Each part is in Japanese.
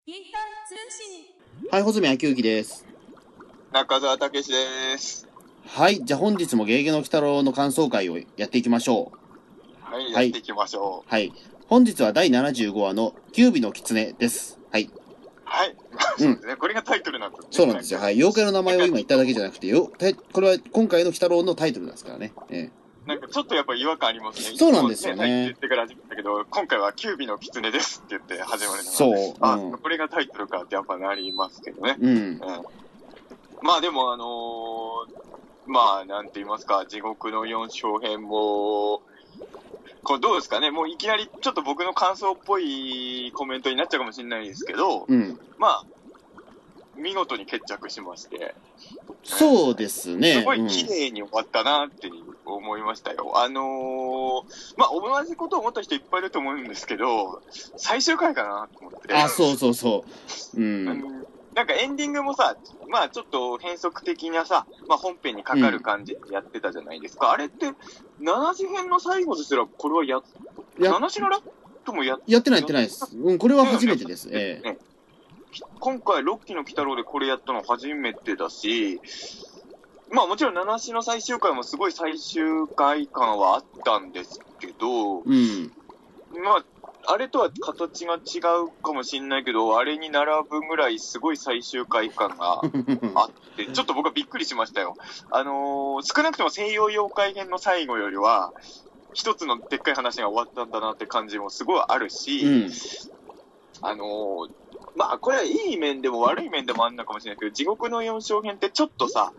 インター通信。 はい、穂積昭之です。 中澤武史です。 はい、じゃあ本日もゲゲゲの鬼太郎の感想会をやっていきましょう。 はい、 はいやっていきましょはい、本日は第75話の九尾の狐です。はい。 う。はい。そうですね。これがタイトルなんですね。 そうなんですよ。はい。妖怪の名前を今言っただけじゃなくて、これは今回の鬼太郎のタイトルですからね。 なんかちょっとやっぱ違和感ありますね。 そうなんですよね。 いつもタイトル言ってから始めたけど、今回は九尾の狐ですって言って始まるのが。 そう。 あ、これがタイトルかってやっぱなりますけどね。まあでもまあなんて言いますか、地獄の四章編も、これどうですかね、もういきなりちょっと僕の感想っぽいコメントになっちゃうかもしれないですけど、まあ、見事に決着しまして。 そうですね。 すごい綺麗に終わったなって思いましたよ。まあ、同じことを思った人いっぱいいると思うんですけど、最終回かなと思って。 あ、そう。 なんかエンディングもさ、まあちょっと変則的なさ、まあ本編にかかる感じでやってたじゃないですか。あれって、7次編の最後ですら、これは7次のラットもやってないです。これは初めてです。 今回、6期の鬼太郎でこれやったの初めてだし、まあもちろん7子の最終回もすごい最終回感はあったんですけど、まあ、あれとは形が違うかもしれないけど、あれに並ぶぐらいすごい最終回感があって、ちょっと僕はびっくりしましたよ。少なくとも西洋妖怪編の最後よりは、一つのでっかい話が終わったんだなって感じもすごいあるし、まあ、これはいい面でも悪い面でもあるのかもしれないけど、地獄の四章編ってちょっとさ、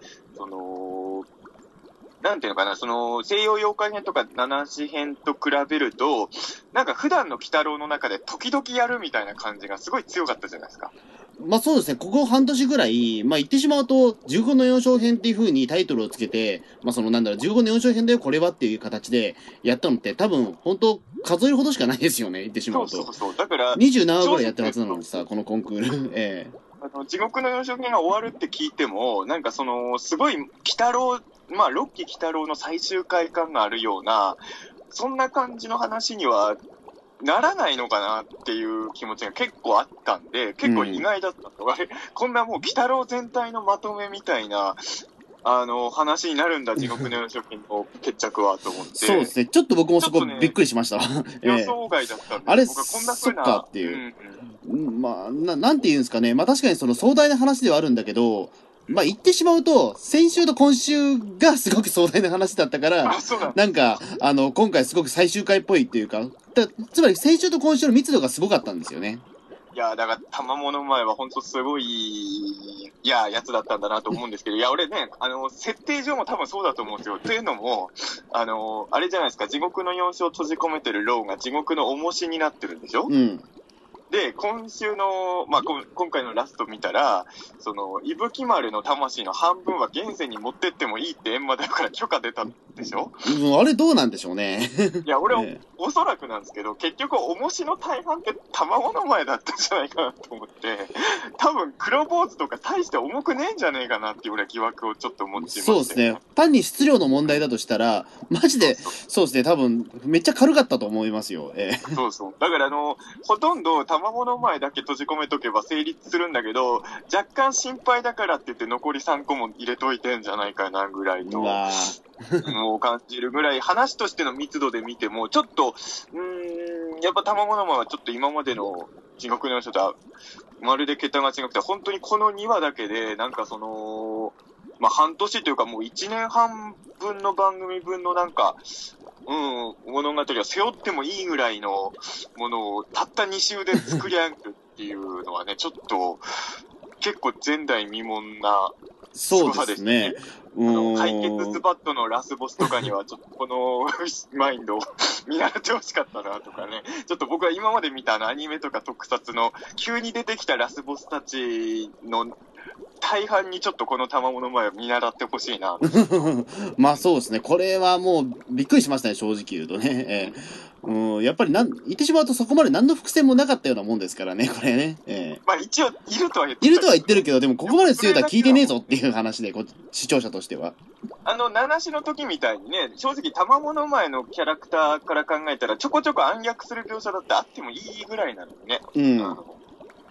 なんていうのかな、西洋妖怪編とか七子編と比べると、なんか普段の鬼太郎の中で時々やるみたいな感じがすごい強かったじゃないですか。 まあそうですね、ここ半年ぐらい、まあ言ってしまうと、15の4章編っていう風にタイトルをつけて、まあ15の4章編だよ、これはっていう形でやったのって、多分、本当数えるほどしかないですよね、言ってしまうと。 そう。だから、 27話ぐらいやってるはずなのにさ、このコンクール。 地獄の4章編が終わるって聞いても、なんかすごい、鬼太郎、まあ、6期鬼太郎の最終回感があるような、そんな感じの話にはならないのかなっていう気持ちが結構あったんで、結構意外だったのが、こんなもう鬼太郎全体のまとめみたいな、話になるんだ、地獄の4章編の決着は、と思って。 そうですね。ちょっと僕もそこびっくりしましたわ。 予想外だったんで、 あれ、 僕はこんなそっ風な。 かっていう。まあ、なんて言うんですかね。まあ確かにその壮大な話ではあるんだけど、まあ言ってしまうと、先週と今週がすごく壮大な話だったから、なんか、今回すごく最終回っぽいっていうか、つまり先週と今週の密度がすごかったんですよね。 いや、だから、玉物前は本当すごい、やつだったんだなと思うんですけど、いや、俺ね、設定上も多分そうだと思うんですよ。というのも、あれじゃないですか、地獄の四章を閉じ込めてる牢が地獄の重しになってるんでしょ？で、今週の、まあ、今回のラスト見たら、伊吹丸の魂の半分は現世に持ってってもいいって閻魔だから許可出たでしょ？ あれどうなんでしょうね。 いや、俺、おそらくなんですけど、結局、重しの大半って卵の前だったんじゃないかなと思って、多分、黒坊主とか大して重くねえんじゃねえかなっていう俺は疑惑をちょっと持ってまして。 そうですね。単に質量の問題だとしたら、マジで、そうですね、多分、めっちゃ軽かったと思いますよ。 そう。だからほとんど卵の前だけ閉じ込めとけば成立するんだけど、若干心配だからって言って残り3個も入れといてんじゃないかなぐらいの、もう感じるぐらい、話としての密度で見ても、ちょっと、やっぱ卵の前はちょっと今までの地獄の人とは、まるで桁が違くて、本当にこの2話だけで、なんかまあ、半年というかもう1年半分の番組分のなんか、物語を背負ってもいいぐらいのものをたった2週で作り上げるっていうのはね、ちょっと結構前代未聞なそうですね。 解決スパットのラスボスとかにはちょっとこのマインドを見習ってほしかったなとかね。ちょっと僕は今まで見たアニメとか特撮の急に出てきたラスボスたちの大半にちょっとこの卵の前を見習ってほしいな。 まあそうですね。これはもうびっくりしましたね、正直言うとね。やっぱり言ってしまうとそこまで何の伏線もなかったようなもんですからね、これね。 まあ一応いるとは言ってるけど、でもここまで強いとは聞いてねえぞっていう話で、視聴者としては。 七子の時みたいにね、正直卵の前のキャラクターから考えたらちょこちょこ暗躍する描写だってあってもいいぐらいなのにね。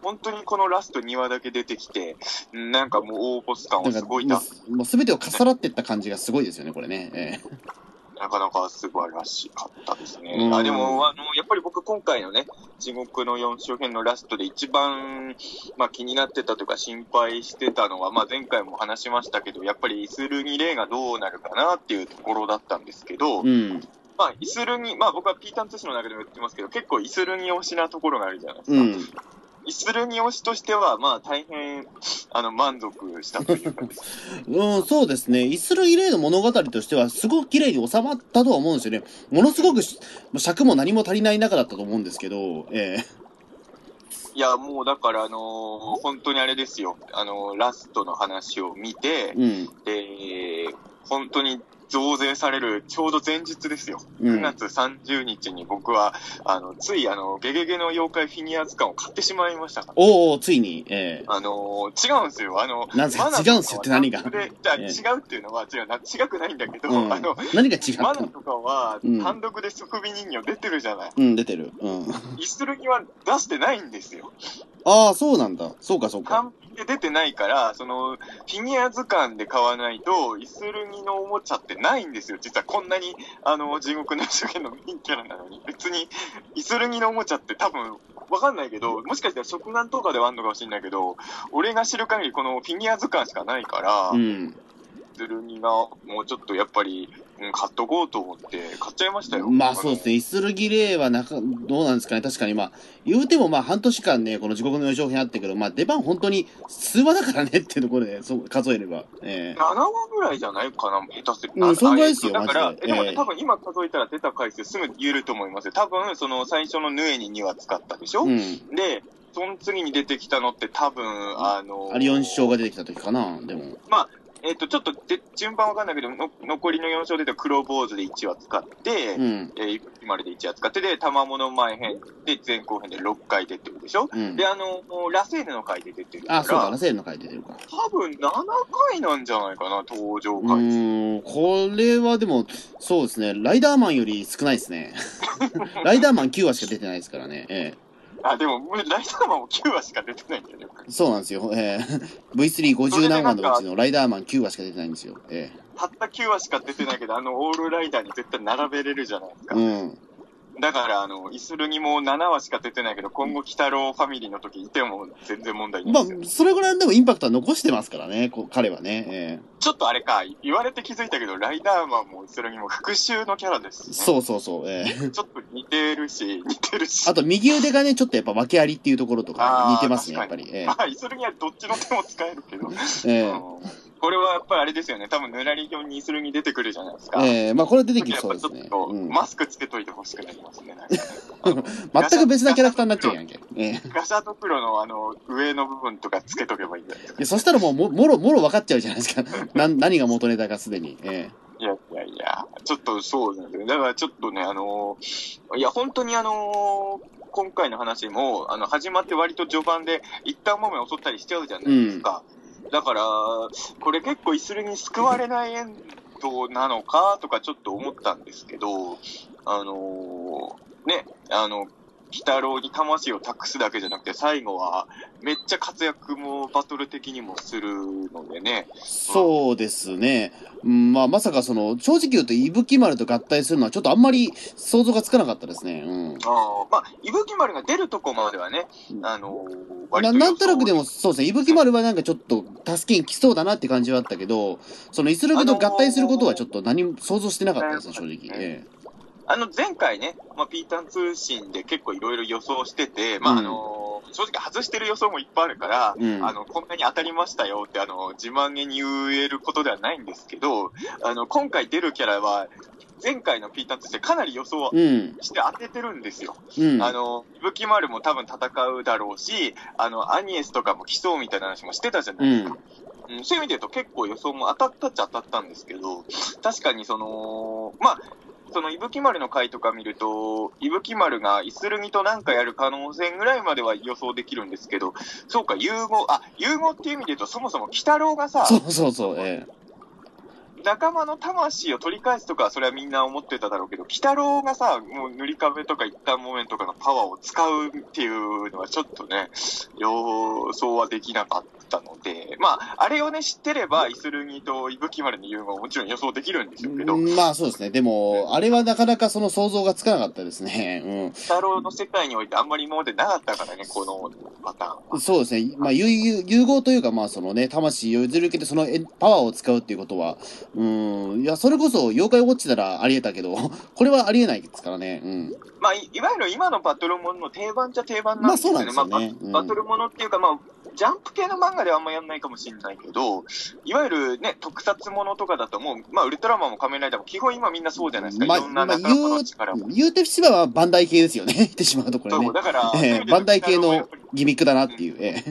本当にこのラスト2話だけ出てきて、なんかもう大ボス感はすごいな。 もう全てを重なっていった感じがすごいですよね、これね。 なかなか素晴らしかったですね。でも、やっぱり僕今回のね、地獄の4周編のラストで一番、気になってたというか心配してたのは、前回も話しましたけど、やっぱりイスルギレイがどうなるかなっていうところだったんですけど、イスルギ、僕はピータン通信の中でも言ってますけど、結構イスルギ推しなところがあるじゃないですか。イスルギ推しとしては、大変、満足したというかです。 そうですね。イスルギレイの物語としては、すごく綺麗に収まったとは思うんですよね。ものすごく尺も何も足りない中だったと思うんですけど、 いや、もうだから、本当にあれですよ。ラストの話を見て、で、本当に増税されるちょうど前日ですよ。9月30日に僕は、ついゲゲゲの妖怪フィギュア図鑑を買ってしまいましたから。 ついに。違うんですよ。 なんですか違うんですよって何が。 じゃあ、違うっていうのは、違くないんだけど、 何が違うマナとかは、単独で即尾人形出てるじゃない。 出てる。 イスルギは出してないんですよ。 そうなんだ。そうか。 単品で出てないから、フィギュア図鑑で買わないと、イスルギのおもちゃってないんですよ。実はこんなに、地獄の主権のメインキャラなのに。別に、イスルギのおもちゃって多分、わかんないけど、もしかしたら食玩とかではあるのかもしれないけど、俺が知る限りこのフィギュア図鑑しかないから、イスルギがもうちょっとやっぱり、買っとこうと思って買っちゃいましたよ。 そうですね。イスルギレイはどうなんですかね。確かに言うても半年間ね、この地獄の4章編あってけど、出番本当に数話だからねっていうところで、そう数えれば。 7話ぐらいじゃないかな、下手する。 そんぐらいですよ、 だから、でもね、多分今数えたら出た回数すぐ言えると思いますよ。多分、最初のヌエに2話使ったでしょ。で、その次に出てきたのって多分、 アリオン師匠が出てきた時かな、でも。 ちょっと順番わかんないけど、残りの4章で黒坊主で1話使って、今で1話使って、で、玉物前編で前後編で6回出てるでしょ、で、ラセーヌの回で出てるから。 そうだ、ラセーヌの回で出てるか。 多分7回なんじゃないかな、登場回数。 これはでも、そうですね、ライダーマンより少ないですね。ライダーマン9話しか出てないですからね。 でも、ライダーマンも9話しか出てないんだよね。 そうなんですよ。V350 何話のうちのライダーマン9話しか出てないんですよ。 たった9話しか出てないけど、オールライダーに絶対並べれるじゃないですか。だから、イスルギも7話しか出てないけど、今後、鬼太郎ファミリーの時いても全然問題ないですよ。 それぐらいでもインパクトは残してますからね、彼はね。 ちょっとあれか、言われて気づいたけど、ライダーマンもイスルギも復讐のキャラですね。 そう。ちょっと似てるし。 あと、右腕がね、ちょっとやっぱ訳ありっていうところとか似てますね、やっぱり。 イスルギはどっちの手も使えるけど。これはやっぱりあれですよね。多分、ぬらり表にイスルギ出てくるじゃないですか。 これ出てきそうですね。 マスクつけといてほしくなりますね。 全く別なキャラクターになっちゃうやんけ。 ガシャドクロの上の部分とかつけとけばいいんじゃないですか。 そしたらもろ分かっちゃうじゃないですか。何が元ネタかすでに。 いや、ちょっとそうなんですよ。だからちょっとね、いや、本当に今回の話も、始まって割と序盤で一旦もめ襲ったりしちゃうじゃないですか。だから、これ結構イスルギに救われないエンドなのかとかちょっと思ったんですけど、鬼太郎に魂を託すだけじゃなくて、最後はめっちゃ活躍もバトル的にもするのでね。 そうですね。まさか正直言うと、伊吹丸と合体するのはちょっとあんまり想像がつかなかったですね。 伊吹丸が出るとこまではね、 なんとなくでもそうですね、伊吹丸はなんかちょっと助けに来そうだなって感じはあったけど、イスルギと合体することはちょっと何も想像してなかったですね、正直。 前回ね、ピータン通信で結構いろいろ予想してて、正直外してる予想もいっぱいあるから、こんなに当たりましたよって、自慢げに言えることではないんですけど、今回出るキャラは、前回のピータン通信でかなり予想して当ててるんですよ。伊吹丸も多分戦うだろうし、アニエスとかも来そうみたいな話もしてたじゃないですか。そういう意味で言うと結構予想も当たったっちゃ当たったんですけど、確かに伊吹丸の回とか見ると、伊吹丸がイスルギとなんかやる可能性ぐらいまでは予想できるんですけど、そうか、融合っていう意味で言うと、そもそも鬼太郎がさ、 そう。 仲間の魂を取り返すとかはそれはみんな思ってただろうけど、鬼太郎がさ、もう塗り壁とか一旦木綿とかのパワーを使うっていうのはちょっとね、予想はできなかったので、まあ、あれをね、知ってれば、イスルギと伊吹丸の融合ももちろん予想できるんでしょうけど。 まあそうですね。でも、あれはなかなかその想像がつかなかったですね。 鬼太郎の世界においてあんまり今までなかったからね、このパターンは。 そうですね。まあ、融合というか、まあそのね、魂を譲り受けてそのパワーを使うっていうことは、いや、それこそ妖怪ウォッチならありえたけど、これはありえないですからね。 まあ、いわゆる今のバトルものの定番っちゃ定番なんですよね。 まあそうなんですよね。 バトルものっていうか、まあ、ジャンプ系の漫画ではあんまやんないかもしれないけど、いわゆるね、特撮ものとかだともう、まあ、ウルトラマンも仮面ライダーも基本今みんなそうじゃないですか。いろんな仲間の力も。 言うてしまえばバンダイ系ですよね。言ってしまうとこれね。 そう、だから、 バンダイ系のギミックだなっていう。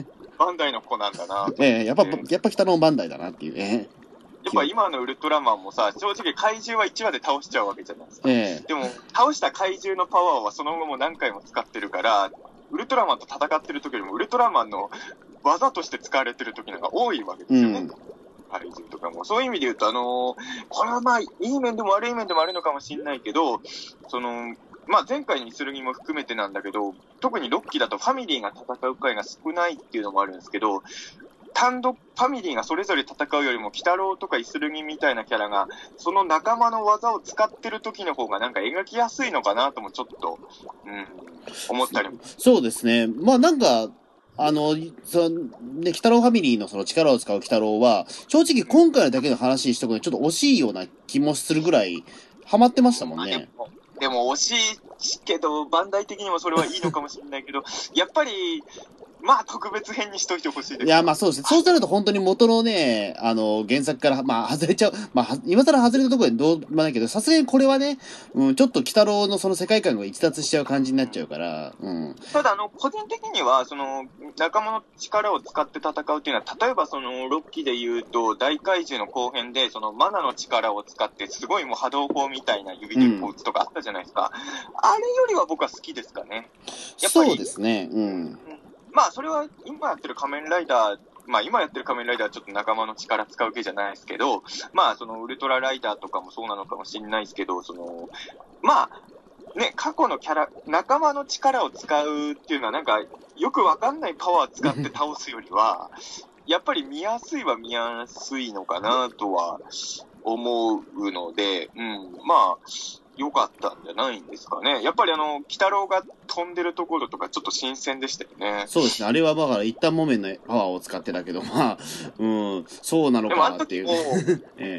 バンダイの子なんだな。 やっぱ北のバンダイだなっていう。 やっぱ今のウルトラマンもさ、正直怪獣は1話で倒しちゃうわけじゃないですか。でも、倒した怪獣のパワーはその後も何回も使ってるから、ウルトラマンと戦ってる時よりもウルトラマンの技として使われてる時のが多いわけですよね。怪獣とかも。そういう意味で言うと、これはまあ、いい面でも悪い面でもあるのかもしれないけど、まあ前回にするぎも含めてなんだけど、特に6期だとファミリーが戦う回が少ないっていうのもあるんですけど、単独、ファミリーがそれぞれ戦うよりも、鬼太郎とかイスルギみたいなキャラが、その仲間の技を使ってる時の方がなんか描きやすいのかなともちょっと、思ったりも。 そうですね。まあなんか、鬼太郎ファミリーのその力を使う鬼太郎は、正直今回だけの話にしとくのちょっと惜しいような気もするぐらい、ハマってましたもんね。 でも惜しいけど、バンダイ的にもそれはいいのかもしれないけど、やっぱり、まあ特別編にしといてほしいです。 いや、まあそうですね。そうすると本当に元のね、原作から、まあ外れちゃう。まあ、今更外れたところでどうもないけど、さすがにこれはね、ちょっと鬼太郎のその世界観が逸脱しちゃう感じになっちゃうから、 ただ個人的には、仲間の力を使って戦うっていうのは、例えば6期で言うと、大怪獣の後編で、マナの力を使って、すごいもう波動砲みたいな指でこう打つとかあったじゃないですか。あれよりは僕は好きですかね。 やっぱりそうですね。 まあ、それは今やってる仮面ライダー、まあ今やってる仮面ライダーはちょっと仲間の力使う系じゃないですけど、まあウルトラライダーとかもそうなのかもしれないですけど、まあ、ね、過去のキャラ、仲間の力を使うっていうのはなんか、よくわかんないパワー使って倒すよりは、やっぱり見やすいは見やすいのかなとは思うので、まあ、良かったんじゃないんですかね。やっぱり鬼太郎が飛んでるところとかちょっと新鮮でしたよね。 そうですね。あれはだから一旦木綿のパワーを使ってたけど、まあ、そうなのかなっていう。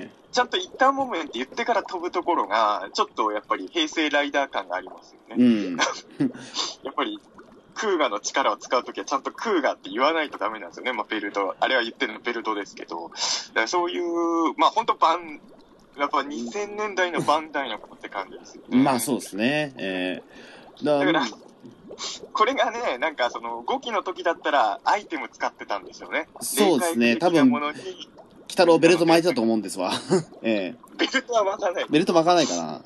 ちゃんと一旦木綿って言ってから飛ぶところが、ちょっとやっぱり平成ライダー感がありますよね。やっぱり、クーガの力を使うときはちゃんとクーガって言わないとダメなんですよね。まあベルト、あれは言ってるのベルトですけど。だからそういう、まあ本当やっぱ2000年代のバンダイの子って感じですよね。 まあそうですね。 だから、これがね、なんか5期の時だったらアイテム使ってたんですよね。 そうですね。多分、鬼太郎ベルト巻いてたと思うんですわ。 ベルトは巻かない。 ベルト巻かないかな。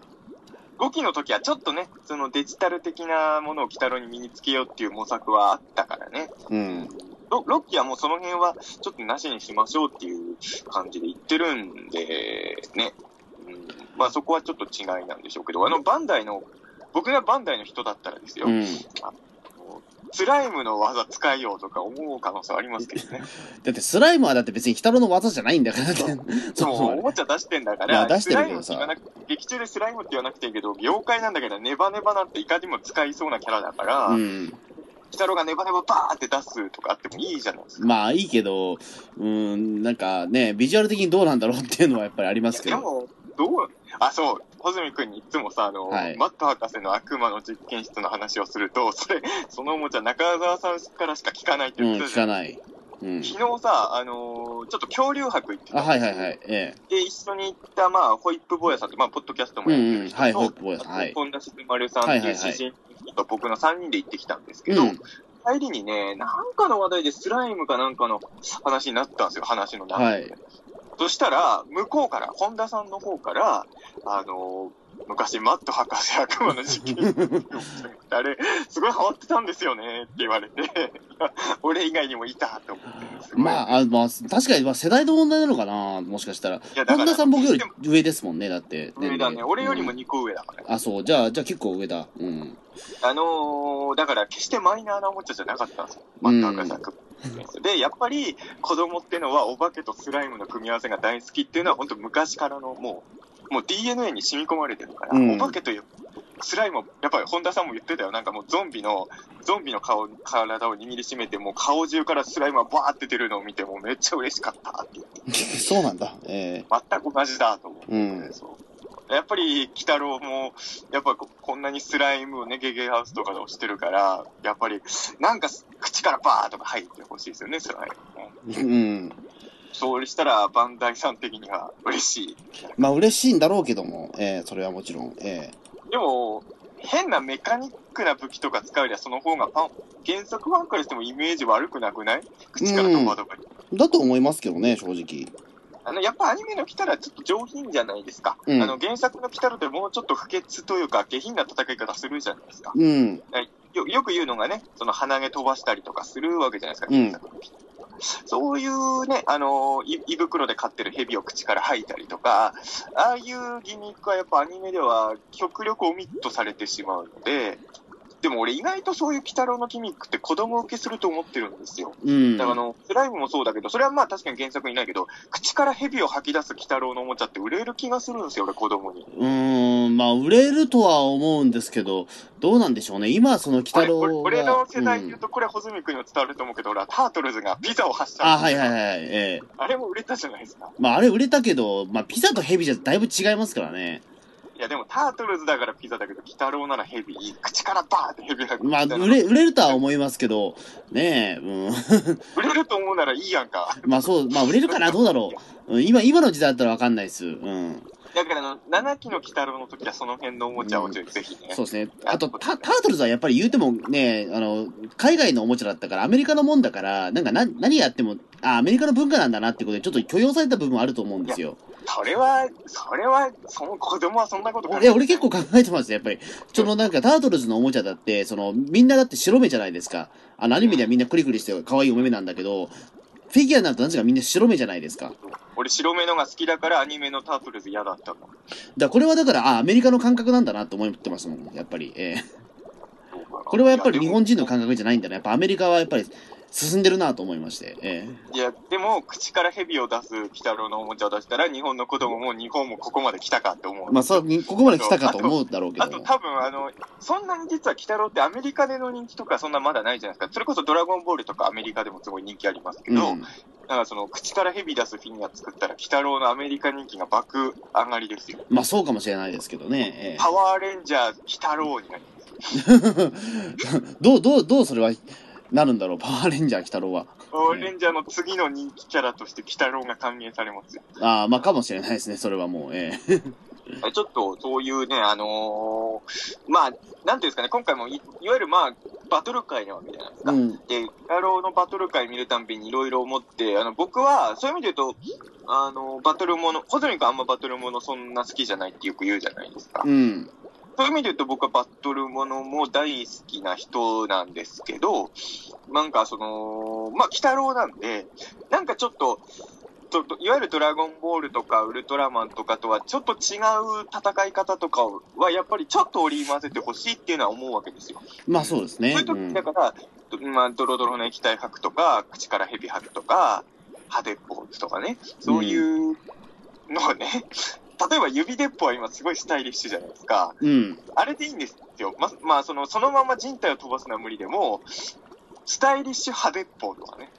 5期の時はちょっとね、デジタル的なものを鬼太郎に身につけようっていう模索はあったからね。6期はもうその辺はちょっとなしにしましょうっていう感じで言ってるんで、ね。まあそこはちょっと違いなんでしょうけど、僕がバンダイの人だったらですよ。スライムの技使いようとか思う可能性ありますけどね。 だってスライムはだって別に鬼太郎の技じゃないんだからって。 そう、おもちゃ出してんだから、 出してるけどさ。 劇中でスライムって言わなくていいけど、妖怪なんだけど、ネバネバなんていかにも使いそうなキャラだから、鬼太郎がネバネババーって出すとかあってもいいじゃないですか。 まあいいけど、なんかね、ビジュアル的にどうなんだろうっていうのはやっぱりありますけど。 でも、そう、穂積君にいつもさ、マット博士の悪魔の実験室の話をすると、そのおもちゃ中澤さんからしか聞かないって言ってたじゃん。 聞かない。 昨日さ、ちょっと恐竜博行ってたんですよ。で、一緒に行った、まあ、ホイップ坊やさんって、まあ、ポッドキャストもやってる人と、 ホイップ坊やさん。 本田静丸さんっていう詩人と僕の3人で行ってきたんですけど、帰りにね、なんかの話題でスライムかなんかの話になったんですよ、話の中で。そしたら、向こうから、本田さんの方から、 昔、マット博士悪魔の実験あれ、すごいハマってたんですよねって言われて、俺以外にもいたと思って。 まあ、確かに、世代の問題なのかな、もしかしたら。本田さん僕より上ですもんね、だって。 上だね。俺よりも2個上だから。 そう。じゃあ結構上だ。うん。 だから決してマイナーなおもちゃじゃなかったんですよ。マット博士悪魔。で、やっぱり子供ってのはお化けとスライムの組み合わせが大好きっていうのは本当昔からのもう DNA に染み込まれてるから、お化けというスライムも、やっぱり本田さんも言ってたよ。なんかもうゾンビの体を握りしめて、もう顔中からスライムがバーって出るのを見て、もうめっちゃ嬉しかったって言って。 そうなんだ。 全く同じだと思って、そうやっぱり、鬼太郎も、やっぱこんなにスライムをね、ゲゲハウスとかで押してるから、やっぱり、なんか口からバーとか入ってほしいですよね、スライム。そうしたら、バンダイさん的には嬉しい。 まあ嬉しいんだろうけども、それはもちろん。でも、変なメカニックな武器とか使うよりはその方が原作ファンからしてもイメージ悪くなくない？口から飛ばとかに。 だと思いますけどね、正直。 やっぱアニメの鬼太郎はちょっと上品じゃないですか。原作の鬼太郎ってもうちょっと不潔というか下品な戦い方するじゃないですか。よく言うのがね、その鼻毛飛ばしたりとかするわけじゃないですか、原作の鬼太郎。そういうね、胃袋で飼ってる蛇を口から吐いたりとか、ああいうギミックはやっぱアニメでは極力オミットされてしまうので、でも俺意外とそういう鬼太郎のギミックって子供受けすると思ってるんですよ。だからスライムもそうだけど、それはまあ確かに原作にないけど、口から蛇を吐き出す鬼太郎のおもちゃって売れる気がするんですよ、俺子供に。 まあ売れるとは思うんですけど、どうなんでしょうね。今その鬼太郎が俺の世代で言うと、これ穂積君にも伝わると思うけど、俺はタートルズがピザを発射はい。 あれも売れたじゃないですか。 まああれ売れたけど、まあピザと蛇じゃだいぶ違いますからね。 いやでもタートルズだからピザだけど、鬼太郎ならヘビ、口からバーってヘビが。 まあ売れるとは思いますけど、ねえ、 売れると思うならいいやんか。 まあ売れるかな、どうだろう。今の時代だったらわかんないです。 だから7期の鬼太郎の時はその辺のおもちゃをぜひね。 そうですね。あと、タートルズはやっぱり言うてもね、海外のおもちゃだったから、アメリカのもんだから、なんか何やっても、アメリカの文化なんだなってことで、ちょっと許容された部分はあると思うんですよ。 それは、その子供はそんなこと考えてない。俺結構考えてますよ、やっぱり。なんかタートルズのおもちゃだって、みんなだって白目じゃないですか。アニメではみんなクリクリして可愛いお目目なんだけど、フィギュアになるとなぜかみんな白目じゃないですか。 俺白目のが好きだからアニメのタートルズ嫌だったの。 これはだから、アメリカの感覚なんだなと思ってますもん、やっぱり。これはやっぱり日本人の感覚じゃないんだな。やっぱアメリカはやっぱり進んでるなと思いまして。 いや、でも、口から蛇を出す鬼太郎のおもちゃを出したら、日本の子供も日本もここまで来たかって思う。 まあ、ここまで来たかと思うだろうけど。 あと多分、そんなに実は鬼太郎ってアメリカでの人気とかそんなまだないじゃないですか。それこそドラゴンボールとかアメリカでもすごい人気ありますけど、だから口から蛇出すフィギュア作ったら、鬼太郎のアメリカ人気が爆上がりですよ。 まあそうかもしれないですけどね。 パワーレンジャー鬼太郎になります。 どうそれはなるんだろう、パワーレンジャー鬼太郎は。 パワーレンジャーの次の人気キャラとして鬼太郎が歓迎されますよ。 まあかもしれないですね、それはもう。 ちょっとそういうね、まあ、なんていうんですかね、今回もいわゆるまあ、バトル会なわけじゃないですか。で、鬼太郎のバトル会見るたんびにいろいろ思って、僕は、そういう意味で言うと、バトルもの、穂積君あんまバトルものそんな好きじゃないってよく言うじゃないですか。そういう意味で言うと僕はバトルものも大好きな人なんですけど、なんかまあ、鬼太郎なんで、なんかちょっといわゆるドラゴンボールとかウルトラマンとかとはちょっと違う戦い方とかはやっぱりちょっと織り交ぜてほしいっていうのは思うわけですよ。 まあそうですね。 そういう時だから、まあ、ドロドロの液体吐くとか、口から蛇吐くとか、歯鉄砲とかね、そういうのをね、例えば指鉄砲は今すごいスタイリッシュじゃないですか。あれでいいんですよ。まあ、そのまま人体を飛ばすのは無理でも、スタイリッシュ歯鉄砲とかね。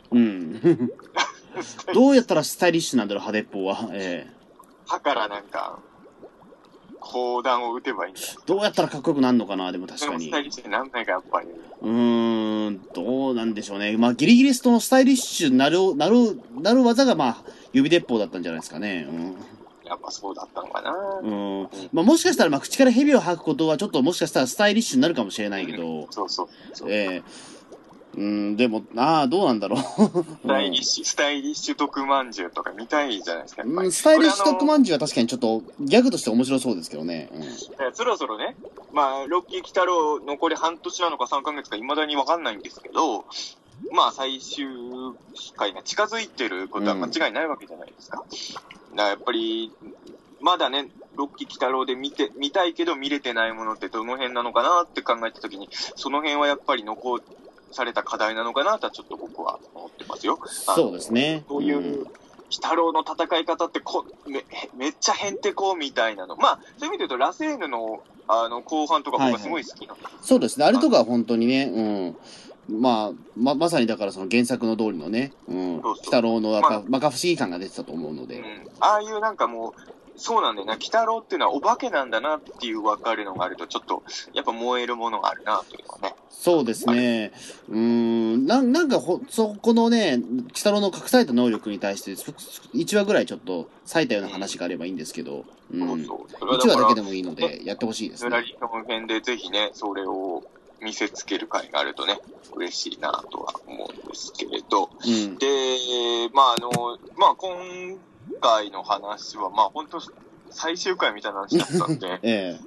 どうやったらスタイリッシュなんだろう、歯鉄砲は。 歯からなんか、砲弾を撃てばいいんだ。 どうやったらかっこよくなるのかな、でも確かに。 スタイリッシュになんないか、やっぱり。 どうなんでしょうね。まあ、ギリギリストのスタイリッシュになる技が、まあ、指鉄砲だったんじゃないですかね。 やっぱそうだったのかな。 まあ、もしかしたら、まあ、口から蛇を吐くことは、ちょっともしかしたらスタイリッシュになるかもしれないけど。 でも、どうなんだろう。 スタイリッシュ特まんじゅうとか見たいじゃないですか。 スタイリッシュ特まんじゅうは確かにちょっとギャグとして面白そうですけどね。 そろそろね、まあ、ロッキー鬼太郎残り半年なのか3ヶ月か未だにわかんないんですけど、まあ、最終回が近づいてることは間違いないわけじゃないですか。だからやっぱり、まだね、ロッキー鬼太郎で見たいけど見れてないものってどの辺なのかなって考えたときに、その辺はやっぱり残された課題なのかなとはちょっと僕は思ってますよ。 そうですね。 こういう鬼太郎の戦い方ってめっちゃへんてこみたいなの。まあ、そういう意味で言うと、ラセーヌの後半とか僕はすごい好きなんです、 そうですね。あれとかは本当にね、まさにだからその原作の通りのね、鬼太郎のやっぱ、摩訶不思議感が出てたと思うので。 ああいうなんかもう、そうなんだよな、鬼太郎っていうのはお化けなんだなっていう分かるのがあると、ちょっと、やっぱ燃えるものがあるなというのはね。 そうですね。なんかそこのね、鬼太郎の隠された能力に対して、1話ぐらいちょっと割いたような話があればいいんですけど、1話だけでもいいので、やってほしいですね。 村リの辺でぜひね、それを見せつける回があるとね、嬉しいなとは思うんですけれど。で、まあ今回の話は、まあ本当最終回みたいな話だったんで、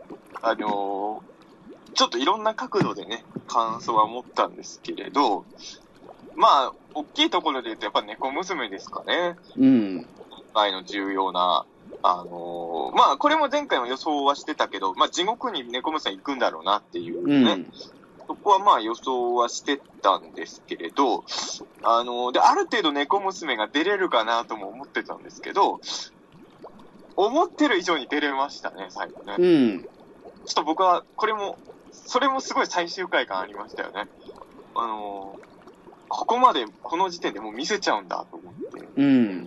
ちょっといろんな角度でね、感想は持ったんですけれど、まあ、大きいところで言うとやっぱ猫娘ですかね。今回の重要な、まあ、これも前回も予想はしてたけど、まあ、地獄に猫娘行くんだろうなっていうね、そこはまあ予想はしてたんですけれど、で、ある程度猫娘が出れるかなとも思ってたんですけど、思ってる以上に出れましたね、最後ね。ちょっと僕は、それもすごい最終回感ありましたよね。ここまで、この時点でもう見せちゃうんだと思って。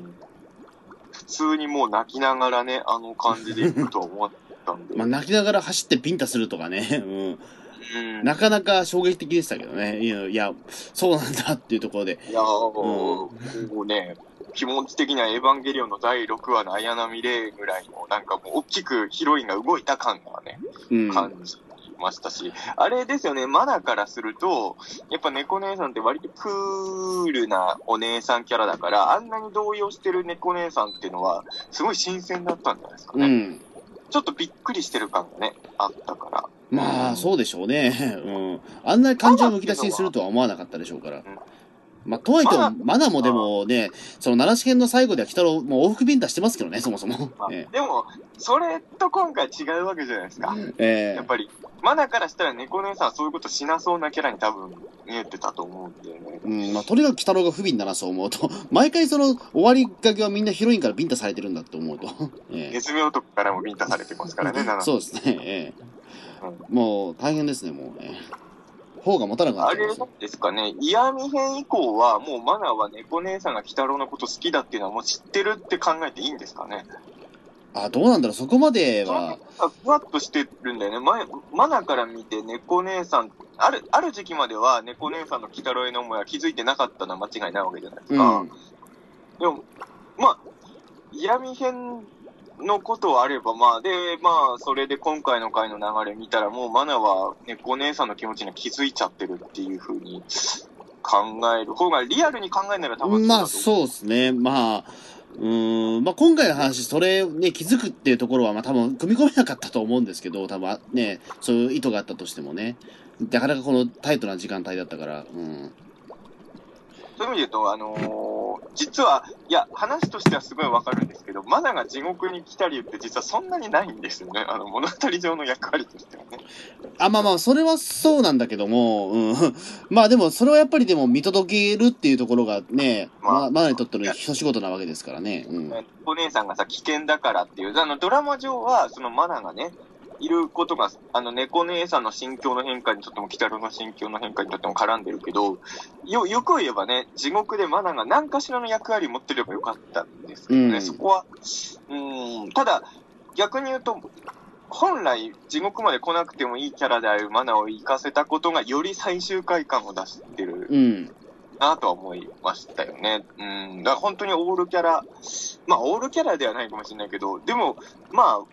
普通にもう泣きながらね、あの感じで行くとは思ったんで。 まあ泣きながら走ってビンタするとかね。なかなか衝撃的でしたけどね。いや、そうなんだっていうところで。 いやもうね、気持ち的にはエヴァンゲリオンの第6話の綾波レイぐらいの、なんかもう大きくヒロインが動いた感がね、感じましたし、あれですよね、マナからすると、やっぱ猫姉さんって割とクールなお姉さんキャラだから、あんなに動揺してる猫姉さんっていうのは、すごい新鮮だったんじゃないですかね。ちょっとびっくりしてる感がね、あったから。 まあ、そうでしょうね。あんなに感情をむき出しにするとは思わなかったでしょうから。まあ、とはいっても、マナもでもね、その奈良試験の最後では鬼太郎もう往復ビンタしてますけどね、そもそも。 でも、それと今回違うわけじゃないですか。やっぱり、マナからしたら猫姉さんはそういうことしなそうなキャラに多分見えてたと思うんでね。 まあ、とにかく鬼太郎が不憫だな、そう思うと。毎回その終わりがけはみんなヒロインからビンタされてるんだって思うと。 ネズミ男からもビンタされてますからね、 そうですね。もう大変ですね、もうね。方が持たなくなっちゃいます。 あれですかね、イヤミ編以降は、もうマナは猫姉さんが鬼太郎のこと好きだっていうのはもう知ってるって考えていいんですかね。 どうなんだろう、そこまでは。 ふわっとしてるんだよね。マナから見て猫姉さん、ある時期までは猫姉さんの鬼太郎への思いは気づいてなかったのは間違いないわけじゃないですか。でも、まあ、イヤミ編のことはあれば、まあ、それで今回の回の流れ見たら、もうマナは猫姉さんの気持ちには気づいちゃってるっていう風に考える方が、リアルに考えるなら多分そうだと思う。 まあ、そうですね。まあ、今回の話、それね、気づくっていうところは、まあ多分、組み込めなかったと思うんですけど、多分ね、そういう意図があったとしてもね。なかなかこのタイトな時間帯だったから、 そういう意味で言うと、実は、いや、話としてはすごいわかるんですけど、マナが地獄に来た理由って実はそんなにないんですよね。物語上の役割としてはね。 まあ、それはそうなんだけども、まあでも、それはやっぱりでも見届けるっていうところがね、マナにとっての一仕事なわけですからね。 お姉さんがさ、危険だからっていう、ドラマ上は、そのマナがね、いることが、猫姉さんの心境の変化にとっても、鬼太郎の心境の変化にとっても絡んでるけど、よく言えばね、地獄でマナが何かしらの役割を持ってればよかったんですけどね、そこは、ただ、逆に言うと、本来、地獄まで来なくてもいいキャラであるマナを活かせたことが、より最終回感を出してる。なとは思いましたよね。だから本当にオールキャラ、まあオールキャラではないかもしれないけど、でも、まあ、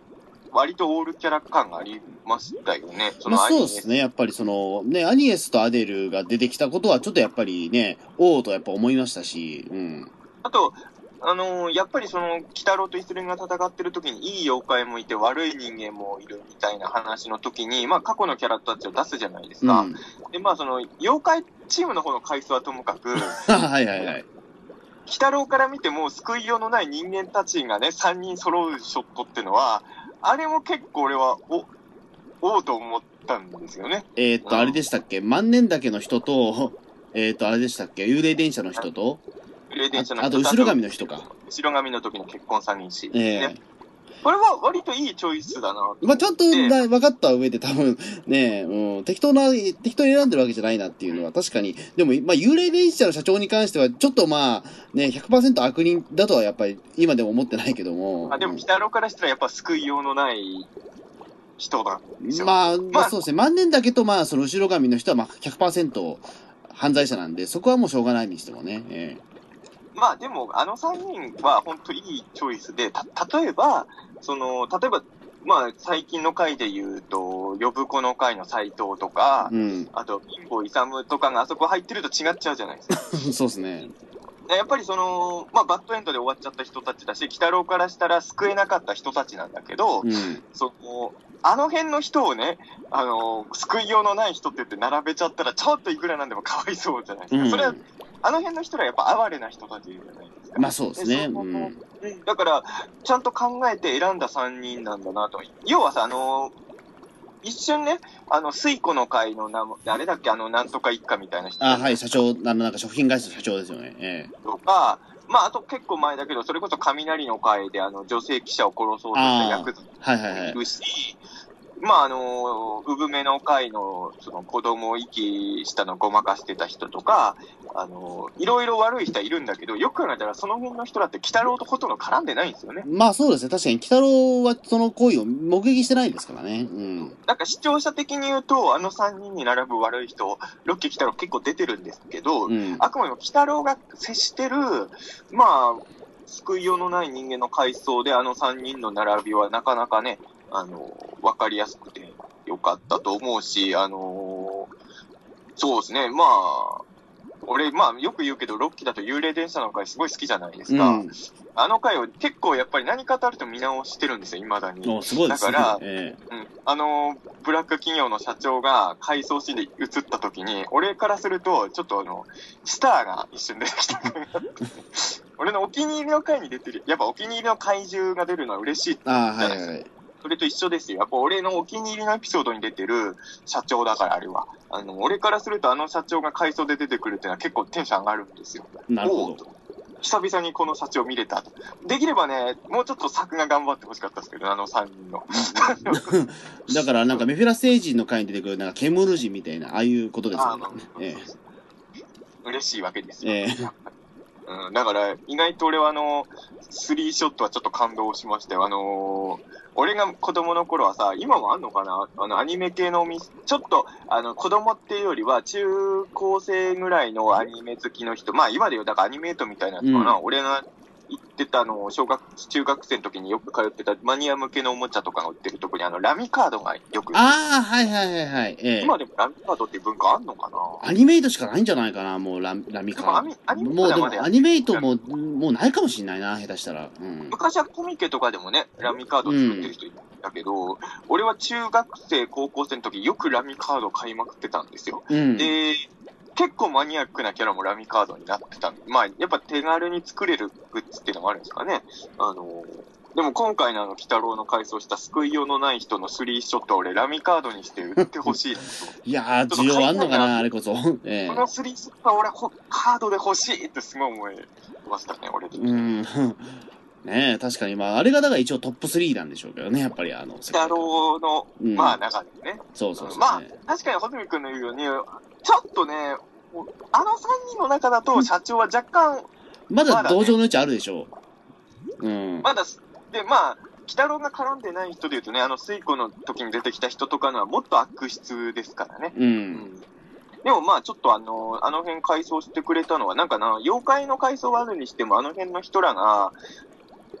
割とオールキャラ感がありましたよね。 まあそうですね。やっぱりね、アニエスとアデルが出てきたことはちょっとやっぱりね、おおとやっぱ思いましたし、うん。 あと、やっぱり鬼太郎とイスレンが戦ってる時にいい妖怪もいて悪い人間もいるみたいな話の時に、まあ過去のキャラたちを出すじゃないですか。うん、で、まあ妖怪チームの方の回数はともかく、 はいはいはい。 鬼太郎から見ても救いようのない人間たちがね、3人揃うショットってのは、あれも結構俺は、おうと思ったんですよね。 あれでしたっけ、万年岳の人と、あれでしたっけ、幽霊電車の人と、あと、後ろ髪の人か。 後ろ髪の時の結婚詐欺師ですね。これは割といいチョイスだなと。 まあ、ちゃんと分かった上で多分ね、うん、適当に選んでるわけじゃないなっていうのは確かに。でも、まあ、幽霊電車の社長に関しては、ちょっとまあ、ね、100% 悪人だとはやっぱり今でも思ってないけども。 でも、鬼太郎からしたらやっぱ救いようのない人なんですよ。 まあ、そうですね。万年だけと、まあ、その後ろ髪の人はまあ 100% 犯罪者なんで、そこはもうしょうがないにしてもね。 まあでも、あの3人は本当にいいチョイスで、例えば、まあ最近の回で言うと、呼ぶ子の回の斎藤とか、うん、あと、貧乏勇とかがあそこ入ってると違っちゃうじゃないですか。 そうですね。 やっぱりまあバッドエンドで終わっちゃった人たちだし、鬼太郎からしたら救えなかった人たちなんだけど、うん、あの辺の人をね、救いようのない人って言って並べちゃったら、ちょっといくらなんでもかわいそうじゃないですか。うん、それは、あの辺の人らやっぱ哀れな人たちじゃないですか。 まあそうですね。うん、 だから、ちゃんと考えて選んだ3人なんだなと。要はさ、一瞬ね、水庫の会のあれだっけ、なんとか一家みたいな人。 はい、社長、なんか食品会社社長ですよね。 とか、まあ、あと結構前だけど、それこそ雷の会で女性記者を殺そうとしたヤクザもいるし、まあ、産めの会の、子供を遺棄したのをごまかしてた人とか、いろいろ悪い人はいるんだけど、よく考えたらその辺の人だって鬼太郎とほとんど絡んでないんですよね。 まあそうですね。確かに鬼太郎はその行為を目撃してないですからね。うん。 なんか視聴者的に言うと、3人に並ぶ悪い人、ロッキー鬼太郎結構出てるんですけど、うん、あくまでも鬼太郎が接してる、まあ、救いようのない人間の階層で3人の並びはなかなかね、わかりやすくてよかったと思うし、そうですね、まあ、俺、まあ、よく言うけど、ロッキーだと幽霊電車の回すごい好きじゃないですか。うん、あの回を結構やっぱり何かとあると見直してるんですよ、未だに。 すごいですね。 だから、ブラック企業の社長が回想シーンで映った時に、俺からすると、ちょっとスターが一瞬出てきた。俺のお気に入りの回に出てる、やっぱお気に入りの怪獣が出るのは嬉しい。 はいはい。 それと一緒ですよ。やっぱ俺のお気に入りのエピソードに出てる社長だから、あれは。俺からすると社長が回想で出てくるっていうのは結構テンション上がるんですよ。 なるほど。 久々にこの社長見れたと。できればね、もうちょっと作が頑張ってほしかったですけど、3人の。 だからなんかメフィラ星人の回に出てくるなんか煙人みたいな、ああいうことですよね。 嬉しいわけですよ。だから意外と俺はスリーショットはちょっと感動しましたよ。俺が子供の頃はさ、今もあんのかな、アニメ系のちょっと、子供っていうよりは、中高生ぐらいのアニメ好きの人、まあ今で言う、だからアニメートみたいなやつかな、俺が行ってた中学生の時によく通ってたマニア向けのおもちゃとかが売ってるとこにラミカードがよく。 はい。 今でもラミカードっていう文化あんのかな。 アニメイトしかないんじゃないかな、もうラミカード。もうでもアニメイトもうないかもしれないな、下手したら。うん、 昔はコミケとかでもね、ラミカード作ってる人いたけど、俺は中学生、高校生の時よくラミカード買いまくってたんですよ。で、結構マニアックなキャラもラミカードになってたんで、まあ、やっぱ手軽に作れるグッズっていうのもあるんですかね。でも今回の鬼太郎の改装した救いようのない人のスリーショットを俺ラミカードにして売ってほしいいやー、需要あんのかな、あれこそ。このスリーショットは俺カードで欲しいってすごい思いましたね、俺的に。 ねえ、確かに、まあ、あれがだから一応トップ3なんでしょうけどね、やっぱり鬼太郎の、まあ、中でね。 そう。 まあ、確かに穂積君の言うように、ちょっとね、あの3人の中だと社長は若干、 まだ同情の余地あるでしょう。 まだ、で、まあ、鬼太郎が絡んでない人で言うとね、水庫の時に出てきた人とかのはもっと悪質ですからね。でもまあちょっとあの辺改装してくれたのは、なんかな、妖怪の改装はあるにしても、あの辺の人らが、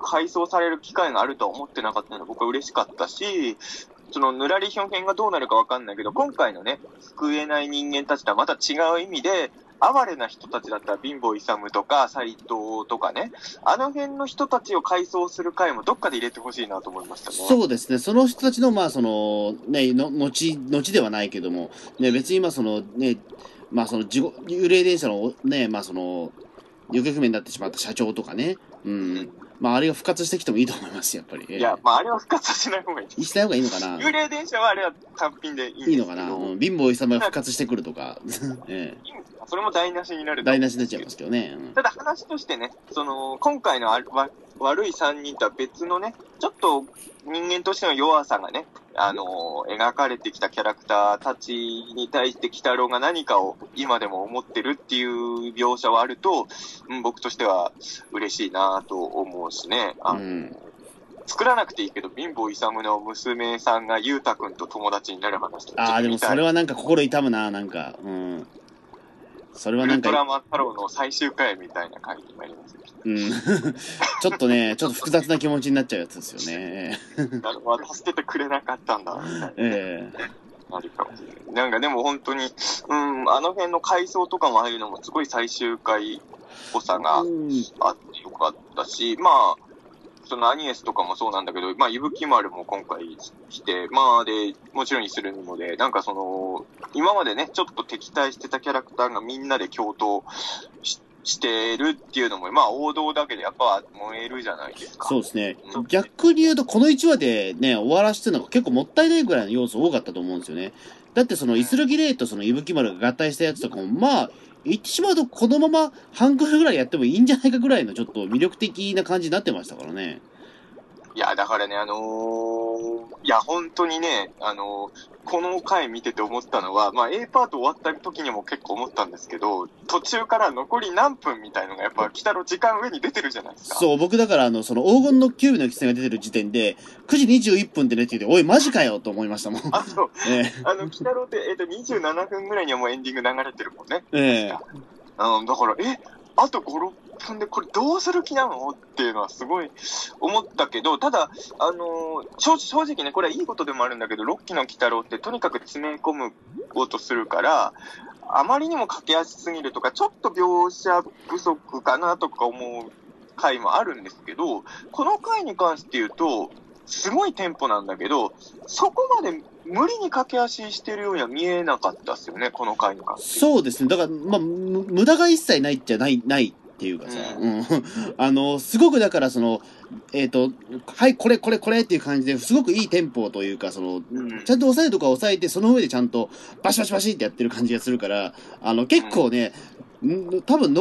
回想される機会があるとは思ってなかったので、僕は嬉しかったし、そのぬらりひょん編がどうなるかわかんないけど、今回のね、救えない人間たちとはまた違う意味で、哀れな人たちだったら貧乏勇とか斎藤とかね、あの辺の人たちを回想する回もどっかで入れてほしいなと思いましたね。 そうですね。その人たちの、まあ、その、ね、後ではないけども、ね、別に今その、ね、まあ、その、幽霊電車の、ね、まあ、その、行方不明になってしまった社長とかね、うん。まあ、あれが復活してきてもいいと思います、やっぱり。 いや、まあ、あれは復活しない方がいい。 しない方がいいのかな。 幽霊電車はあれは単品でいいんですけど。いいのかな。 うん、貧乏勇が復活してくるとか。 それも台無しになる。 台無しになっちゃいますけどね。 ただ話としてね、その、今回の悪い3人とは別のね、ちょっと人間としての弱さがね、描かれてきたキャラクターたちに対して鬼太郎が何かを今でも思ってるっていう描写はあると、僕としては嬉しいなと思うしね。作らなくていいけど、貧乏勇の娘さんがゆうたくんと友達になる話とか。でもそれはなんか心痛むな、なんか。それはなんか。 ウルトラマン太郎の最終回みたいな回になりますよ。 ちょっとね、ちょっと複雑な気持ちになっちゃうやつですよね。 助けてくれなかったんだ、みたいな。なるかもしれない。なんかでも本当に、あの辺の回想とかもああいうのもすごい最終回っぽさがあってよかったし、まあ、そのアニエスとかもそうなんだけど、まあ、伊吹丸も今回来て、まあ、で、もちろんイスルニモで、なんかその、今までね、ちょっと敵対してたキャラクターがみんなで共闘してるっていうのも、まあ、王道だけでやっぱ燃えるじゃないですか。 そうですね。逆に言うと、この1話でね、終わらせてるのが結構もったいないぐらいの要素多かったと思うんですよね。だってその、イスルギレイとその伊吹丸が合体したやつとかも、まあ、言ってしまうと、このまま半クールぐらいやってもいいんじゃないかぐらいのちょっと魅力的な感じになってましたからね。 いや、だからね、いや、本当にね、この回見てて思ったのは、まあ A パート終わった時にも結構思ったんですけど、途中から残り何分みたいのがやっぱ、鬼太郎時間上に出てるじゃないですか。 そう、僕だからその黄金のキューブの規制が出てる時点で、9時21分って出てて、おい、マジかよと思いましたもん。 あ、そう。鬼太郎って、27分ぐらいにはもうエンディング流れてるもんね。だから、あと5、6分でこれどうする気なのっていうのはすごい思ったけど、ただ、正直ね、これはいいことでもあるんだけど、6期の鬼太郎ってとにかく詰め込むことするから、あまりにも駆け足すぎるとか、ちょっと描写不足かなとか思う回もあるんですけど、この回に関して言うと、すごいテンポなんだけど、そこまで無理に駆け足してるようには見えなかったっすよね、この回に関して。 そうですね。だから、まあ、無駄が一切ないっちゃない。っていうかさ、すごくだからその、はい、これっていう感じですごくいいテンポというか、その、ちゃんと抑えるとこは抑えて、その上でちゃんとバシバシバシってやってる感じがするから、結構ね、多分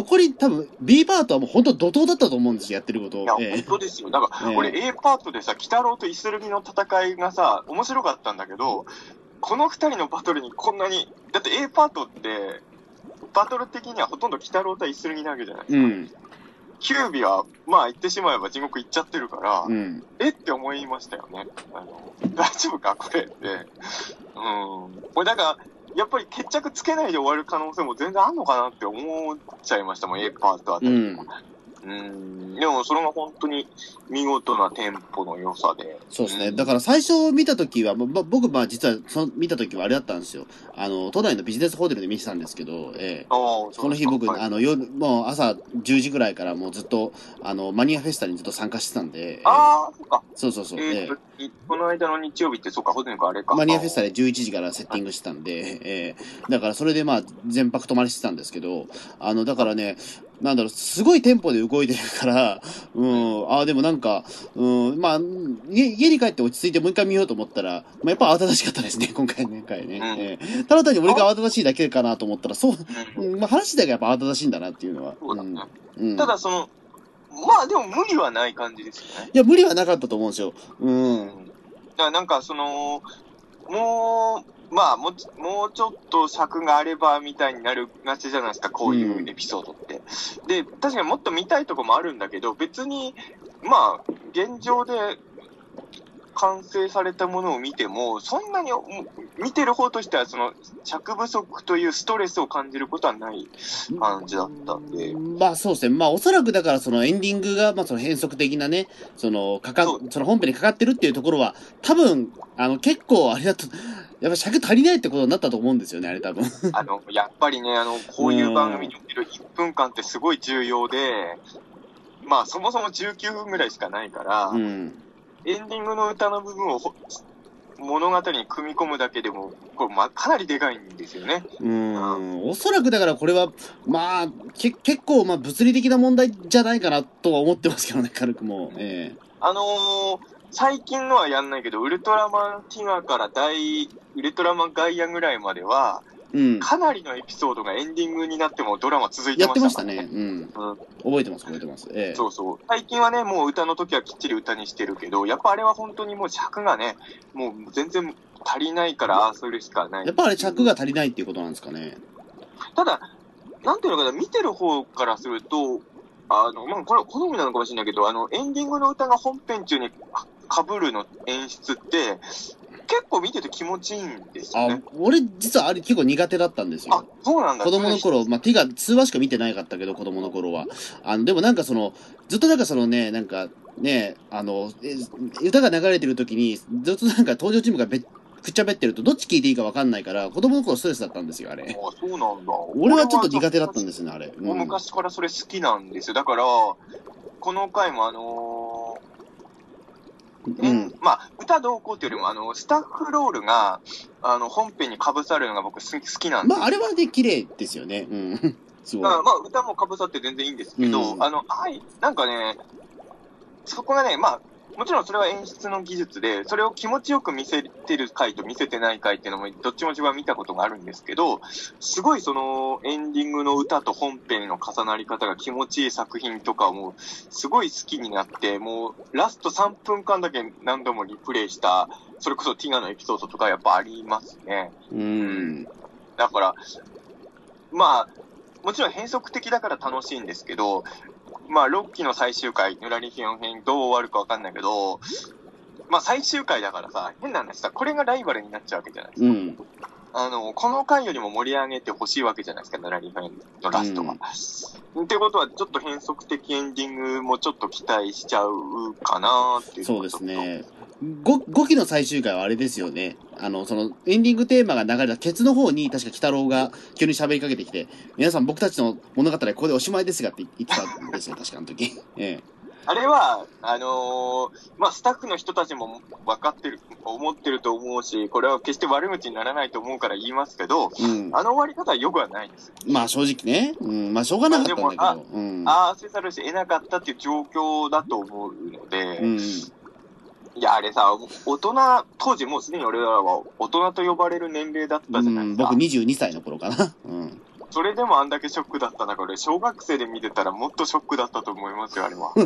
B パートはもう本当怒涛だったと思うんですよ、やってること。 いや、本当ですよ。だから、俺 A パートでさ、鬼太郎とイスルギの戦いがさ、面白かったんだけど、この二人のバトルにこんなに、だって A パートって、バトル的にはほとんど鬼太郎対イスルギなわけじゃないですか。キュービは、まあ言ってしまえば地獄行っちゃってるから、って思いましたよね。大丈夫かこれって。これだから、やっぱり決着つけないで終わる可能性も全然あんのかなって思っちゃいましたもん、A パートあたりも。でもそれが本当に見事なテンポの良さで。 そうですね。だから最初見たときは、僕、実は見たときはあれだったんですよ。都内のビジネスホテルで見てたんですけど、この日僕、夜、もう朝10時ぐらいからもうずっと、マニアフェスタにずっと参加してたんで。 そっか。 そう。 この間の日曜日ってそっか、ホテルかあれか。 マニアフェスタで11時からセッティングしてたんで、だからそれでまあ、全泊泊まりしてたんですけど、だからね、なんだろう、すごいテンポで動いてるから、でもなんか、まあ、家に帰って落ち着いてもう一回見ようと思ったら、まあ、やっぱ慌ただしかったですね、今回ね。ただ単に俺が慌ただしいだけかなと思ったら、まあ話だけやっぱ慌ただしいんだなっていうのは。 ただまあでも無理はない感じですよね。 いや、無理はなかったと思うんですよ。 だからなんかまあ、もうちょっと尺があればみたいになるがちじゃないですか、こういうエピソードって。で、確かにもっと見たいとこもあるんだけど、別に、まあ、現状で完成されたものを見ても、そんなに見てる方としてはその尺不足というストレスを感じることはない感じだったんで。 まあそうですね。まあおそらくだからそのエンディングが、まあその変則的なね、その本編にかかってるっていうところは、多分、結構あれだと、やっぱ尺足りないってことになったと思うんですよね、あれ多分。 やっぱりね、こういう番組における1分間ってすごい重要で、まあそもそも19分ぐらいしかないから、エンディングの歌の部分を物語に組み込むだけでも、これかなりでかいんですよね。 おそらくだからこれは、まあ、結構、まあ物理的な問題じゃないかなとは思ってますけどね、軽くも。 最近のはやんないけど、ウルトラマンティガからウルトラマンガイアぐらいまでは、かなりのエピソードがエンディングになってもドラマ続いてましたね。 やってましたね。覚えてます。 そうそう。最近はね、もう歌の時はきっちり歌にしてるけど、やっぱあれは本当にもう尺がね、もう全然足りないからああするしかない。 やっぱあれ尺が足りないっていうことなんですかね。 ただ、なんていうのかな、見てる方からすると、まあこれは好みなのかもしれないけど、エンディングの歌が本編中に被るの演出って、結構見てて気持ちいいんですよね。 俺実はあれ結構苦手だったんですよ。 そうなんだ。 子供の頃、まあ、ティガ通話しか見てないかったけど、子供の頃は。でもなんかずっとなんかね、なんかね、歌が流れてる時に、ずっとなんか登場チームがくっちゃべってると、どっち聞いていいか分かんないから、子供の頃ストレスだったんですよ、あれ。 そうなんだ。 俺はちょっと苦手だったんですね、あれ。 昔からそれ好きなんですよ。だから、この回もまあ、歌どうこうっていうよりも、スタッフロールが、本編に被されるのが僕好きなんです。 まあ、あれはね、綺麗ですよね。 すごい。まあ、歌も被さって全然いいんですけど、なんかね、そこがね、まあ、もちろんそれは演出の技術で、それを気持ちよく見せてる回と見せてない回っていうのも、どっちも自分は見たことがあるんですけど、すごいエンディングの歌と本編の重なり方が気持ちいい作品とかも、すごい好きになって、もう、ラスト3分間だけ何度もリプレイした、それこそティガのエピソードとかやっぱありますね。だから、まあ、もちろん変則的だから楽しいんですけど、まあ、6期の最終回、ヌラリヒオン編どう終わるかわかんないけど、まあ、最終回だからさ、変な話さ、これがライバルになっちゃうわけじゃないですか。この回よりも盛り上げてほしいわけじゃないですか、ヌラリヒオンのラストは。ってことは、ちょっと変則的エンディングもちょっと期待しちゃうかなっていう。 そうですね。5期の最終回はあれですよね。エンディングテーマが流れたケツの方に、確か鬼太郎が急に喋りかけてきて、皆さん僕たちの物語はここでおしまいですがって言ってたんですよ、確かあの時。 あれは、まあ、スタッフの人たちも分かってる、思ってると思うし、これは決して悪口にならないと思うから言いますけど、終わり方は良くはないんですよ。 まあ正直ね。まあしょうがなかったんだけど。 ああせざるし得なかったっていう状況だと思うので、いや、あれさ、当時もうすでに俺らは大人と呼ばれる年齢だったじゃないですか。 僕22歳の頃かな。 それでもあんだけショックだったんだから、小学生で見てたらもっとショックだったと思いますよ、あれは。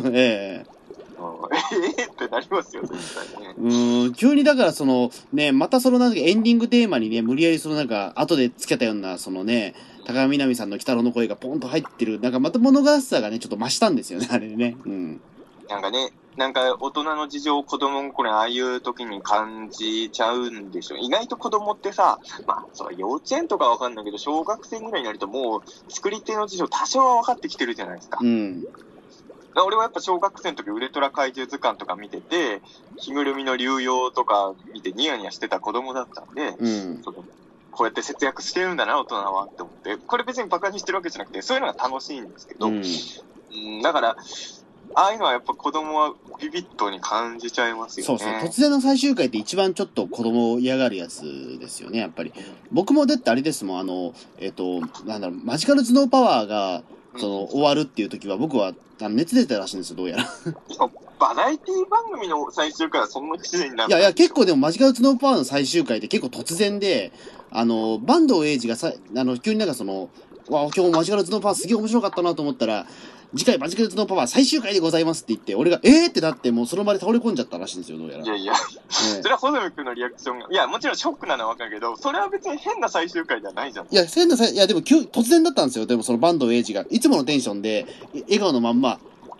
ってなりますよ、絶対ね。 急にだからね、またなんかエンディングテーマにね、無理やりなんか、後でつけたような、ね、高山みなみさんの鬼太郎の声がポンと入ってる、なんかまた物悲しさがね、ちょっと増したんですよね、あれね。 なんかね、なんか大人の事情を子供の頃にああいう時に感じちゃうんでしょ。意外と子供ってさ、まあ、そう幼稚園とかわかんないけど、小学生ぐらいになるともう、作り手の事情多少は分かってきてるじゃないですか。俺はやっぱ小学生の時ウルトラ怪獣図鑑とか見てて、着ぐるみの流用とか見てニヤニヤしてた子供だったんで、こうやって節約してるんだな、大人はって思って、これ別にバカにしてるわけじゃなくて、そういうのが楽しいんですけど、だから、ああいうのはやっぱ子供はビビッドに感じちゃいますよね。 そう。突然の最終回って一番ちょっと子供を嫌がるやつですよね、やっぱり。僕もだってあれですもん、なんだろう、マジカル頭脳パワーが、終わるっていう時は僕は、熱出たらしいんですよ、どうやら。 バラエティ番組の最終回はそんな不自然になる。 いや、結構でもマジカル頭脳パワーの最終回って結構突然で、坂東英二が急になんか今日マジカル頭脳パワーすげえ面白かったなと思ったら、次回マジカル頭脳パワー最終回でございますって言って、俺がってなって、もうその場で倒れ込んじゃったらしいんですよ、どうやら。 いや、それは穂積君のリアクションが、いや、もちろんショックなのはわかるけど、それは別に変な最終回じゃないじゃん。 いや、でも突然だったんですよ。でも坂東英二が、いつものテンションで、笑顔のまんま、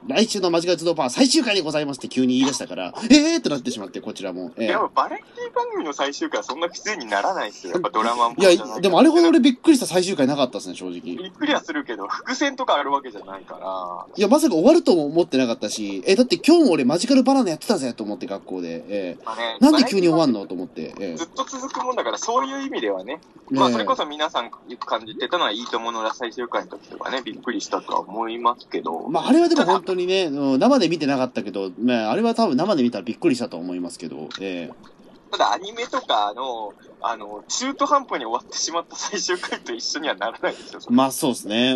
来週のマジカル頭脳パワー最終回でございますって急に言い出したから、ってなってしまって、こちらも。 でも、バラエティ番組の最終回はそんな普通にならないですよ。やっぱドラマも。 いや、でもあれほど俺びっくりした最終回なかったですね、正直。 びっくりはするけど、伏線とかあるわけじゃないから。 いや、まさか終わるとも思ってなかったし、だって今日も俺マジカルバナナやってたぜと思って学校で、なんで急に終わんのと思って、 ずっと続くもんだから、そういう意味ではね。まあ、それこそ皆さん感じてたのは、いいともの最終回の時とかね、びっくりしたとは思いますけど。 まあ、あれはでも本当にね、生で見てなかったけど、あれは多分生で見たらびっくりしたと思いますけど、 ただアニメとか中途半端に終わってしまった最終回と一緒にはならないですよ。 まあそうですね、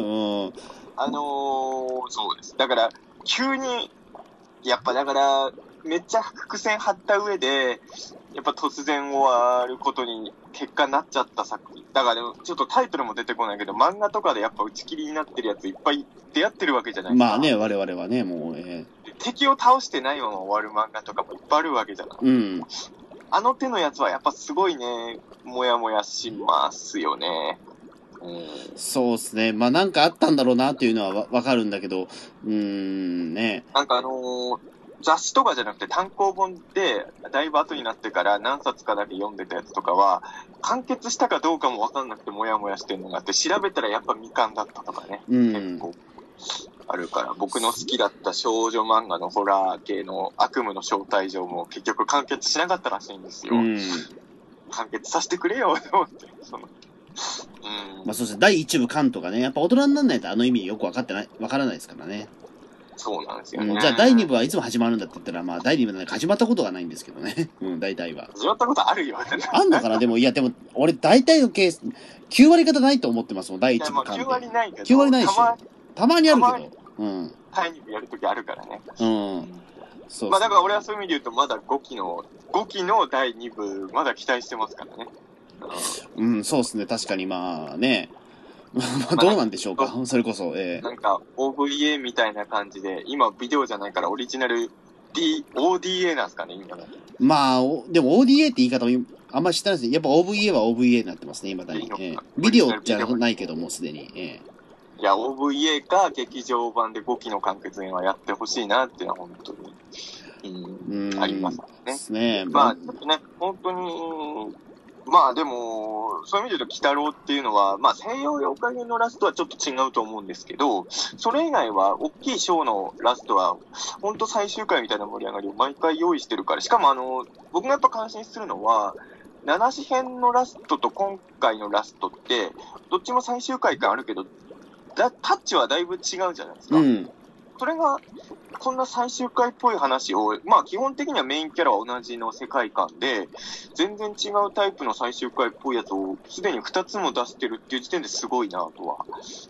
そうです。だから、急に、やっぱだから、めっちゃ伏線張った上で、やっぱ突然終わることに結果になっちゃった作品。だから、ちょっとタイトルも出てこないけど、漫画とかでやっぱ打ち切りになってるやついっぱい出会ってるわけじゃないですか。 まあね、我々はね、もう、 敵を倒してないまま終わる漫画とかもいっぱいあるわけじゃない。あの手のやつはやっぱすごいね、もやもやしますよね。 そうですね。まあなんかあったんだろうなっていうのはわかるんだけど、ね。 なんか雑誌とかじゃなくて単行本で、だいぶ後になってから何冊かだけ読んでたやつとかは、完結したかどうかもわかんなくてもやもやしてるのがあって、調べたらやっぱ未完だったとかね。結構あるから、僕の好きだった少女漫画のホラー系の悪夢の招待状も結局完結しなかったらしいんですよ。完結させてくれよ、と思って。 まあそうですね。第一部完とかね、やっぱ大人にならないとあの意味よくわからないですからね。 そうなんですよね。 じゃあ第2部はいつも始まるんだって言ったら、まあ第2部なんか始まったことがないんですけどね。大体は。 始まったことあるよ。 あんのかなでも、でも、俺大体のケース、9割方ないと思ってますもん、第1部完 9割ないけど。 9割ないし。たまにあるけど。 第2部やるときあるからね。 そう。 まあだから俺はそういう意味で言うと、まだ5期の第2部、まだ期待してますからね。 そうですね。確かにまあね。まあどうなんでしょうか。それこそ、 なんか OVA みたいな感じで、今ビデオじゃないからオリジナルODA なんですかね、今の。 まあ、でも ODA って言い方もあんまり知ってないですね。やっぱ OVA は OVA になってますね、今だに。ビデオじゃないけども、すでに。 いや、OVA か劇場版で5期の完結編はやってほしいなっていうのは本当に、ありますね。 ですね。 まあ、ちょっとね、本当に、まあでも、そういう意味で言うと、鬼太郎っていうのは、まあ西洋妖怪編のラストはちょっと違うと思うんですけど、それ以外は、大きいショーのラストは、本当最終回みたいな盛り上がりを毎回用意してるから、しかも僕がやっぱ感心するのは、七子編のラストと今回のラストって、どっちも最終回感あるけど、タッチはだいぶ違うじゃないですか。それが、こんな最終回っぽい話を、まあ基本的にはメインキャラは同じの世界観で、全然違うタイプの最終回っぽいやつをすでに2つも出してるっていう時点ですごいなとは、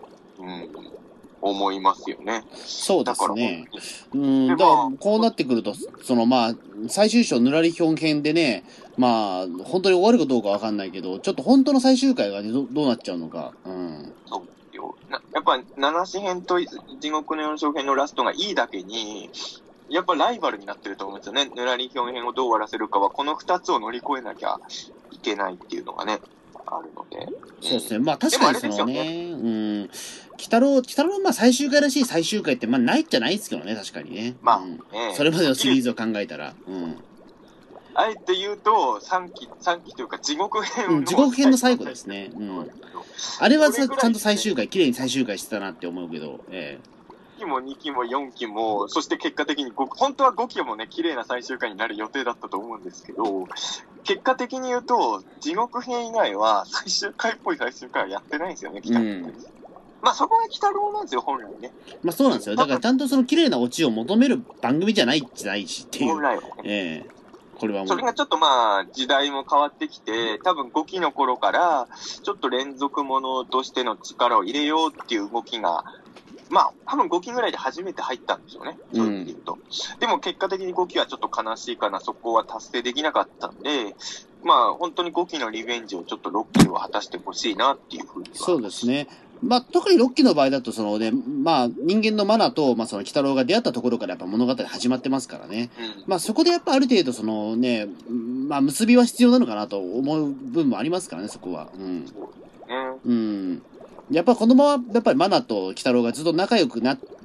思いますよね。 そうですね。だからこうなってくると、まあ、最終章ぬらりひょん編でね、まあ、本当に終わるかどうかわかんないけど、ちょっと本当の最終回がね、どうなっちゃうのか。 そうやっぱ、七子編と地獄の四章編のラストがいいだけに、やっぱライバルになってると思うんですよね。ぬらりひょん編をどう終わらせるかは、この2つを乗り越えなきゃいけないっていうのがね、あるので。 そうですね。まあ確かに鬼太郎のまあ最終回らしい最終回って、まあないっちゃないですけどね、確かにね。 まあ、 それまでのシリーズを考えたら。 あえて言うと、3期というか地獄編地獄編の最後ですね。あれはちゃんと最終回、綺麗に最終回してたなって思うけど、1 期も2期も4期も、そして結果的に本当は5期もね、綺麗な最終回になる予定だったと思うんですけど、結果的に言うと、地獄編以外は最終回っぽい最終回はやってないんですよね、まあそこが鬼太郎なんですよ、本来ね。 まあそうなんですよ。だからちゃんとその綺麗なオチを求める番組じゃないしっていう。 本来はね。 これはもうそれがちょっとまあ、時代も変わってきて、多分5期の頃から、ちょっと連続ものとしての力を入れようっていう動きが、まあ、多分5期ぐらいで初めて入ったんでしょうね。そういう意味で言うと。でも結果的に5期はちょっと悲しいかな、そこは達成できなかったんで、まあ、本当に5期のリベンジをちょっと6期は果たしてほしいなっていうふうに。 そうですね。まあ、特に6期の場合だと、まあ、人間のマナと、まあ、鬼太郎が出会ったところからやっぱ物語始まってますからね。まあ、そこでやっぱある程度、まあ、結びは必要なのかなと思う部分もありますからね、そこは。やっぱこのまま、やっぱりマナと鬼太郎がずっと仲良くなっ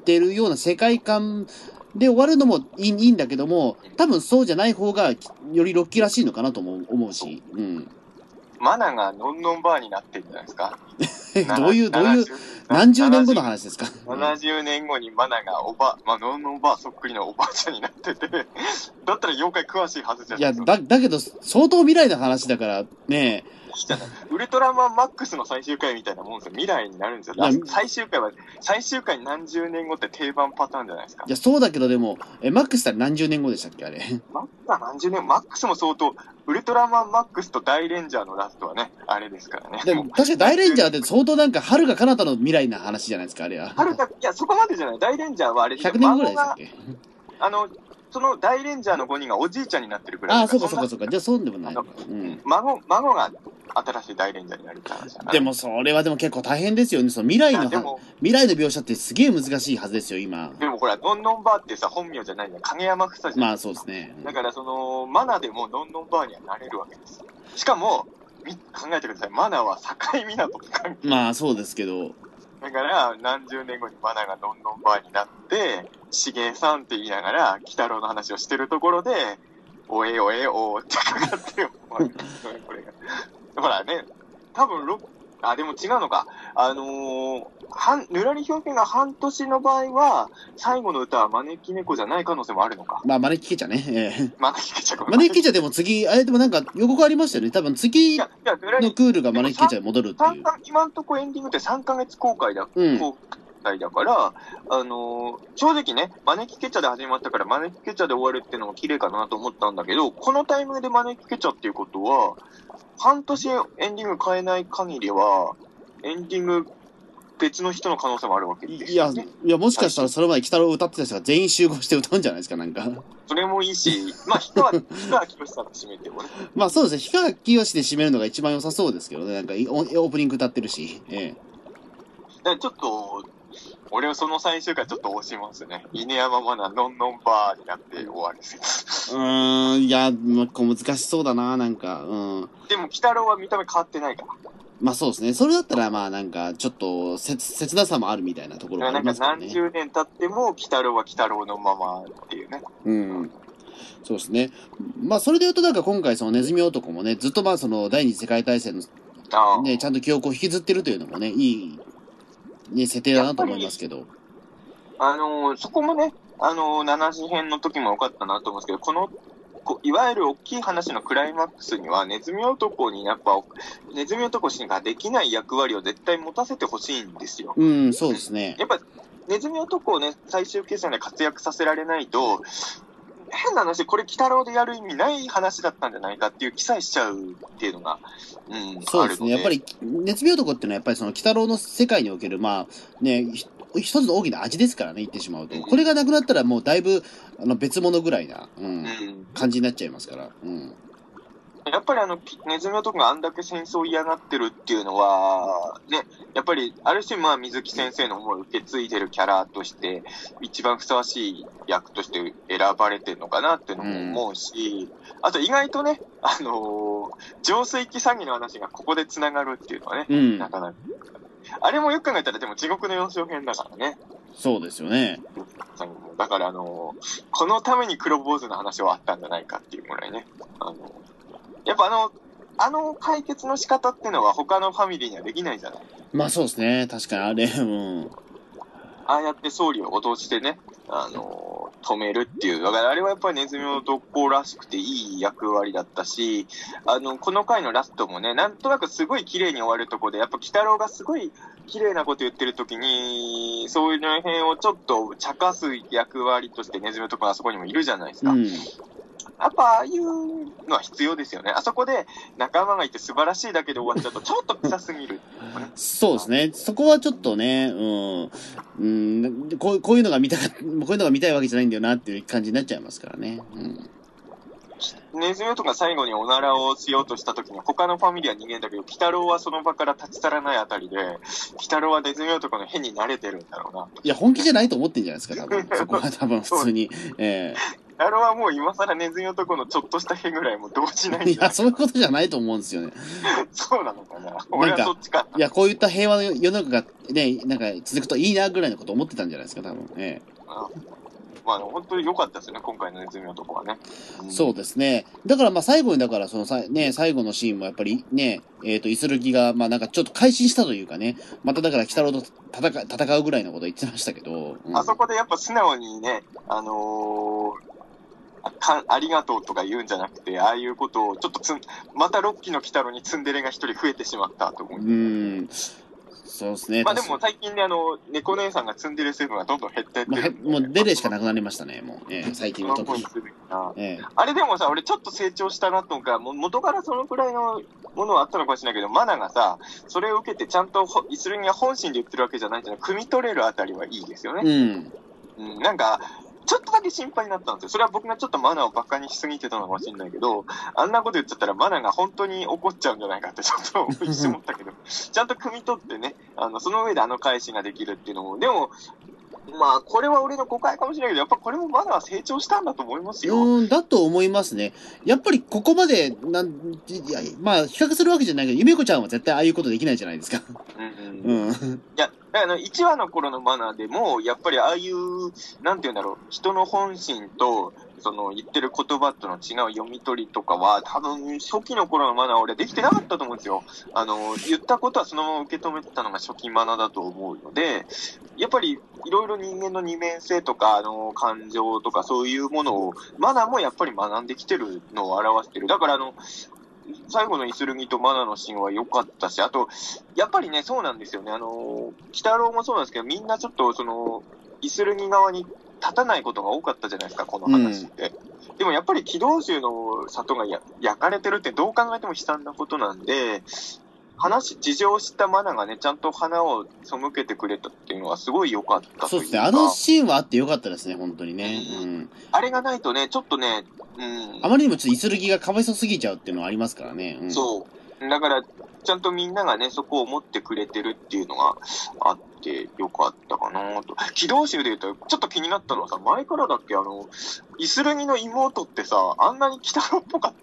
ってるような世界観で終わるのもいいんだけども、多分そうじゃない方がよりロッキーらしいのかなとも思うし、うん。 マナがノンノンバーになってるんじゃないですか。 どういう、何十年後の話ですか。 70年後にマナがノンノンバーそっくりのおばあちゃんになってて、だったら妖怪詳しいはずじゃないですか。 いや、だけど、相当未来の話だから、ねウルトラマンマックスの最終回みたいなもんですよ。未来になるんですよ。最終回何十年後って定番パターンじゃないですか。 いや、そうだけどでも、マックスって何十年後でしたっけ、あれ。 マックスは何十年、マックスも相当、ウルトラマンマックスと大レンジャーのラストはね、あれですからね。 でも、確かに大レンジャーって相当なんか、遥か彼方の未来な話じゃないですか、あれは。 いや、そこまでじゃない。大レンジャーはあれ、 100年ぐらいでしたっけ。 その大レンジャーの5人がおじいちゃんになってるくらい。 ああ、そうか。じゃあそうでもない。 孫が新しい大レンジャーになるって話だな。 でもそれはでも結構大変ですよね。その未来の描写ってすげえ難しいはずですよ、今。 でもこれ、ノンノンバーってさ、本名じゃないんだ。影山房じゃん。 まあそうですね。 だからマナでもノンノンバーにはなれるわけです。しかも、考えてください。マナは境港と関係。 まあそうですけど。 だから、何十年後にマナがノンノンバーになって、しげえさんって言いながら、鬼太郎の話をしてるところで、おえおえおーってかかってよ。これが。ほらね、多分でも違うのか。ぬらり表現が半年の場合は、最後の歌は招き猫じゃない可能性もあるのか。 まあ、招きケチャね。 招きケチャ。 招きケチャでも次、でもなんか予告ありましたよね。多分次のクールが招きケチャに戻るっていう。 今んとこエンディングって3ヶ月公開だから、正直ね、招きケチャで始まったから招きケチャで終わるっていうのも綺麗かなと思ったんだけど、このタイミングで招きケチャっていうことは、半年エンディング変えない限りは、エンディング別の人の可能性もあるわけですよね。 いや、もしかしたらそれまで鬼太郎を歌ってた人が全員集合して歌うんじゃないですか、なんか。 それもいいし、まあ、氷川きよしさんが締めてもね。 まあそうですね、氷川きよしで締めるのが一番良さそうですけどね、なんかオープニング歌ってるし。 ちょっと、俺はその最終回ちょっと押しますね。犬山マナノンノンバーになって終わりです。 いや、難しそうだな、なんか。 でも、鬼太郎は見た目変わってないから。 まあそうですね。それだったら、まあなんか、ちょっと、切なさもあるみたいなところがありますからね。 なんか何十年経っても、鬼太郎は鬼太郎のままっていうね。 そうですね。まあそれで言うと、なんか今回そのネズミ男もね、ずっとまあその第二次世界大戦の、ね、ちゃんと記憶を引きずってるというのもね、いい、ね、設定だなと思いますけど。 そこもね、7次編の時も良かったなと思うんですけど、いわゆる大きい話のクライマックスには、ネズミ男にやっぱ、ネズミ男しかできない役割を絶対持たせてほしいんですよ。 そうですね。 やっぱ、ネズミ男をね、最終決戦で活躍させられないと、変な話、これ、鬼太郎でやる意味ない話だったんじゃないかっていう記載しちゃうっていうのが、 そうですね。やっぱり、ネズミ男っていうのはやっぱりその鬼太郎の世界における、まあ、ね、一つの大きな味ですからね、言ってしまうと。これがなくなったらもうだいぶ、別物ぐらいな、感じになっちゃいますから。 やっぱりネズミ男があんだけ戦争を嫌がってるっていうのは、ね、やっぱり、ある種まあ水木先生の思いを受け継いでるキャラとして、一番ふさわしい役として選ばれてるのかなっていうのも思うし、あと意外とね、浄水器詐欺の話がここで繋がるっていうのはね、なかなか。あれもよく考えたらでも地獄の4章編だからね。 そうですよね。 だからこのために黒坊主の話はあったんじゃないかっていうぐらいね。やっぱ解決の仕方っていうのは他のファミリーにはできないじゃない。 まあそうですね。確かにあれ、 ああやって総理を脅してね、止めるっていう。だからあれはやっぱりネズミ男らしくていい役割だったし、この回のラストもね、なんとなくすごい綺麗に終わるとこで、やっぱ鬼太郎がすごい綺麗なこと言ってる時に、そういうの辺をちょっと茶化す役割としてネズミ男があそこにもいるじゃないですか。やっぱああいうのは必要ですよね。あそこで仲間がいて素晴らしいだけで終わっちゃうとちょっと臭すぎる。 そうですね。そこはちょっとね、こういうのが見たいわけじゃないんだよなっていう感じになっちゃいますからね。 ネズミ男が最後におならをしようとした時に他のファミリーは逃げるんだけど、鬼太郎はその場から立ち去らないあたりで、鬼太郎はネズミ男の変に慣れてるんだろうな。 いや、本気じゃないと思ってんじゃないですか、多分。そこは多分普通に。 あれはもう今更ネズミ男のちょっとしたへぐらいも動じないんいや、そういうことじゃないと思うんですよね。 そうなのかな。俺はそっちか。 いや、こういった平和の世の中がね、なんか続くといいなぐらいのこと思ってたんじゃないですか、多分。 まあ、本当に良かったですよね、今回のネズミ男はね。 そうですね。だからまあ最後に、だからその最後のシーンもやっぱりね、イスルギが、まあなんかちょっと改心したというかね、まただから鬼太郎と戦うぐらいのこと言ってましたけど。 あそこでやっぱ素直にね、ありがとうとか言うんじゃなくて、ああいうことをちょっとまた6期の鬼太郎にツンデレが一人増えてしまったと思う。 そうですね。 まあでも最近ね、猫姉さんがツンデレ成分がどんどん減ってってる、 もうデレしかなくなりましたね、もう。最近は特に。 あれでもさ、俺ちょっと成長したなとか、元からそのくらいのものはあったのかもしれないけど、マナがさ、それを受けてちゃんとイスルギが本心で言ってるわけじゃないんじゃない、汲み取れるあたりはいいですよね。なんか、ちょっとだけ心配になったんですよ。それは僕がちょっとマナをバカにしすぎてたのかもしれないけど、あんなこと言っちゃったらマナが本当に怒っちゃうんじゃないかってちょっと一瞬思ったけど、ちゃんと汲み取ってね、その上で返しができるっていうのも、でも、まあ、これは俺の誤解かもしれないけど、やっぱこれもマナは成長したんだと思いますよ。 だと思いますね。やっぱりここまで、まあ、比較するわけじゃないけど、ゆめこちゃんは絶対ああいうことできないじゃないですか。 いや、1話の頃のマナーでも、やっぱりああいう、なんて言うんだろう、人の本心と、その言ってる言葉との違う読み取りとかは、多分初期の頃のマナーは俺できてなかったと思うんですよ。言ったことはそのまま受け止めてたのが初期マナーだと思うので、やっぱりいろいろ人間の二面性とか、感情とかそういうものを、マナーもやっぱり学んできてるのを表してる。だから最後のイスルギとマナのシーンは良かったし、あと、やっぱりね、そうなんですよね。鬼太郎もそうなんですけど、みんなちょっと、イスルギ側に立たないことが多かったじゃないですか、この話って。でもやっぱり軌道衆の里が焼かれてるってどう考えても悲惨なことなんで、事情を知ったマナがね、ちゃんと花を背けてくれたっていうのはすごい良かったというか。そうですね。シーンはあって良かったですね、本当にね。 あれがないとね、ちょっとね、 あまりにもちょっとイスルギがかわいそうすぎちゃうっていうのはありますからね。 そう。だから、ちゃんとみんながね、そこを思ってくれてるっていうのがあってよかったかなと。軌道集で言うと、ちょっと気になったのはさ、前からだっけ、イスルギの妹ってさ、あんなに鬼太郎っぽかった？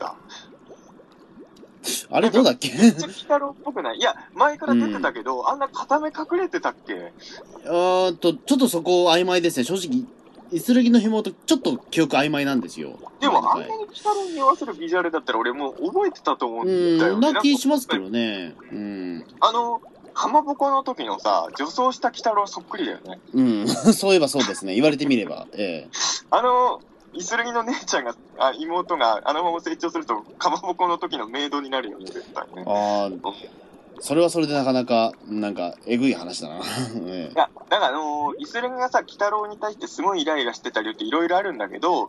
あれどうだっけ？ めっちゃ鬼太郎っぽくない？いや、前から出てたけど、あんな片目隠れてたっけ？ ちょっとそこ曖昧ですね。正直、イスルギの妹、ちょっと記憶曖昧なんですよ。 でも、あんなに鬼太郎に合わせるビジュアルだったら俺もう覚えてたと思うんだよね。 な気しますけどね。 かまぼこの時のさ、女装した鬼太郎そっくりだよね。 そういえばそうですね。言われてみれば。 イスルギの姉ちゃんが、妹があのまま成長すると、かまぼこの時のメイドになるよね、絶対ね。 それはそれでなかなか、なんか、えぐい話だな。いや、だからイスルギがさ、鬼太郎に対してすごいイライラしてたりっていろいろあるんだけど、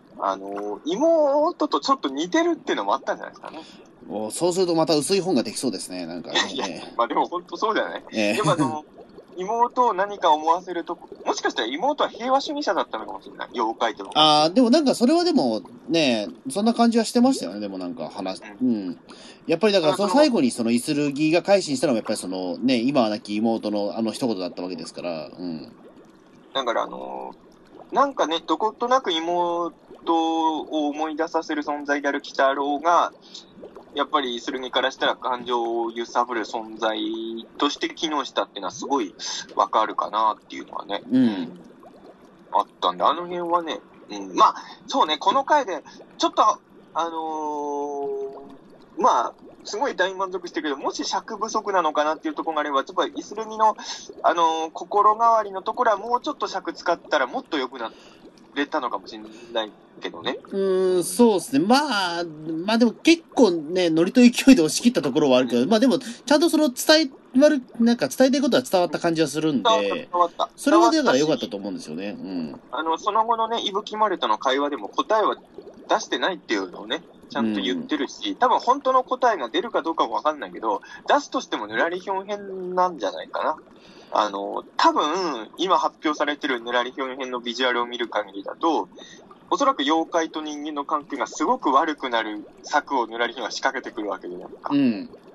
妹とちょっと似てるっていうのもあったんじゃないですかね。 そうするとまた薄い本ができそうですね、なんかね。 いや、まあでも本当そうじゃない。でも妹を何か思わせるとこ、もしかしたら妹は平和主義者だったのかもしれない。妖怪でも。 でもなんかそれはでもね、そんな感じはしてましたよね、でもなんかやっぱりだからその最後にそのイスルギが改心したのもやっぱりね、今は亡き妹の一言だったわけですから、 だからなんかね、どことなく妹を思い出させる存在である鬼太郎が、やっぱりイスルギからしたら感情を揺さぶる存在として機能したっていうのはすごいわかるかなっていうのはね、あったんで、あの辺はね、まあ、そうね、この回で、ちょっと、まあ、すごい大満足してるけど、もし尺不足なのかなっていうところがあれば、ちょっとイスルギの、心変わりのところはもうちょっと尺使ったらもっと良くなれたのかもしれないけどね。 そうですね。まあでも結構ね、ノリと勢いで押し切ったところはあるけど、まあでも、ちゃんと伝えたいことは伝わった感じはするんで、 伝わった。 それはだから良かったと思うんですよね。 その後のね、伊吹丸との会話でも答えは出してないっていうのをね、ちゃんと言ってるし、多分本当の答えが出るかどうかもわかんないけど、出すとしてもぬらりひょん編なんじゃないかな。多分、今発表されてるぬらりひょん編のビジュアルを見る限りだと、おそらく妖怪と人間の関係がすごく悪くなる策をぬらりひょんが仕掛けてくるわけじゃないですか。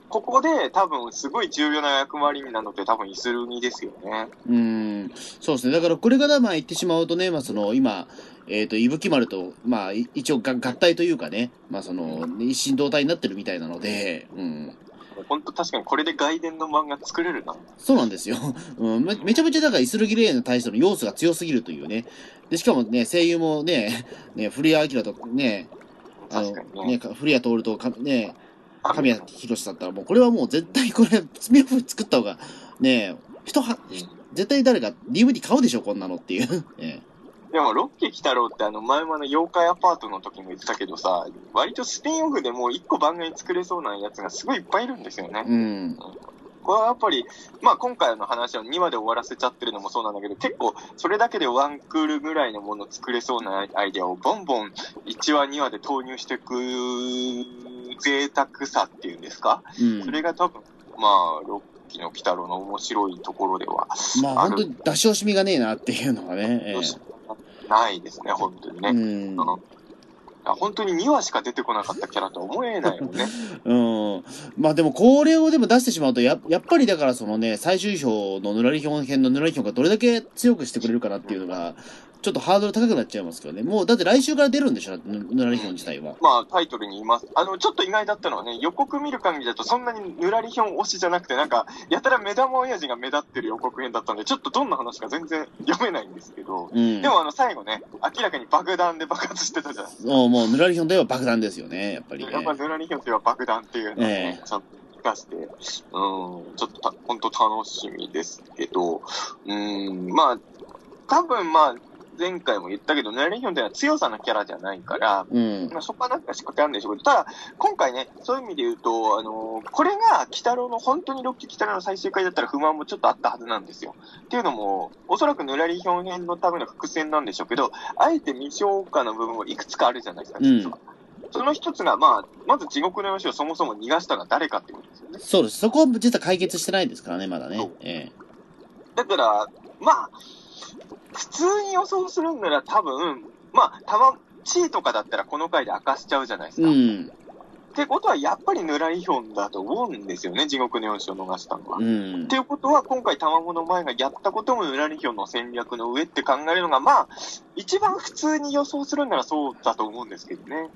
ここで多分すごい重要な役割なのって多分イスルミですよね。 そうですね。だからこれからまあ言ってしまうとね、まあその今、伊吹丸と、まあ一応合体というかね、まあその、一心同体になってるみたいなので、 本当確かにこれで外伝の漫画作れるな。 そうなんですよ。めちゃめちゃだからイスルギレイに対しての要素が強すぎるというね。で、しかもね、声優もね、古谷明とね、古谷徹とね、神谷博だったらもうこれはもう絶対これ、スピンオフ作った方が、ね、絶対誰か DVD 買うでしょ、こんなのっていう。 でも、ロッキー鬼太郎って前の妖怪アパートの時も言ってたけどさ、割とスピンオフでもう一個番組作れそうなやつがすごいいっぱいいるんですよね。これはやっぱり、まあ今回の話は2話で終わらせちゃってるのもそうなんだけど、結構それだけでワンクールぐらいのものを作れそうなアイデアをボンボン1話2話で投入していく贅沢さっていうんですか、それが多分、まあ、ロッキーの鬼太郎の面白いところでは。 まあ本当に出し惜しみがねえなっていうのがね。 ないですね、本当にね。本当に2話しか出てこなかったキャラとは思えないよね。 まあでもこれをでも出してしまうとやっぱりだからそのね、最終章のぬらりひょん編のぬらりひょんがどれだけ強くしてくれるかなっていうのが、ちょっとハードル高くなっちゃいますけどね。もうだって来週から出るんでしょ、ぬらりひょん自体は。 まあタイトルに言います。ちょっと意外だったのはね、予告見る限りだとそんなにぬらりひょん推しじゃなくて、なんか、やたら目玉親父が目立ってる予告編だったんで、ちょっとどんな話か全然読めないんですけど、でも最後ね、明らかに爆弾で爆発してたじゃないですか。 もうぬらりひょんといえば爆弾ですよね、やっぱり、ね。 やっぱぬらりひょんといえば爆弾っていうのをね、ちゃんと生かして、ちょっと本当楽しみですけど、まあ、多分まあ、前回も言ったけど、ぬらりひょんってのは強さのキャラじゃないから、まあ、そこはなんか仕掛けあるんでしょうけど、ただ、今回ね、そういう意味で言うと、これが鬼太郎の、本当にロッキー鬼太郎の最終回だったら不満もちょっとあったはずなんですよ。っていうのも、おそらくぬらりひょん編のための伏線なんでしょうけど、あえて未消化の部分もいくつかあるじゃないですか、実は。その一つが、まず地獄のよしをそもそも逃がしたのは誰かってことですよね。 そうです。そこは実は解決してないですからね、まだね。 だから、まあ、普通に予想するんなら多分、まあ、地位とかだったらこの回で明かしちゃうじゃないですか。ってことは、やっぱりぬらりひょんだと思うんですよね、地獄のよしを逃したのは。っていうことは、今回、卵の前がやったこともぬらりひょんの戦略の上って考えるのが、まあ、一番普通に予想するならそうだと思うんですけどね。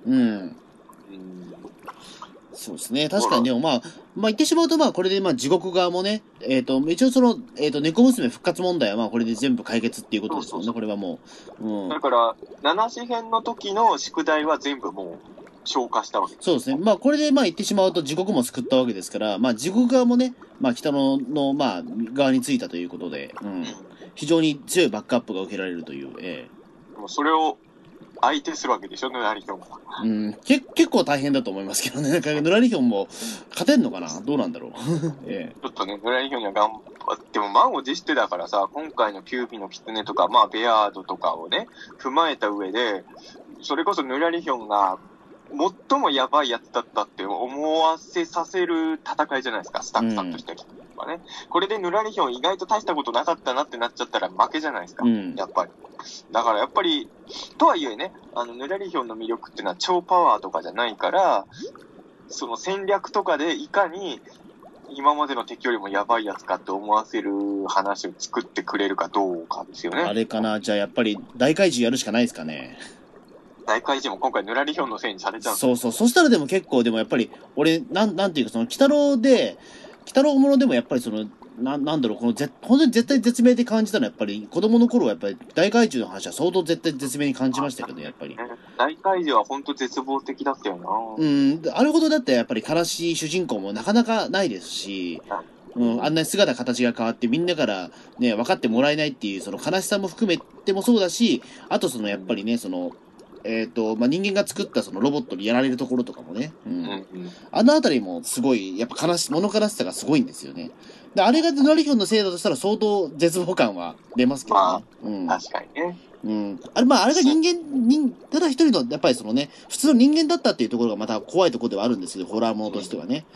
そうですね。確かにでもまあ言ってしまうとこれで地獄側もね、一応その、猫娘復活問題はこれで全部解決っていうことですよね、これはもう。 だから、七子編の時の宿題は全部もう消化したわけです。 そうですね。これで言ってしまうと地獄も救ったわけですから、地獄側もね、北野の側についたということで、非常に強いバックアップが受けられるという、 もうそれを、相手するわけでしょ、ぬらりひょんが。 結構大変だと思いますけどね。なんか、ぬらりひょんも勝てんのかなどうなんだろう。 ちょっとね、ぬらりひょんには頑張って、も満を持してだからさ、今回のキューピの狐とか、ベアードとかをね、踏まえた上で、それこそぬらりひょんが、最もやばいやつだったって思わせさせる戦いじゃないですか、スタッフさんとしてはね。これでぬらりひょん意外と大したことなかったなってなっちゃったら負けじゃないですか、やっぱり。だからやっぱり、とはいえね、ぬらりひょんの魅力っていうのは超パワーとかじゃないから、その戦略とかでいかに今までの敵よりもやばいやつかって思わせる話を作ってくれるかどうかですよね。 あれかな、じゃあやっぱり大怪獣やるしかないですかね。 大怪獣も今回ぬらりひょんのせいにされちゃう。 そう。そしたらでも結構でもやっぱり、俺、なんていうかその、鬼太郎ものでもやっぱりその、なんだろう、本当に絶対絶命で感じたのはやっぱり、子供の頃はやっぱり大怪獣の話は相当絶対絶命に感じましたけど、やっぱり。 大怪獣は本当絶望的だったよな。 あれほどだってやっぱり悲しい主人公もなかなかないですし、あんなに姿形が変わってみんなからね、分かってもらえないっていうその悲しさも含めてもそうだし、あとそのやっぱりね、その、人間が作ったそのロボットにやられるところとかもね、あのあたりもすごい、やっぱ物悲しさがすごいんですよね。で、あれがぬらりひょんのせいだとしたら相当絶望感は出ますけどね。 確かにね。 あれがただ一人の、やっぱりそのね、普通の人間だったっていうところがまた怖いところではあるんですけど、ホラーものとしてはね。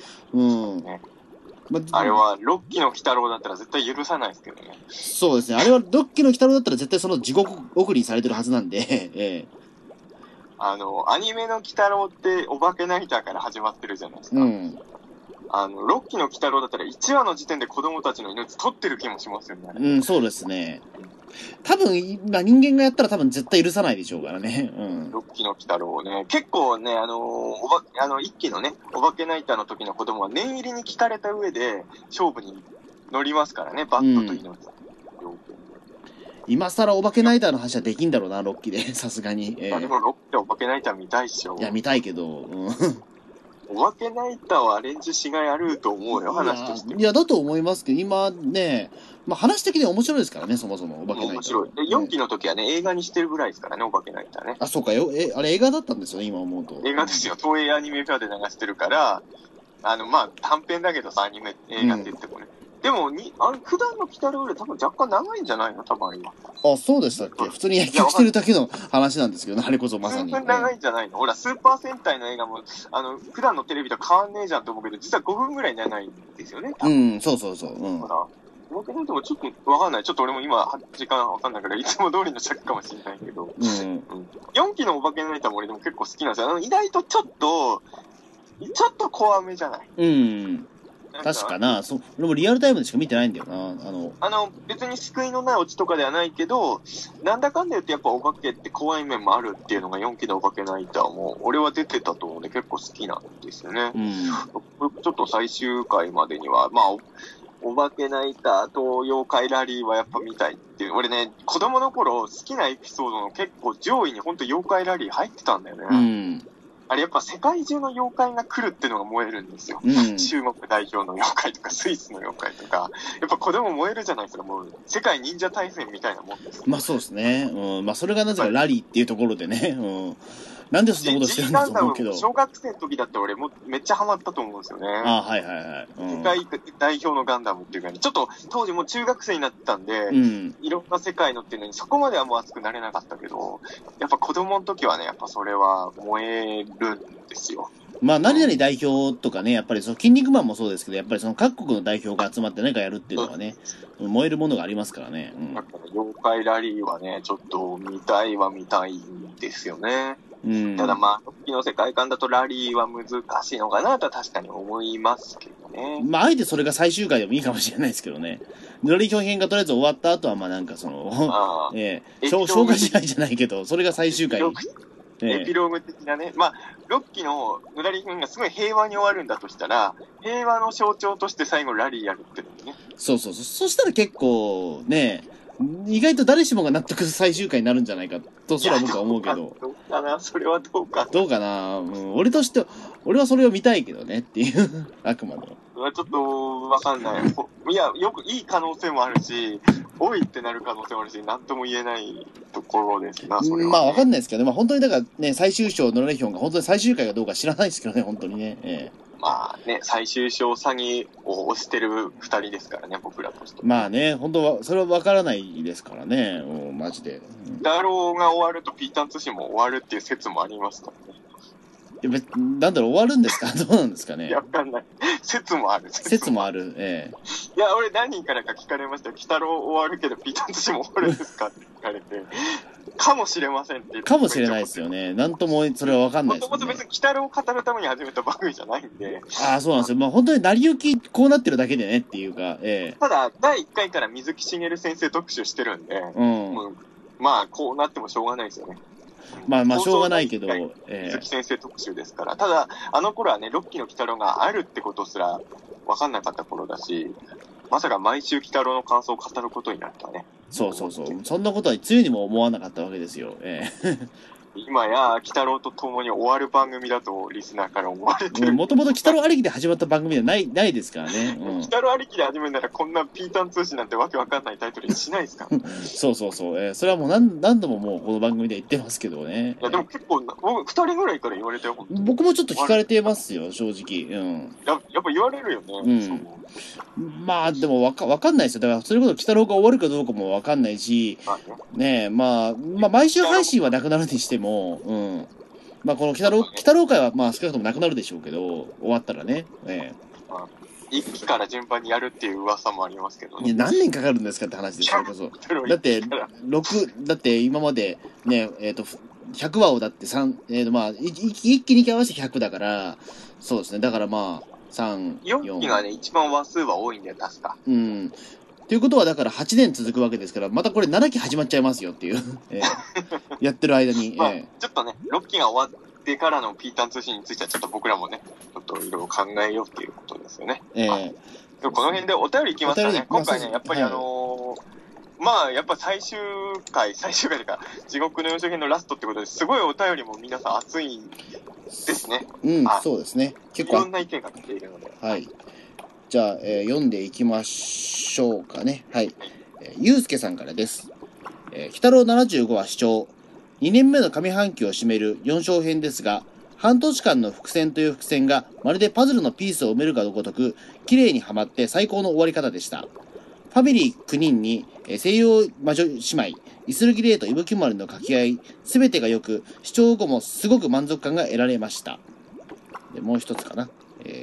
あれは、ロッキーの鬼太郎だったら絶対許さないですけどね。 そうですね。あれはロッキーの鬼太郎だったら絶対その地獄送りにされてるはずなんで、 アニメの鬼太郎ってお化けナイターから始まってるじゃないですか。 ロッキーの鬼太郎だったら1話の時点で子供たちの命取ってる気もしますよね。 うん、そうですね。多分、まあ、人間がやったら多分絶対許さないでしょうからね。うん。 ロッキーの鬼太郎ね、結構ね、一期のね、お化けナイターの時の子供は念入りに聞かれた上で、勝負に乗りますからね、バットと命。 今更お化けナイターの話はできんだろうな、ロッキーで、さすがに。 でもロッキーでお化けナイター見たいっしょ。 いや、見たいけど、うん。 お化けナイターはアレンジしがいあると思うよ、話として。 いや、だと思いますけど、今ね、まあ話的に面白いですからね、そもそも、お化けナイター。 面白い。で、4期の時はね、映画にしてるぐらいですからね、お化けナイターね。 あ、そうかよ。あれ映画だったんですよね、今思うと。 映画ですよ。東映アニメフェアで流してるから、まあ、短編だけどさ、アニメ、映画って言ってもね。でも、普段の鬼太郎より多分若干長いんじゃないの多分今。 あ、そうでしたっけ？普通に野球してるだけの話なんですけどね、あれこそまさに。 十分長いんじゃないの？ほら、スーパー戦隊の映画も、普段のテレビと変わんねえじゃんと思うけど、実は5分ぐらい長いんですよね。 うん、そうそうそう。うん。 ほら、お化けないともちょっとわかんない。ちょっと俺も今、時間わかんないから、いつも通りの尺かもしれないけど。 うん。 4期のお化けナイターも俺でも結構好きなんですよ。意外とちょっと怖めじゃない？ うん。確かな。俺もリアルタイムでしか見てないんだよな。 別に救いのないオチとかではないけど、なんだかんだ言ってやっぱお化けって怖い面もあるっていうのが4期のお化けナイターも、俺は出てたと思うんで結構好きなんですよね。 うん。 ちょっと最終回までには、まあ、お化けナイターと妖怪ラリーはやっぱ見たいっていう。俺ね、子供の頃好きなエピソードの結構上位に本当妖怪ラリー入ってたんだよね。 うん。 あれやっぱ世界中の妖怪が来るっていうのが燃えるんですよ。 うん、 中国代表の妖怪とかスイスの妖怪とか。やっぱ子供燃えるじゃないですか。もう世界忍者大戦みたいなもんです。 まあそうですね。うん。まあそれがなぜかラリーっていうところでね。うん。なんでそんなことしてるんだと思うけど。 小学生の時だって俺もめっちゃハマったと思うんですよね。 あ、はいはいはい。 うん、世界代表のガンダムっていうかね、ちょっと当時も中学生になってたんで、 うん、 いろんな世界のっていうのにそこまではもう熱くなれなかったけど、やっぱ子供の時はね、やっぱそれは燃えるんですよ。 まあ、何々代表とかね、やっぱりその、筋肉マンもそうですけど、やっぱりその各国の代表が集まって何かやるっていうのはね、燃えるものがありますからね。うん。 だから妖怪ラリーはね、ちょっと見たいんですよね。 うん、 ただまあ、ロッキーの世界観だとラリーは難しいのかなとは確かに思いますけどね。 まあ、あえてそれが最終回でもいいかもしれないですけどね。ラリー表編がとりあえず終わった後は、まあなんかその、消化試合じゃないけど、それが最終回。 エピローグ的なね。まあ、ロッキーのぬらり編がすごい平和に終わるんだとしたら、平和の象徴として最後ラリーやるってのね。 そうそうそう。そしたら結構、ね、意外と誰しもが納得最終回になるんじゃないかと、それは僕は思うけど。 どうかなそれはどうかな。 どうかな、うん、俺はそれを見たいけどねっていう、あくまで。 ちょっと、わかんない。いや、いい可能性もあるし、おいってなる可能性もあるし、なんとも言えないところですな、それは、ね。 まあ、わかんないですけどね。まあ、本当にだからね、最終章のラレヒョンが本当に最終回かどうか知らないですけどね、本当にね。 まあね、最終章詐欺を推してる二人ですからね、僕らとして。 まあね、本当は、それはわからないですからね、マジで。 ダローが終わるとピータン通信も終わるっていう説もありますからね。 なんだろう、終わるんですかどうなんですかね。 いや、わかんない。説もある。 説もある。 いや、俺何人からか聞かれましたよ。鬼太郎終わるけど、ピータン通信も終わるんですかって聞かれて。かもしれませんって言って。 かもしれないですよね。なんともそれはわかんないですよね。 もともと別に鬼太郎を語るために始めた番組じゃないんで。 ああ、そうなんですよ。まあ本当に成り行きこうなってるだけでねっていうか、 ただ、第1回から水木しげる先生特集してるんで、まあ、こうなってもしょうがないですよね。 まあ、しょうがないけど、 水木先生特集ですから。ただ、あの頃はね、6期の鬼太郎があるってことすら分かんなかった頃だし、まさか毎週鬼太郎の感想を語ることになるとはね。 そうそうそう。そんなことはつゆにも思わなかったわけですよ。 今や、鬼太郎と共に終わる番組だと、リスナーから思われてる。 もともと鬼太郎ありきで始まった番組ではないですからね。 鬼太郎ありきで始めるなら、こんなピータン通信なんてわけわかんないタイトルにしないですから。 そうそうそう。それはもう何度ももうこの番組で言ってますけどね。 いや、でも結構、僕、2人ぐらいから言われたよ。 僕もちょっと聞かれてますよ、正直。 やっぱ言われるよね。 まあ、でもわかんないですよ。だから、それこそ鬼太郎が終わるかどうかもわかんないし、ねえ、まあ、毎週配信はなくなるにしても、まあ、この鬼太郎会は、まあ、少なくともなくなるでしょうけど、終わったらね。 一期から順番にやるっていう噂もありますけどね。いや、何年かかるんですかって話です、それこそ。だって、今まで、ね、100話をだってまあ、一気に合わせて100だから、そうですね。だからまあ、 3、 4期がね、一番話数は多いんだよ、確か。 うん。ということは、だから8年続くわけですから、またこれ7期始まっちゃいますよっていう、やってる間に。 まあ、ちょっとね、6期が終わってからのピータン通信については、ちょっと僕らもね、ちょっといろいろ考えようっていうことですよね。この辺でお便りいきますかね。今回ね、やっぱりまあ、やっぱ最終回というか、地獄の4周編のラストってことで、すごいお便りも皆さん熱いですね。 そうですね。 結構いろんな意見が来ているので。 はい。じゃあ、読んでいきましょうかね。はい。ゆうすけさんからです。鬼太郎75話視聴。2年目の上半期を占める4章編ですが、半年間の伏線という伏線がまるでパズルのピースを埋めるがごとく、綺麗にはまって最高の終わり方でした。ファミリー9人に西洋魔女姉妹、イスルギレイとイブキュマルの掛け合い、すべてが良く、視聴後もすごく満足感が得られました。でもう一つかな。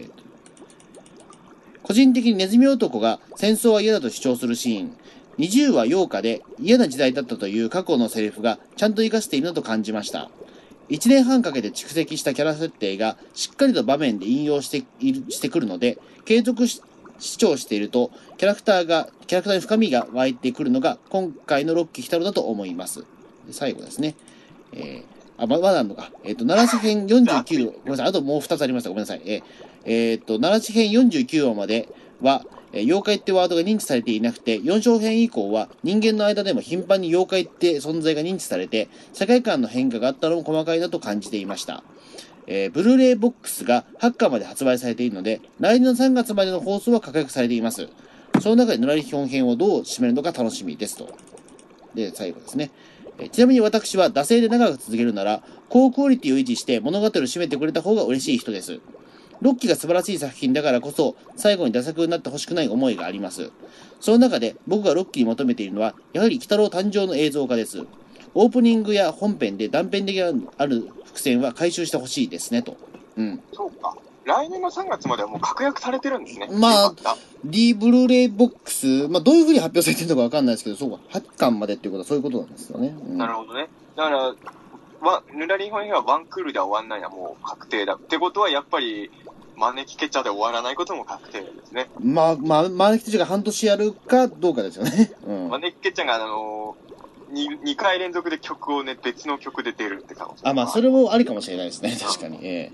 個人的にネズミ男が戦争は嫌だと主張するシーン、20話8日で嫌な時代だったという過去のセリフがちゃんと活かしているなと感じました。1年半かけて蓄積したキャラ設定がしっかりと場面で引用してくるので、継続視聴しているとキャラクターに深みが湧いてくるのが今回の6期鬼太郎だと思います。最後ですね。まだあるのか。奈良市編49、ごめんなさい、あともう2つありました。ごめんなさい。奈良市編49話までは、妖怪ってワードが認知されていなくて、4章編以降は人間の間でも頻繁に妖怪って存在が認知されて、世界観の変化があったのも細かいなと感じていました。ブルーレイボックスが8巻まで発売されているので、来年の3月までの放送は確約されています。その中でぬらりひょん編をどう締めるのか楽しみですと。で、最後ですね。ちなみに私は惰性で長く続けるなら、高クオリティを維持して物語を締めてくれた方が嬉しい人です。6期が素晴らしい作品だからこそ、最後に打作になってほしくない思いがあります。その中で僕が6期に求めているのは、やはり鬼太郎誕生の映像化です。オープニングや本編で断片的なある伏線は回収してほしいですね、と。 そうか。来年の3月まではもう確約されてるんですね。 D ブルーレイボックス、どういう風に発表されてるのかわかんないですけど、そうか、8巻までっていうことはそういうことなんですよね。 なるほどね。だから、ぬらりひょん編はワンクールで終わんないのはもう確定だ。ってことはやっぱり、招きケチャで終わらないことも確定ですね。 招きケチャが半年やるかどうかですよね。 招きケチャが2回連続で曲をね、別の曲で出るって可能性。 それもありかもしれないですね、確かに。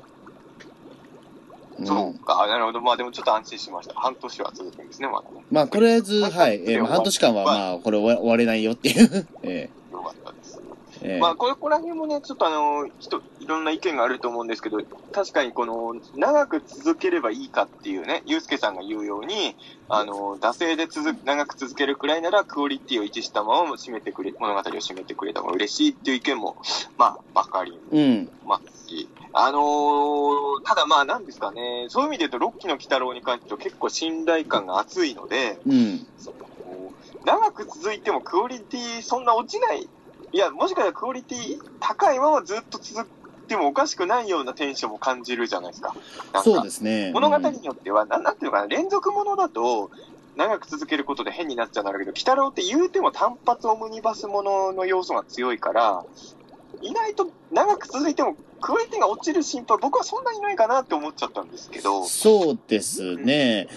そうか、なるほど。でもちょっと安心しました。半年は続くんですね、まだね。 とりあえず、はい。半年間は、これ終われないよっていう。よかったです。 ここら辺もね、ちょっといろんな意見があると思うんですけど、確かに長く続ければいいかっていうね、ゆうすけさんが言うように、惰性で長く続けるくらいなら、クオリティを維持したまま物語を締めてくれた方が嬉しいっていう意見も、わかりますし、ただなんですかね、そういう意味で言うと、6期の鬼太郎に関しては結構信頼感が厚いので、長く続いてもクオリティそんな落ちない、いや、もしかしたらクオリティ高いままずっと続いてもおかしくないようなテンションも感じるじゃないですか。 そうですね。 物語によっては、なんていうのかな、連続ものだと、長く続けることで変になっちゃうんだけど、鬼太郎って言うても単発オムニバスものの要素が強いから、意外と長く続いてもクオリティが落ちる心配、僕はそんなにないかなって思っちゃったんですけど。 そうですね。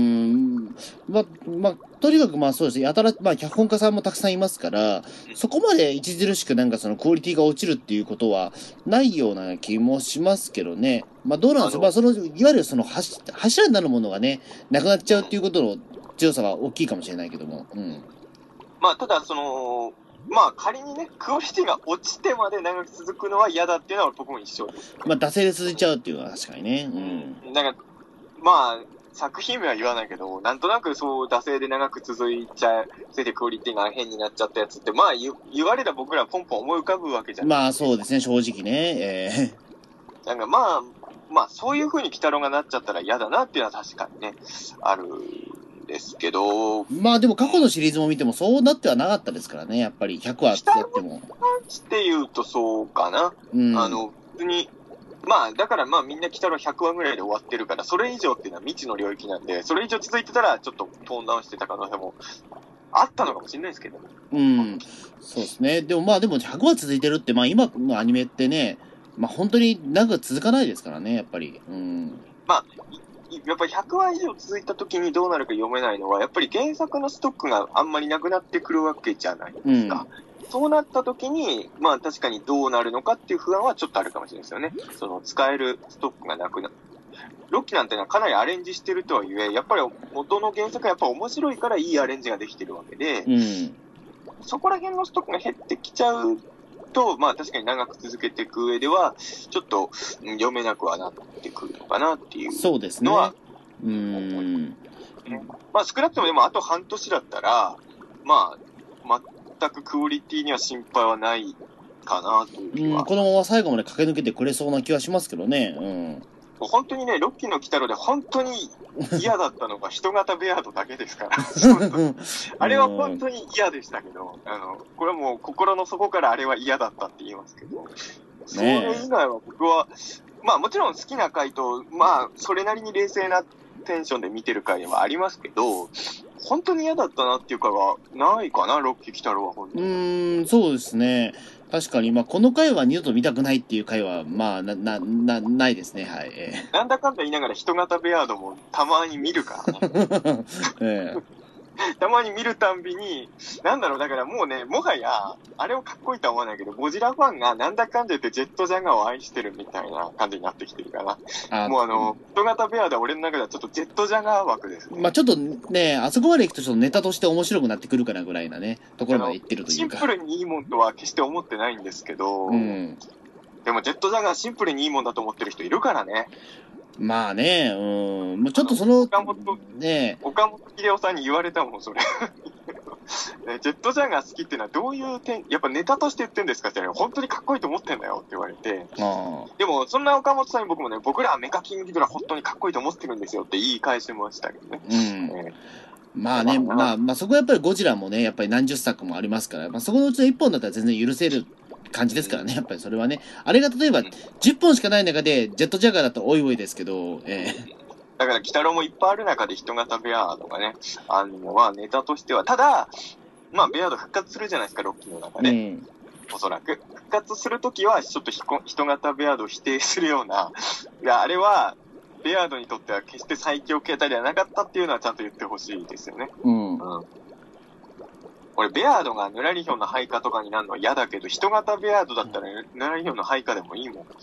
とにかくそうですね。脚本家さんもたくさんいますから、そこまで著しくそのクオリティが落ちるっていうことはないような気もしますけどね。どうなんですか。いわゆるその柱になるものがね、なくなっちゃうっていうことの強さは大きいかもしれないけども。 ただ仮にね、クオリティが落ちてまで長く続くのは嫌だっていうのは僕も一緒です。 惰性で続いちゃうっていうのは確かにね。 作品名は言わないけど、なんとなくそう、惰性で長く続いちゃう、それでクオリティが変になっちゃったやつって、言われたら僕らポンポン思い浮かぶわけじゃないですか。 そうですね、正直ね。 そういう風に鬼太郎がなっちゃったら嫌だなっていうのは確かにね、あるんですけど。 でも過去のシリーズも見てもそうなってはなかったですからね、やっぱり100話やっても。 って言うとそうかな。別に、だからみんな鬼太郎100話ぐらいで終わってるから、それ以上っていうのは未知の領域なんで、それ以上続いてたらちょっとトーンダウンしてた可能性もあったのかもしれないですけど。 そうですね。でも100話続いてるって、今のアニメってね、本当に長く続かないですからね、やっぱり。 やっぱり100話以上続いた時にどうなるか読めないのは、やっぱり原作のストックがあんまりなくなってくるわけじゃないですか。そうなった時に、まあ確かにどうなるのかっていう不安はちょっとあるかもしれないですよね。その使えるストックがなくなる。ロッキーなんてのはかなりアレンジしてるとはいえ、やっぱり元の原作はやっぱ面白いからいいアレンジができてるわけで、そこら辺のストックが減ってきちゃうと、まあ確かに長く続けていく上では、ちょっと読めなくはなってくるのかなっていうのは。 そうですね。まあ少なくともでもあと半年だったら、まあ全くクオリティには心配はないかなという気は。 このまま最後まで駆け抜けてくれそうな気はしますけどね。 本当にね、ロッキーの鬼太郎で本当に嫌だったのが人型ベアードだけですから。あれは本当に嫌でしたけど、これはもう心の底からあれは嫌だったって言いますけど、それ以外は僕は、まあもちろん好きな回と、まあそれなりに冷静なテンションで見てる回はありますけど、本当に嫌だったなっていう回はないかな、ロッキー鬼太郎は本当に。 そうですね。確かに、まあ、この回は二度と見たくないっていう回は、まあ、ないですね、はい。 なんだかんだ言いながら人型ベアードもたまに見るからね。たまに見るたんびに、なんだろう、だからもうね、もはや、あれをかっこいいとは思わないけど、ゴジラファンがなんだかんだ言ってジェットジャガーを愛してるみたいな感じになってきてるかな。もう人型ベアでは俺の中ではちょっとジェットジャガー枠ですね。 まあちょっとね、あそこまで行くとちょっとネタとして面白くなってくるかなぐらいなね、ところまで行ってるというか。 シンプルにいいもんとは決して思ってないんですけど、でもジェットジャガーシンプルにいいもんだと思ってる人いるからね。 まあね、ちょっとその、 岡本秀夫さんに言われたもん、それ。ジェットジャガー好きっていうのはどういう点、やっぱネタとして言ってんですかって言ったら、本当にかっこいいと思ってんだよって言われて。でも、そんな岡本さんに僕もね、僕らはメカキングギドラ本当にかっこいいと思ってるんですよって言い返しましたけどね。 まあね、まあそこはやっぱりゴジラもね、やっぱり何十作もありますから、まあそこのうちの1本だったら全然許せる感じですからね、やっぱりそれはね。あれが例えば10本しかない中で、ジェットジャガーだとおいおいですけど、 だから、鬼太郎もいっぱいある中で人型ベアードがね、まあネタとしては、ただ、まあベアード復活するじゃないですか、ロッキーの中で。おそらく。復活するときは、ちょっと人型ベアードを否定するような、いや、あれは、ベアードにとっては決して最強形態ではなかったっていうのはちゃんと言ってほしいですよね。俺、ベアードがヌラリヒョンの配下とかになるのは嫌だけど、人型ベアードだったらヌラリヒョンの配下でもいいもん。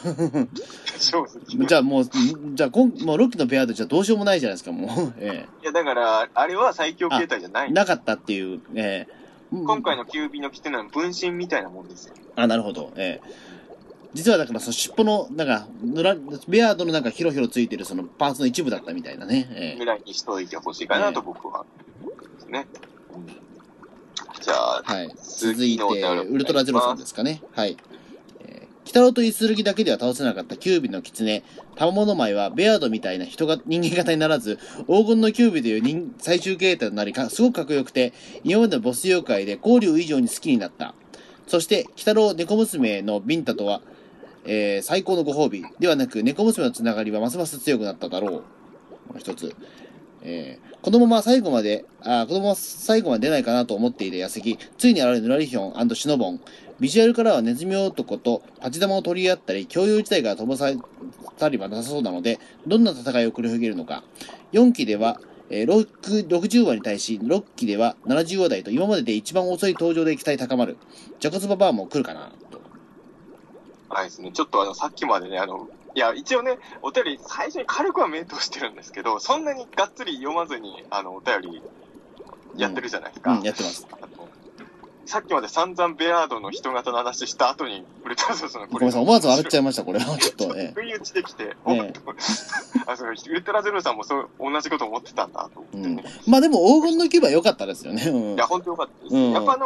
じゃあもうロッキーのベアードじゃどうしようもないじゃないですか、もう。 いや、だから、あれは最強形態じゃない。 なかったっていう、 今回のキュービーの着てるのは分身みたいなもんですよ。 なるほど。実はだからその尻尾の、なんか、ベアードのなんかヒロヒロついてるそのパーツの一部だったみたいなね。 未来にしといてほしいかなと僕は。ですね。じゃあ、 続いて、ウルトラゼロさんですかね。はい。鬼太郎とイスルギだけでは倒せなかったキュービの狐、玉物舞はベアードみたいな人間型にならず、黄金のキュービという最終形態となり、すごくかっこよくて、今までのボス妖怪で光竜以上に好きになった。そして、鬼太郎猫娘のビンタとは、最高のご褒美ではなく、猫娘のつながりはますます強くなっただろう。もう一つ。このまま最後まで出ないかなと思っていた矢先、ついに現れるヌラリヒョン&シノボン。ビジュアルからはネズミ男とパチ玉を取り合ったり、共有自体が飛ばされたりはなさそうなので、どんな戦いを繰り広げるのか。4期では、60話に対し、6期では70話台と今までで一番遅い登場で期待高まる。ジャコズババアも来るかなと。 はいですね。ちょっとさっきまでね、いや、一応ね、お便り最初に軽くは目通してるんですけど、そんなにがっつり読まずに、お便りやってるじゃないですか。 やってます。 さっきまで散々ベアードの人型の話した後に、ウルトラゼロさんのこれ。 ごめんなさい、思わず笑っちゃいました、これは。ちょっと不意打ちできて、ウルトラゼロさんも同じこと思ってたんだと思ってね。 まあでも黄金のキューブは良かったですよね。 いや、本当良かったです。やっぱ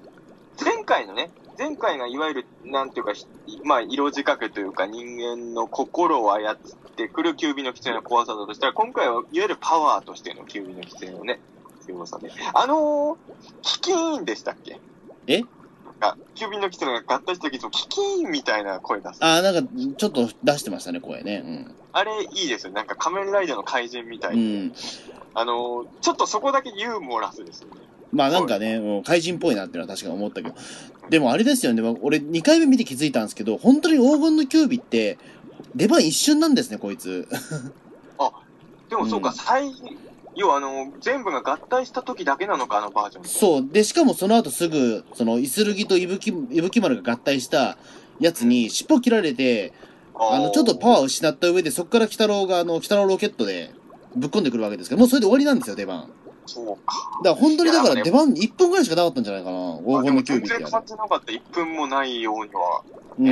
前回がいわゆる、なんていうか、まあ、色仕掛けというか人間の心を操ってくるキュービの狐の怖さだとしたら、今回はいわゆるパワーとしてのキュービの狐のね、強さで。キキーンでしたっけ？キュービの狐が合体した時、キキーンみたいな声出す。 なんか、ちょっと出してましたね、声ね。 あれ、いいですよ。なんか仮面ライダーの怪人みたいに。ちょっとそこだけユーモラスですよね。 まあなんかね、怪人っぽいなっていうのは確かに思ったけど。でもあれですよね、俺2回目見て気づいたんですけど、本当に黄金のキュービって、出番一瞬なんですね、こいつ。 でもそうか、要は全部が合体した時だけなのか、あのバージョン。 そう。で、しかもその後すぐ、イスルギと伊吹丸が合体したやつに尻尾切られて、ちょっとパワーを失った上で、そこから鬼太郎が、鬼太郎ロケットでぶっ込んでくるわけですけど、もうそれで終わりなんですよ、出番。 そうか。 だから本当にだから出番1分ぐらいしかなかったんじゃないかな、黄金のキュービって。 全然感じなかった。1分もないようには。 うん。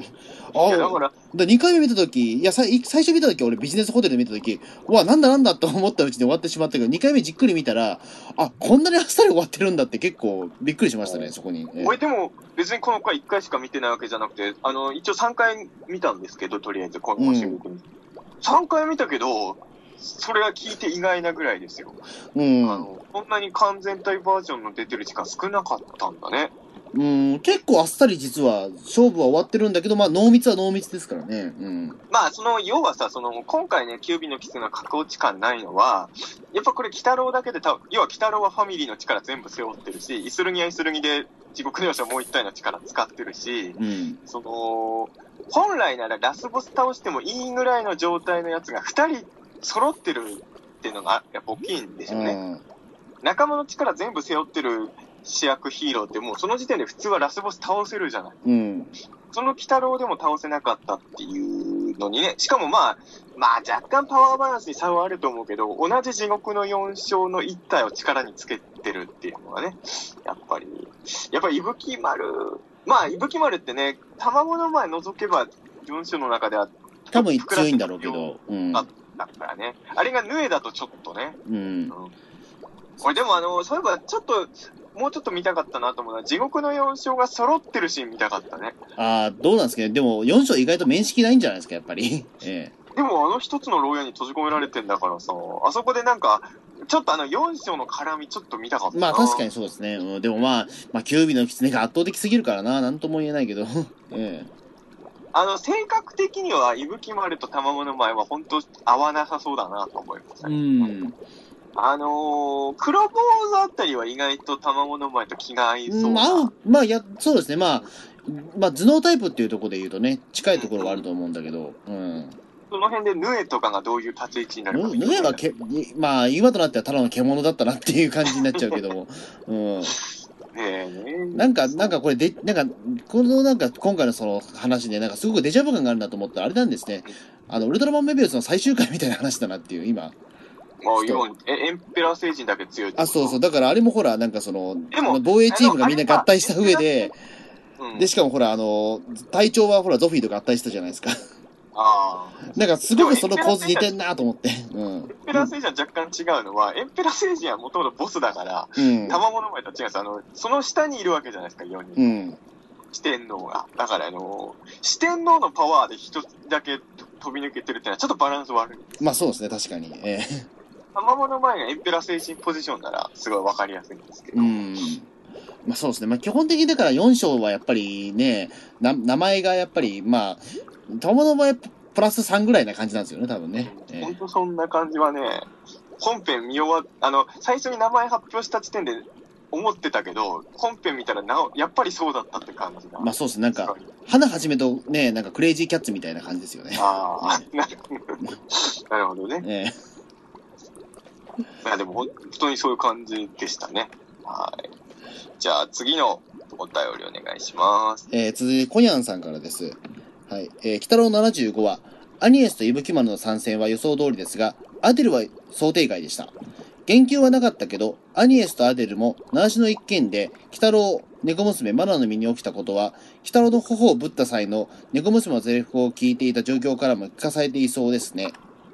だから2回目見たとき、最初見たとき、俺ビジネスホテルで見たとき、うわ、なんだと思ったうちに終わってしまったけど、2回目じっくり見たら、あ、こんなにあっさり終わってるんだって結構びっくりしましたね、そこに。 俺でも、別にこの回1回しか見てないわけじゃなくて、一応3回見たんですけど、とりあえず、この収録に。3回見たけど、それは聞いて意外なぐらいですよ。 うん。 こんなに完全体バージョンの出てる時間少なかったんだね。 結構あっさり実は勝負は終わってるんだけど、まあ濃密は濃密ですからね。うん。 まあ要はさ、今回ね、キュービのキツが格落ち感ないのは、やっぱこれ鬼太郎だけで要は鬼太郎はファミリーの力全部背負ってるし、イスルギはイスルギで地獄の容赦もう一体の力使ってるし、本来ならラスボス倒してもいいぐらいの状態のやつが2人揃ってるっていうのがやっぱ大きいんですよね。仲間の力全部背負ってる主役ヒーローってもうその時点で普通はラスボス倒せるじゃない。その鬼太郎でも倒せなかったっていうのにね、しかもまあ若干パワーバランスに差はあると思うけど、同じ地獄の4将の一体を力につけてるっていうのがね、やっぱり伊吹丸、伊吹丸ってね、卵の前除けば4将の中では多分強いんだろうけど、 だからね、あれがヌエだとちょっとね、これでもそういえばもうちょっと見たかったなと思うのは、地獄の4将が揃ってるシーン見たかったね。 どうなんですかね。でも4将意外と面識ないんじゃないですか、やっぱり。でも一つの牢屋に閉じ込められてんだからさ、あそこでなんか、ちょっと4章の絡みちょっと見たかったな。 まあ確かにそうですね。でもキュービの狐が圧倒的すぎるからな、なんとも言えないけど。 性格的には、伊吹丸と卵の前は本当合わなさそうだなと思います、ね。黒坊主あたりは意外と卵の前と気が合いそうな。 そうですね。頭脳タイプっていうところで言うとね、近いところはあると思うんだけど、 その辺でヌエとかがどういう立ち位置になるか。 ヌエは今となってはただの獣だったなっていう感じになっちゃうけども。なんかこれ今回のその話で、すごくデジャブ感があるなと思ったら、あれなんですね。ウルトラマンメビウスの最終回みたいな話だなっていう、今。 エンペラー星人だけ強い。 そう。だからあれもほら、防衛チームがみんな合体した上で、しかもほら、隊長はほら、ゾフィーと合体したじゃないですか。すごくその構図似てんなと思って。エンペラー星人は若干違うのは、エンペラー星人はもともとボスだから、卵の前と違うんです。その下にいるわけじゃないですか、4人。四天王が。だから四天王のパワーで一つだけ飛び抜けてるってのはちょっとバランス悪い。 そうですね、確かに。 卵の前がエンペラー星人ポジションならすごいわかりやすいんですけど。 そうですね。基本的にだから4章はやっぱりね、名前がやっぱり、卵の前プラス3ぐらいな感じなんですよね、多分ね。 本当そんな感じはね、本編見終わ最初に名前発表した時点で思ってたけど、本編見たらやっぱりそうだったって感じが。 そうですね。花はじめとね、クレイジーキャッツみたいな感じですよね。 なるほどね。でも本当にそういう感じでしたね。はい。じゃあ次のお便りお願いします。 続いてコニャンさんからです。はい。鬼太郎75話、アニエスと伊吹丸の参戦は予想通りですが、アデルは想定外でした。言及はなかったけど、アニエスとアデルも七種の一件で、鬼太郎、猫娘マナの身に起きたことは、鬼太郎の頬をぶった際の猫娘のゼリフを聞いていた状況からも聞かされていそうですね。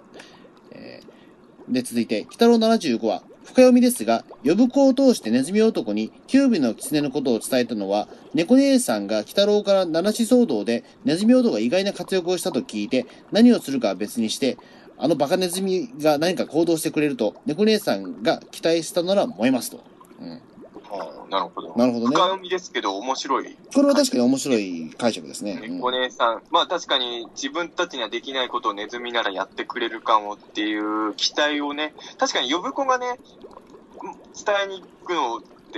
で、続いて、鬼太郎75話、深読みですが、呼ぶ子を通してネズミ男にキュービの狐のことを伝えたのは、猫姉さんが鬼太郎から七種騒動でネズミ男が意外な活躍をしたと聞いて、何をするかは別にして、バカネズミが何か行動してくれると、猫姉さんが期待したなら燃えますと。 なるほど。 なるほどね。 深読みですけど面白い。 これは確かに面白い解釈ですね。 猫姉さん。確かに自分たちにはできないことをネズミならやってくれるかもっていう期待をね、確かに呼ぶ子がね、伝えに行くの 、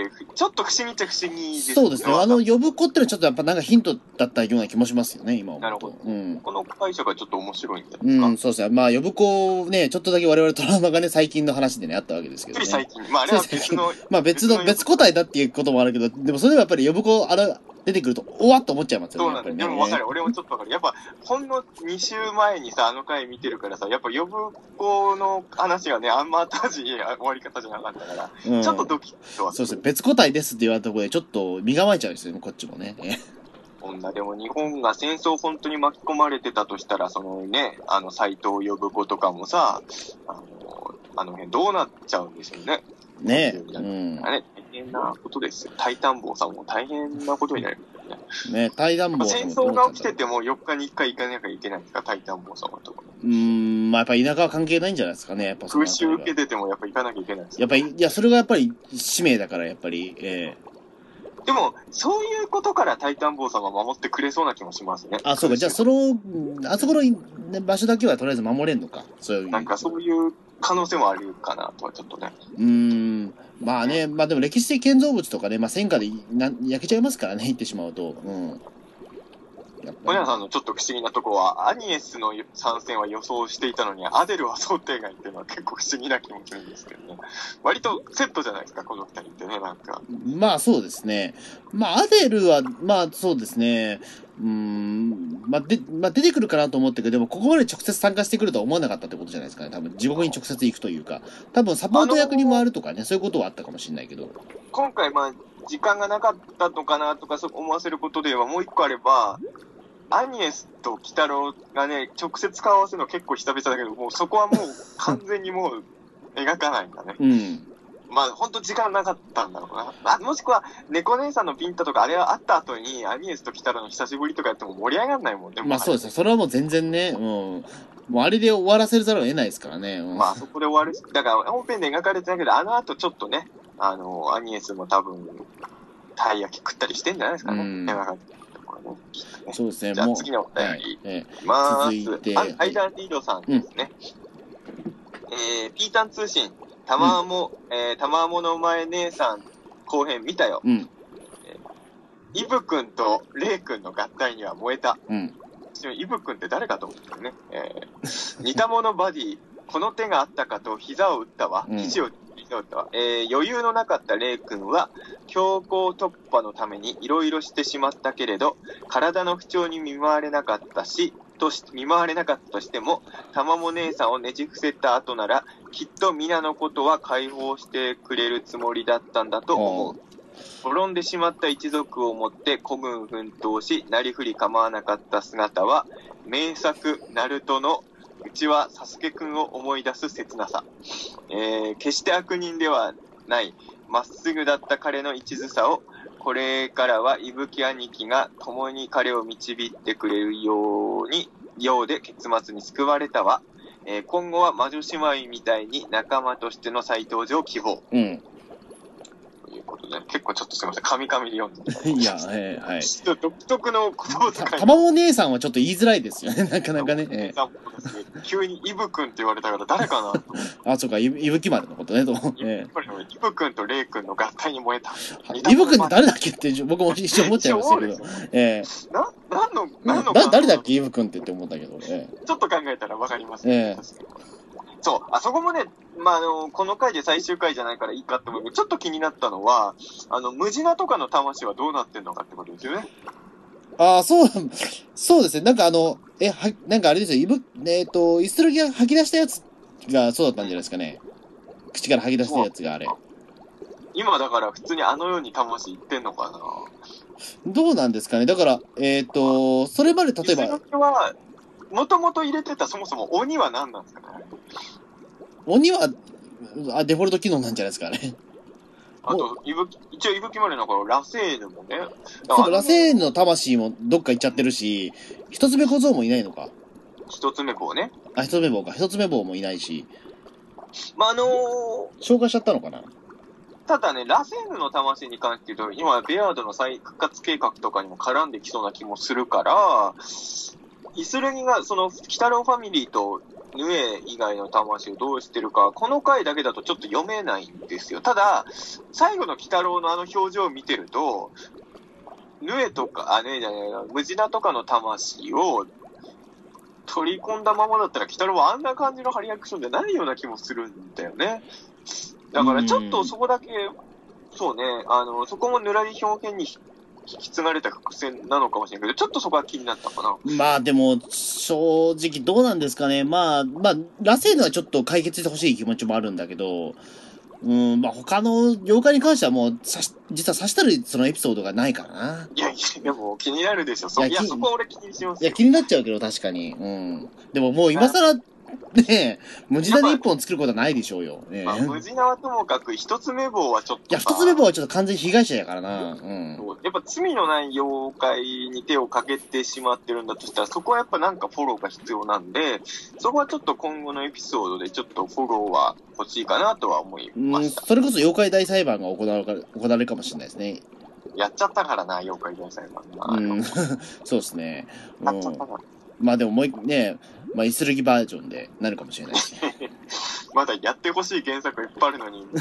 ちょっと不思議っちゃ不思議ですね。 そうですね。呼ぶ子ってのはちょっとやっぱなんかヒントだったような気もしますよね、今思うと。 なるほど。 うん。 この解釈がちょっと面白いんじゃないですか。 そうですね。まあ、呼ぶ子ね、ちょっとだけ我々トラウマがね、最近の話でね、あったわけですけどね。 つい最近。まあ、あれは別の。 まあ、別個体だっていうこともあるけど、でもそれはやっぱり呼ぶ子、出てくると、おわっと思っちゃいますよね。 そうなんだ、ね。でも分かる。俺もちょっと分かる。やっぱ、ほんの2週前にさ、あの回見てるからさ、やっぱ呼ぶ子の話がね、あんま後味終わり方じゃなかったから、ちょっとドキッとは。 そうですね。別個体ですって言われたところで、ちょっと身構えちゃうんですよね、こっちもね。 女でも日本が戦争本当に巻き込まれてたとしたら、そのね、斎藤呼ぶ子とかもさ、あの辺どうなっちゃうんですよね。 ねえ。大変なことですよ。タイタン坊さんも大変なことになるね。タイタン坊さんも。戦争が起きてても4日に1回行かなきゃいけないんですか、タイタン坊さんのところ。 まあやっぱ田舎は関係ないんじゃないですかね、やっぱ空襲受けててもやっぱ行かなきゃいけないんですやっぱり、いや、それがやっぱり使命だから、やっぱり、 でも、そういうことからタイタン坊さんは守ってくれそうな気もしますね。 あ、そうか。じゃあ、あそこの場所だけはとりあえず守れんのか。そういう。 なんかそういう可能性もあるかなとはちょっとね。 まあね、まあでも歴史的建造物とかね、まあ戦火で焼けちゃいますからね、言ってしまうと。 小山さんのちょっと不思議なところは、アニエスの参戦は予想していたのに、アデルは想定外っていうのは結構不思議な気もするんですけどね。割とセットじゃないですか、この二人ってね、なんか。 まあそうですね。まあアデルは、まあそうですね。まあ出てくるかなと思ってけど、でもここまで直接参加してくるとは思わなかったってことじゃないですかね。多分地獄に直接行くというか、多分サポート役に回るとかね、そういうことはあったかもしれないけど。 今回まあ、時間がなかったのかなとか思わせることで言えば、もう一個あれば、アニエスと鬼太郎がね、直接顔合わせるの結構久々だけど、もうそこはもう完全にもう描かないんだね。まあ、ほんと時間なかったんだろうな。もしくは、猫姉さんのピンタとか、あれはあった後に、アニエスと鬼太郎の久しぶりとかやっても盛り上がんないもんね。 まあそうですよ。それはもう全然ね、もうあれで終わらせざるを得ないですからね。 まあ、そこで終わるし、だから本編で描かれてないけど、あの後ちょっとね、アニエスも多分、たい焼き食ったりしてんじゃないですかね。 そうですね。 じゃあ次のお便り。続いて。アイダン・リードさんですね。ピータン通信、たまもの前姉さん後編見たよ。イブ君とレイ君の合体には燃えた。イブ君って誰かと思ってね。似たものバディ、この手があったかと膝を打ったわ。肘を余裕のなかったレイ君は強行突破のためにいろいろしてしまったけれど、体の不調に見舞われなかったとしても、たまも姉さんをねじ伏せた後ならきっと皆のことは解放してくれるつもりだったんだと思う。滅んでしまった一族をもって孤軍奮闘し、なりふり構わなかった姿は名作ナルトのうちはサスケくんを思い出す切なさ。決して悪人ではない、まっすぐだった彼の一途さを、これからは伊吹兄貴が共に彼を導いてくれるようで結末に救われたわ。今後は魔女姉妹みたいに仲間としての再登場を希望。ということで、結構ちょっとすみません、カミカミで読んでいや、はい。 独特の言葉遣い。 たまも姉さんはちょっと言いづらいですよね、なかなかね。 急にイブ君って言われたから誰かなあ、そうか、イブキ丸のことね、と。 イブ君とレイ君の合体に燃えた。 イブ君って誰だっけって僕も一瞬思っちゃいましたけど。誰だっけ、イブ君って思ったけど。ちょっと考えたらわかりますね。そう、あそこもね、まあ、この回で最終回じゃないからいいかって思うけど、ちょっと気になったのは、ムジナとかの魂はどうなってんのかってことですよね。 そうですね。なんかなんかあれですよ、イストルギが吐き出したやつがそうだったんじゃないですかね。口から吐き出したやつがあれ。 今だから普通にあの世に魂行ってんのかな。 どうなんですかね。だから、それまで例えば。 イストルギは、もともと入れてたそもそも鬼は何なんですかね。 鬼は、デフォルト機能なんじゃないですかね。 あと、一応、伊吹丸の頃、ラセーヌもね。 そう、ラセーヌの魂もどっか行っちゃってるし、一つ目小僧もいないのか。 一つ目棒ね。 一つ目棒か。一つ目棒もいないし。 まあ、 消化しちゃったのかな。 ただね、ラセーヌの魂に関して言うと、今、ベアードの再復活計画とかにも絡んできそうな気もするから、イスルギが、その、鬼太郎ファミリーとヌエ以外の魂をどうしてるか、この回だけだとちょっと読めないんですよ。ただ、最後の鬼太郎のあの表情を見てると、ヌエとか、ヌエじゃないな、ムジナとかの魂を取り込んだままだったら、鬼太郎はあんな感じのリアクションじゃないような気もするんだよね。だからちょっとそこだけ、そうね、そこもぬらり表現に引き継がれた伏線なのかもしれないけど、ちょっとそこは気になったかな。 まあでも、正直どうなんですかね。まあ、ラセーヌはちょっと解決してほしい気持ちもあるんだけど、まあ他の妖怪に関してはもう、実は刺したるそのエピソードがないからな。 いや、もう気になるでしょ。そこは俺気にしますよ。 いや、気になっちゃうけど、確かに。でももう今更、ねえ、ムジナで一本作ることはないでしょうよ。 まあ、ムジナはともかく、一つ目棒はちょっと。 いや、一つ目棒はちょっと完全に被害者やからな。 やっぱ罪のない妖怪に手をかけてしまってるんだとしたら、そこはやっぱなんかフォローが必要なんで、そこはちょっと今後のエピソードでちょっとフォローは欲しいかなとは思いました。 それこそ妖怪大裁判が行われるかもしれないですね。 やっちゃったからな、妖怪大裁判が。 そうですね。 やっちゃったから。 まあでももうね、イスルギバージョンでなるかもしれないし。 まだやってほしい原作いっぱいあるのに。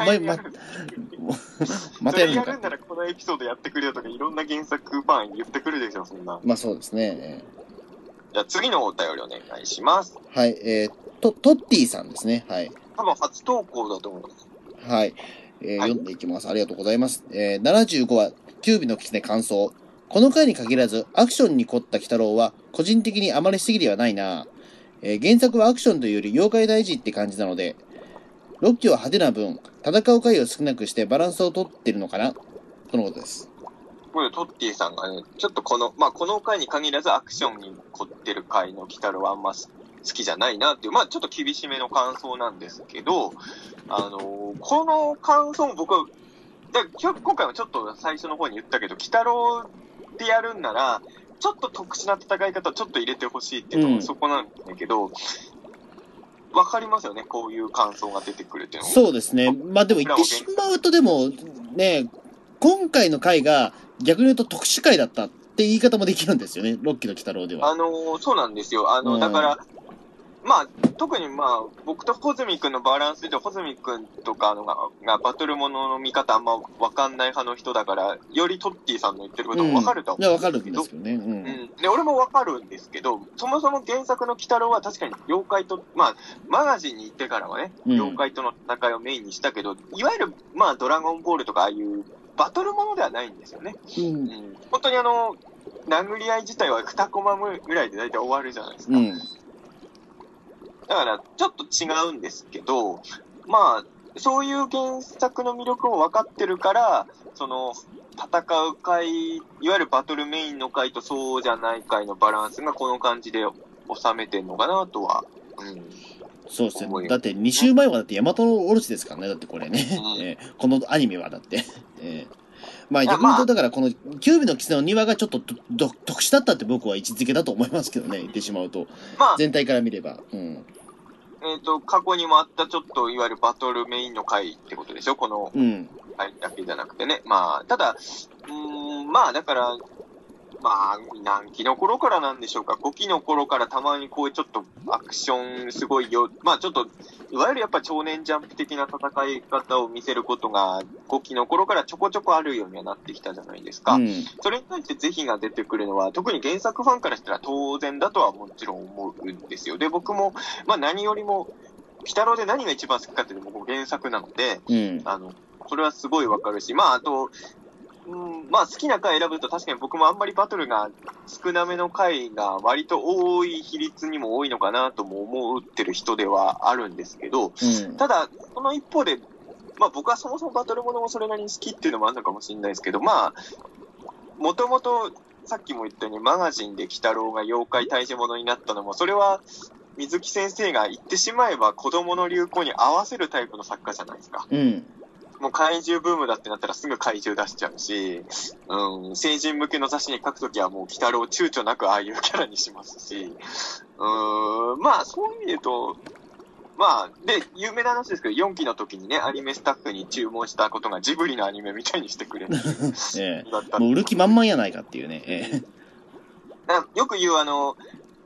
またやるのか。 それやるんならこのエピソードやってくれよとかいろんな原作ファン言ってくるでしょ、そんな。 まあそうですね。 じゃあ次のお便りお願いします。 はい、トッティさんですね。はい。 多分初投稿だと思います。 はい。読んでいきます。ありがとうございます。75話、キュービの狐感想。この回に限らず、アクションに凝った鬼太郎は、個人的にあまりしすぎではないな。原作はアクションというより妖怪大事って感じなので、6期は派手な分、戦う回を少なくしてバランスを取ってるのかなとのことです。 これトッティさんがね、ちょっとこの回に限らずアクションに凝ってる回の鬼太郎はあんま好きじゃないなっていう、ちょっと厳しめの感想なんですけど、この感想も僕は、今回もちょっと最初の方に言ったけど、鬼太郎でやるんなら、ちょっと特殊な戦い方ちょっと入れてほしいっていうのがそこなんだけど、わかりますよね、こういう感想が出てくるっていうのは。 そうですね。でも言ってしまうとでも、ね、今回の回が逆に言うと特殊回だったって言い方もできるんですよね、6期の鬼太郎では。 そうなんですよ。だから、特に僕と穂積くんのバランスで、穂積くんとかがバトルものの見方あんまわかんない派の人だから、よりトッティさんの言ってることもわかると思う。 いや、わかるんですけどね。 で、俺もわかるんですけど、そもそも原作の鬼太郎は確かに妖怪と、マガジンに行ってからはね、妖怪との戦いをメインにしたけど、いわゆる、ドラゴンボールとかああいうバトルものではないんですよね。本当に殴り合い自体は2コマぐらいで大体終わるじゃないですか。だから、ちょっと違うんですけど、そういう原作の魅力も分かってるから、その、戦う回、いわゆるバトルメインの回とそうじゃない回のバランスがこの感じで収めてんのかなとは、 そうですね。だって2週前はだって大和のオロチですからね、だってこれね。このアニメはだって。逆に言うと、だからこのキュービの狐の2話がちょっと特殊だったって僕は位置づけだと思いますけどね、言ってしまうと。全体から見れば。 過去にもあったちょっといわゆるバトルメインの回ってことでしょ、この回だけじゃなくてね。ただ、だから、何期の頃からなんでしょうか、5期の頃からたまにこういうちょっとアクションすごいよ、ちょっと、いわゆるやっぱ少年ジャンプ的な戦い方を見せることが5期の頃からちょこちょこあるようにはなってきたじゃないですか。それに対して是非が出てくるのは、特に原作ファンからしたら当然だとはもちろん思うんですよ。で、僕も、何よりも、鬼太郎で何が一番好きかっていうのも原作なので、それはすごいわかるし、あと、好きな回選ぶと確かに僕もあんまりバトルが少なめの回が割と多い比率にも多いのかなとも思ってる人ではあるんですけど、ただ、その一方で、僕はそもそもバトルものもそれなりに好きっていうのもあるのかもしれないですけど、もともとさっきも言ったようにマガジンで鬼太郎が妖怪退治者になったのも、それは水木先生が言ってしまえば子供の流行に合わせるタイプの作家じゃないですか。もう怪獣ブームだってなったらすぐ怪獣出しちゃうし、成人向けの雑誌に書くときはもう鬼太郎を躊躇なくああいうキャラにしますし、そういう意味で言うと、で、有名な話ですけど、4期の時にね、アニメスタッフに注文したことがジブリのアニメみたいにしてくれる。 もう売る気満々やないかっていうね。 よく言う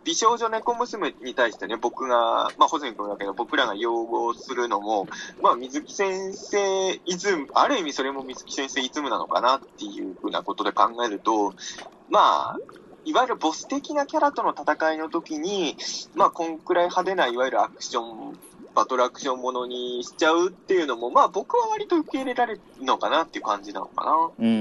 美少女猫娘に対してね、僕が、まあ、穂積君だけど、僕らが擁護するのも、まあ、水木先生イズム、ある意味それも水木先生イズムなのかなっていうふうなことで考えると、まあ、いわゆるボス的なキャラとの戦いの時に、まあ、こんくらい派手ないわゆるアクション、バトルアクションものにしちゃうっていうのも、まあ、僕は割と受け入れられるのかなっていう感じなのかな。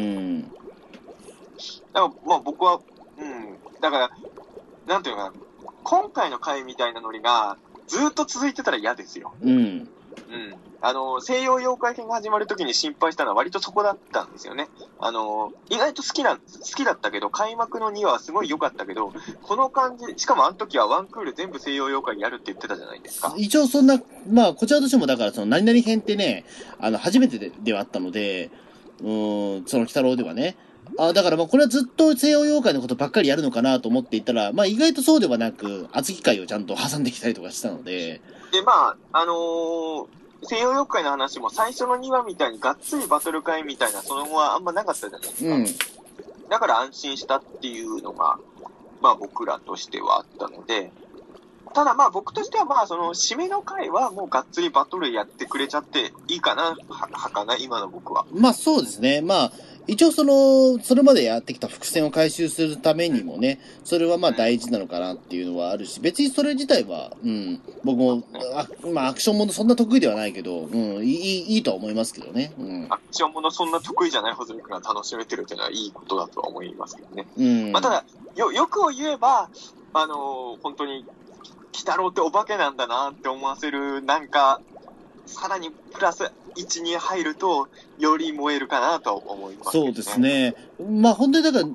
だから、まあ、僕は、だから、なんていうのかな、今回の回みたいなノリがずっと続いてたら嫌ですよ。西洋妖怪編が始まるときに心配したのは割とそこだったんですよね。意外と好きだったけど、開幕の2話はすごい良かったけど、この感じ、しかもあの時はワンクール全部西洋妖怪やるって言ってたじゃないですか。 一応そんな、まあ、こちらとしてもだからその何々編ってね、初めてではあったので、その鬼太郎ではね、だからまあこれはずっと西洋妖怪のことばっかりやるのかなと思っていたら、まあ意外とそうではなく、厚木会をちゃんと挟んできたりとかしたので。 で、まあ、西洋妖怪の話も最初の2話みたいにがっつりバトル会みたいなその後はあんまなかったじゃないですか。だから安心したっていうのが、まあ僕らとしてはあったので、ただまあ僕としてはまあその締めの回はもうがっつりバトルやってくれちゃっていいかな、はかな、今の僕は。 まあそうですね。まあ、一応それまでやってきた伏線を回収するためにもね、それはまあ大事なのかなっていうのはあるし、別にそれ自体は、僕も、まあアクションものそんな得意ではないけど、いいとは思いますけどね。 アクションものそんな得意じゃない穂積君が楽しめてるっていうのはいいことだとは思いますけどね。まあただ、よくを言えば、本当に、鬼太郎ってお化けなんだなって思わせる、なんか、さらにプラス1、2入ると、より燃えるかなと思います、 ね。そうですね。まあ本当にだから、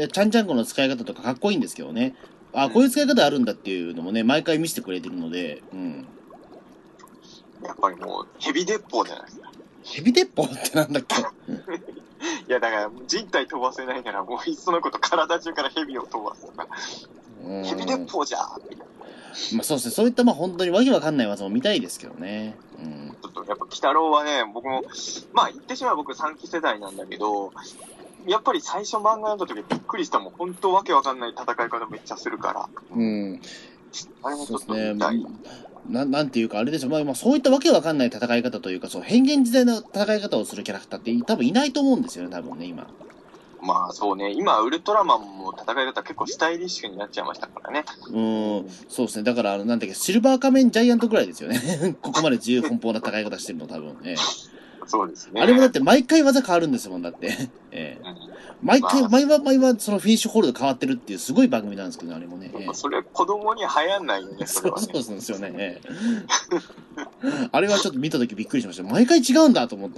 ちゃんちゃんこの使い方とかかっこいいんですけどね。こういう使い方あるんだっていうのもね、毎回見せてくれてるので、 やっぱりもう、ヘビ鉄砲じゃないですか。 ヘビ鉄砲ってなんだっけいや、だから、人体飛ばせないなら、もういっそのこと体中からヘビを飛ばすとか。ヘビ鉄砲じゃーみたいな。 まあそうですね、そういったまあ本当にわけわかんない技も見たいですけどね。 ちょっとやっぱ鬼太郎はね、僕も、まあ言ってしまえば僕3期世代なんだけど、やっぱり最初漫画読んだ時びっくりしたもん。本当わけわかんない戦い方めっちゃするから。あれもちょっと見たい。 なんていうかあれでしょ、まあそういったわけわかんない戦い方というか、そう変幻自在な戦い方をするキャラクターって多分いないと思うんですよね、多分ね、今。 まあそうね、今ウルトラマンも戦い方結構スタイリッシュになっちゃいましたからね。 そうですね。だからなんだっけ、シルバー仮面ジャイアントぐらいですよね。ここまで自由奔放な戦い方してるの多分。 そうですね。 あれもだって毎回技変わるんですもん、だって。毎話そのフィニッシュホールド変わってるっていうすごい番組なんですけど、あれもね。 それ子供に流行んないよね、それは、ね。 そうですよね。あれはちょっと見たときびっくりしました。毎回違うんだと思って。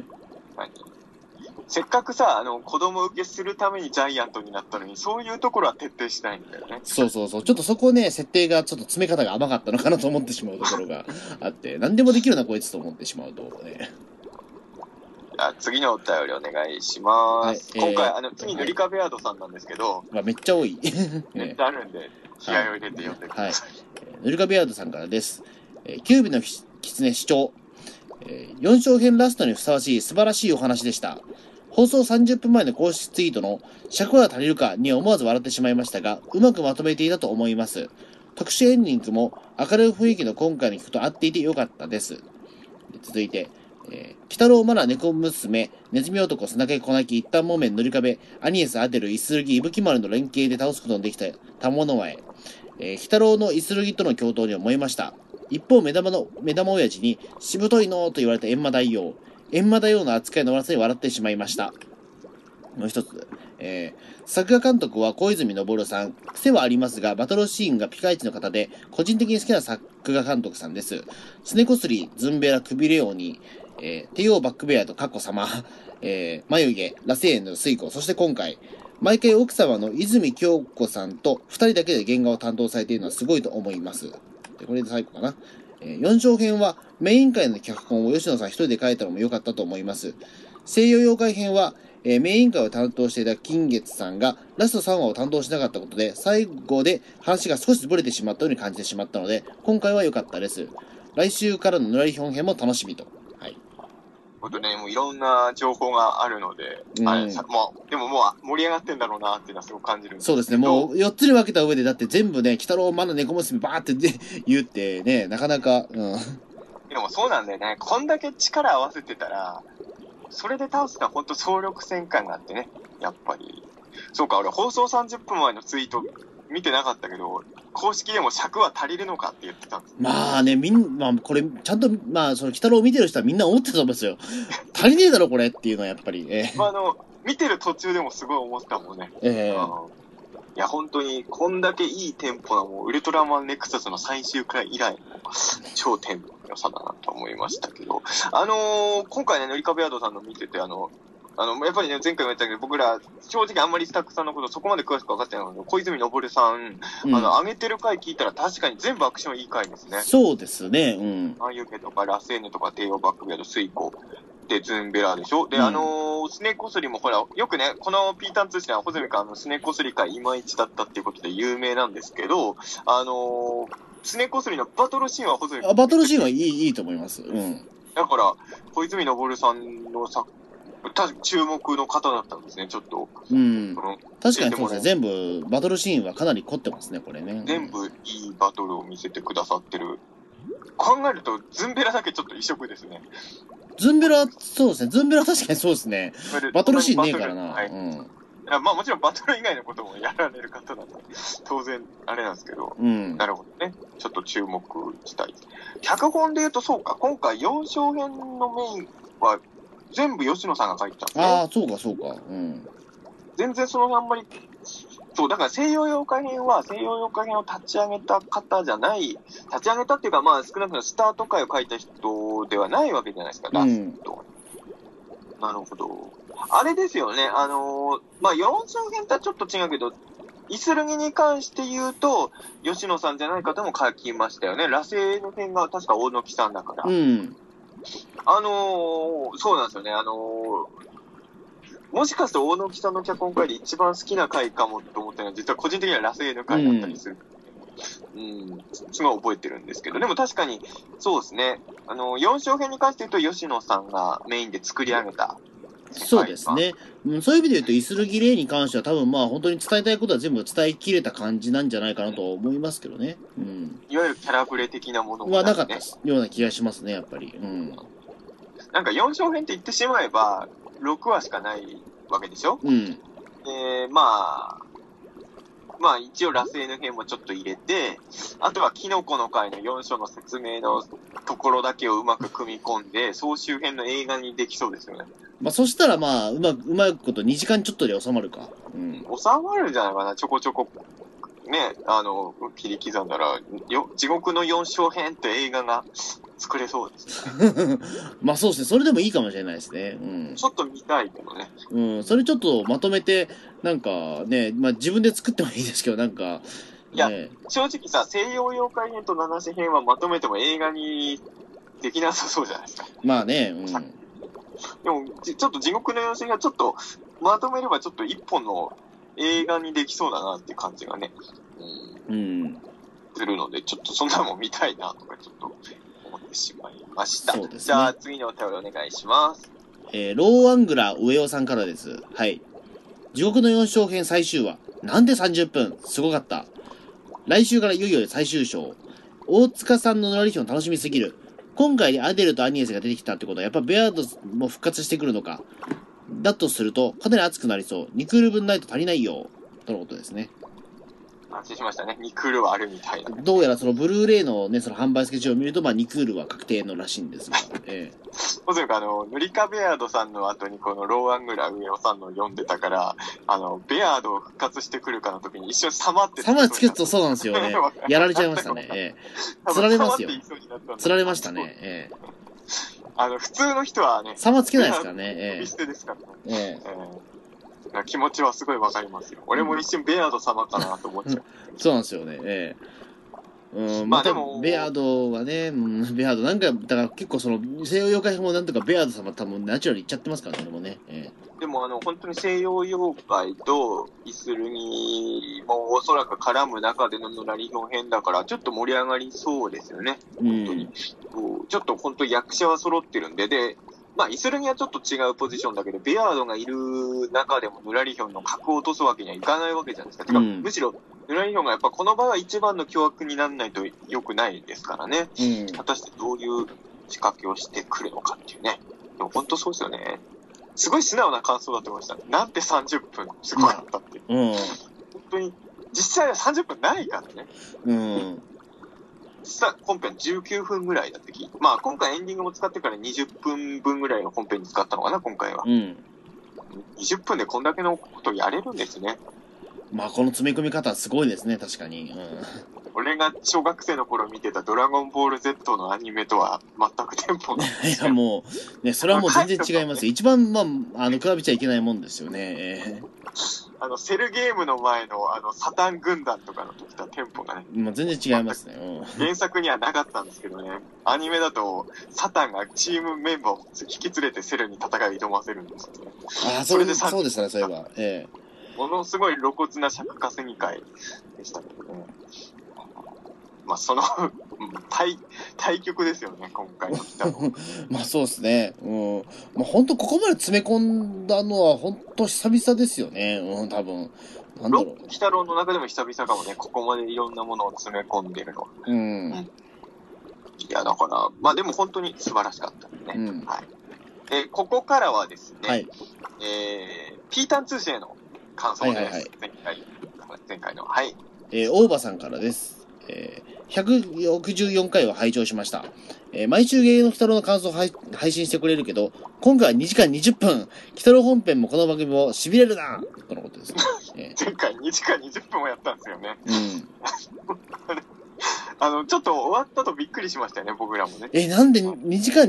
せっかくさ、子供受けするためにジャイアントになったのに、そういうところは徹底しないんだよね。 そう。ちょっとそこね、設定がちょっと詰め方が甘かったのかなと思ってしまうところがあって、何でもできるな、こいつと思ってしまうとね。 次のお便りお願いします。今回、次、塗り壁アードさんなんですけど、 めっちゃ多い。 めっちゃあるんで、気合を入れて読んでください。 塗り壁アードさんからです。キュービの狐視聴。4章編ラストにふさわしい素晴らしいお話でした。放送30分前の公式ツイートの尺は足りるかに思わず笑ってしまいましたが、うまくまとめていたと思います。特殊エンディングも明るい雰囲気の今回の曲と合っていてよかったです。続いて、鬼太郎マナ猫娘、ネズミ男、砂毛小泣き、一旦木綿塗り壁、アニエスアデル、イスルギ、伊吹丸の連携で倒すことのできた玉の前、鬼太郎のイスルギとの共闘に思いました。一方、目玉親父に、しぶといのーと言われた閻魔大王。閻魔大王の扱いの悪さに笑ってしまいました。もう一つ。作画監督は小泉昇さん。癖はありますが、バトルシーンがピカイチの方で、個人的に好きな作画監督さんです。スネコスリ、ズンベラ、クビレオニ、テオバックベアとカッコ様、眉毛、ラセーヌ、スイコ、そして今回、毎回奥様の泉京子さんと二人だけで原画を担当されているのはすごいと思います。でこれで最後かな。4章編はメイン回の脚本を吉野さん一人で書いたのも良かったと思います。西洋妖怪編は、メイン回を担当していた金月さんがラスト3話を担当しなかったことで最後で話が少しブレてしまったように感じてしまったので今回は良かったです。来週からのぬらりひょん編も楽しみと。はい。 ことね、もういろんな情報があるので、でももう盛り上がってんだろうなっていうのはすごく感じるんですけど。 そうですね、もう4つに分けた上で、だって全部ね、鬼太郎まだ猫娘バーって言ってね、なかなか、 でもそうなんだよね。こんだけ力合わせてたら、それで倒すのは本当総力戦感があってね、やっぱり。そうか、俺放送30分前のツイート見てなかったけど、公式でも尺は足りるのかって言ってたんです。 まあね、これ、ちゃんと、その、鬼太郎を見てる人はみんな思ってたと思うんですよ。足りねえだろ、これっていうのはやっぱり。 見てる途中でもすごい思ったもんね。いや、本当に、こんだけいいテンポな、もう、ウルトラマンネクサスの最終回以来の超テンポの良さだなと思いましたけど、今回ね、塗り壁宿さんの見てて、やっぱりね、前回も言ったけど、僕ら、正直あんまりスタッフさんのことそこまで詳しく分かってないので、小泉昇さん、上げてる回聞いたら確かに全部アクションいい回ですね。 そうですね、 あゆけとか、ラセーヌとか、帝王バックビアード、スイコ、で、ズンベラーでしょ。で、スネコスリもほら、よくね、このピータン通信は、ホズミかスネコスリ会いまいちだったっていうことで有名なんですけど、スネコスリのバトルシーンはホズミ。 バトルシーンはいいと思います。 だから、小泉昇さんの注目の方だったんですね、ちょっと。 確かにそうですね。全部、バトルシーンはかなり凝ってますね、これね。 全部いいバトルを見せてくださってる。考えると、ズンベラだけちょっと異色ですね。 ズンベラ、そうですね。ズンベラは確かにそうですね。バトルシーンねえからな。 まあもちろんバトル以外のこともやられる方なんで、当然あれなんですけど、なるほどね。ちょっと注目したい。脚本で言うとそうか、今回4章編のメインは全部吉野さんが書いてたんですね。 ああ、そうか。 全然そのあんまり、そう、だから西洋妖怪編は西洋妖怪編を立ち上げた方じゃない、立ち上げたっていうか、まあ少なくともスタート回を書いた人ではないわけじゃないですか、ラスト。なるほど。あれですよね、まあ4章編とはちょっと違うけど、イスルギに関して言うと、吉野さんじゃない方も書きましたよね。螺星の編が確か大貫さんだから。そうなんですよね。もしかすると大貫さんの脚本回で一番好きな回かもと思ったのは、実は個人的には螺星の回だったりする。すごい覚えてるんですけど、でも確かに、そうですね。4章編に関して言うと、吉野さんがメインで作り上げた。 そうですね。そういう意味で言うと、イスルギレイに関しては多分まあ本当に伝えたいことは全部伝えきれた感じなんじゃないかなと思いますけどね。 いわゆるキャラブレ的なものはなかったような気がしますね、やっぱり。 なんか4章編って言ってしまえば、6話しかないわけでしょ。まあ一応螺星の編もちょっと入れて、あとはキノコの回の4章の説明のところだけをうまく組み込んで、総集編の映画にできそうですよね。 そしたらまあ、うまいこと2時間ちょっとで収まるか。 収まるんじゃないかな、ちょこちょこ。ね、切り刻んだら、地獄の4章編って映画が作れそうですね。 まあそうですね、それでもいいかもしれないですね。 ちょっと見たいけどね。 それちょっとまとめて、なんかね、まあ自分で作ってもいいですけど、なんか、 いや、正直さ、西洋妖怪編と七瀬編はまとめても映画にできなさそうじゃないですか。 まあね、 でも、ちょっと地獄の4章がちょっと、まとめればちょっと一本の映画にできそうだなっていう感じがね、するので、ちょっとそんなもん見たいなとかちょっと思ってしまいました。そうですね。じゃあ次のお便りお願いします。 ローアングラー上尾さんからです。はい。地獄の4章編最終話。なんで30分すごかった。来週からいよいよ最終章。大塚さんのナレーション楽しみすぎる。今回アデルとアニエスが出てきたってことは、やっぱベアードも復活してくるのか。だとすると、かなり熱くなりそう。2クール分ないと足りないよ。とのことですね。 安心しましたね。2クールはあるみたいな。 どうやらそのブルーレイのね、その販売スケジュールを見ると、2クールは確定のらしいんですが。 おそらく塗りかベアードさんの後にこのローアングラー上尾さんの読んでたから、ベアードを復活してくるかの時に一瞬サマってつけるとそうなんですよね。やられちゃいましたね。釣られますよ。釣られましたね。 普通の人はね、 サマつけないですからね。 呼び捨てですからね。気持ちはすごいわかりますよ。俺も一瞬ベアード様かなと思っちゃう。 そうなんですよね。まあでも、ベアードはね、ベアードなんか、だから結構その、西洋妖怪もなんとかベアード様多分ナチュラル言っちゃってますからね、でもね。 でも本当に西洋妖怪とイスルギもおそらく絡む中でののらり表編だから、ちょっと盛り上がりそうですよね。本当に。ちょっと本当役者は揃ってるんで、で、 まあ、イスルにはちょっと違うポジションだけど、ベアードがいる中でもヌラリヒョンの格を落とすわけにはいかないわけじゃないですか。てか、むしろ、ヌラリヒョンがやっぱこの場合は一番の巨悪にならないと良くないですからね。果たしてどういう仕掛けをしてくるのかっていうね。でも本当そうですよね。すごい素直な感想だと思いました。なんて30分すごかったって。本当に、実際は30分ないからね。実際本編19分ぐらいだってまあ今回エンディングも使ってから20分分ぐらいの本編に使ったのかな、今回は。20分でこんだけのことやれるんですね。 まあこの詰め込み方はすごいですね、確かに。 俺が小学生の頃見てたドラゴンボール Z のアニメとは全くテンポが。いやもう、ね、それはもう全然違いますよ。一番、まあ、比べちゃいけないもんですよね。 セルゲームの前のサタン軍団とかの時とはテンポがね。 もう全然違いますね。 原作にはなかったんですけどね。アニメだと、サタンがチームメンバーを引き連れてセルに戦いを挑ませるんですよね。 そうでしたね、そういえば。ものすごい露骨な尺稼ぎ会でしたけどね。まあ、その対局ですよね、今回の北の。 まあ、そうですね。まあ、本当ここまで詰め込んだのは、本当久々ですよね。多分。なんだろう。 鬼太郎の中でも久々かもね、ここまでいろんなものを詰め込んでるの。いや、だから、まあでも本当に素晴らしかったですね。はい。ここからはですね、ピータン通信への感想です。前回の。はい。 大場さんからです。164回を拝聴しました。毎週芸能鬼太郎の感想を配信してくれるけど、今回は2時間20分。鬼太郎本編もこの番組も痺れるなとのことですね。 前回2時間20分をやったんですよね。ちょっと終わったとびっくりしましたよね、僕らもね。 なんで2時間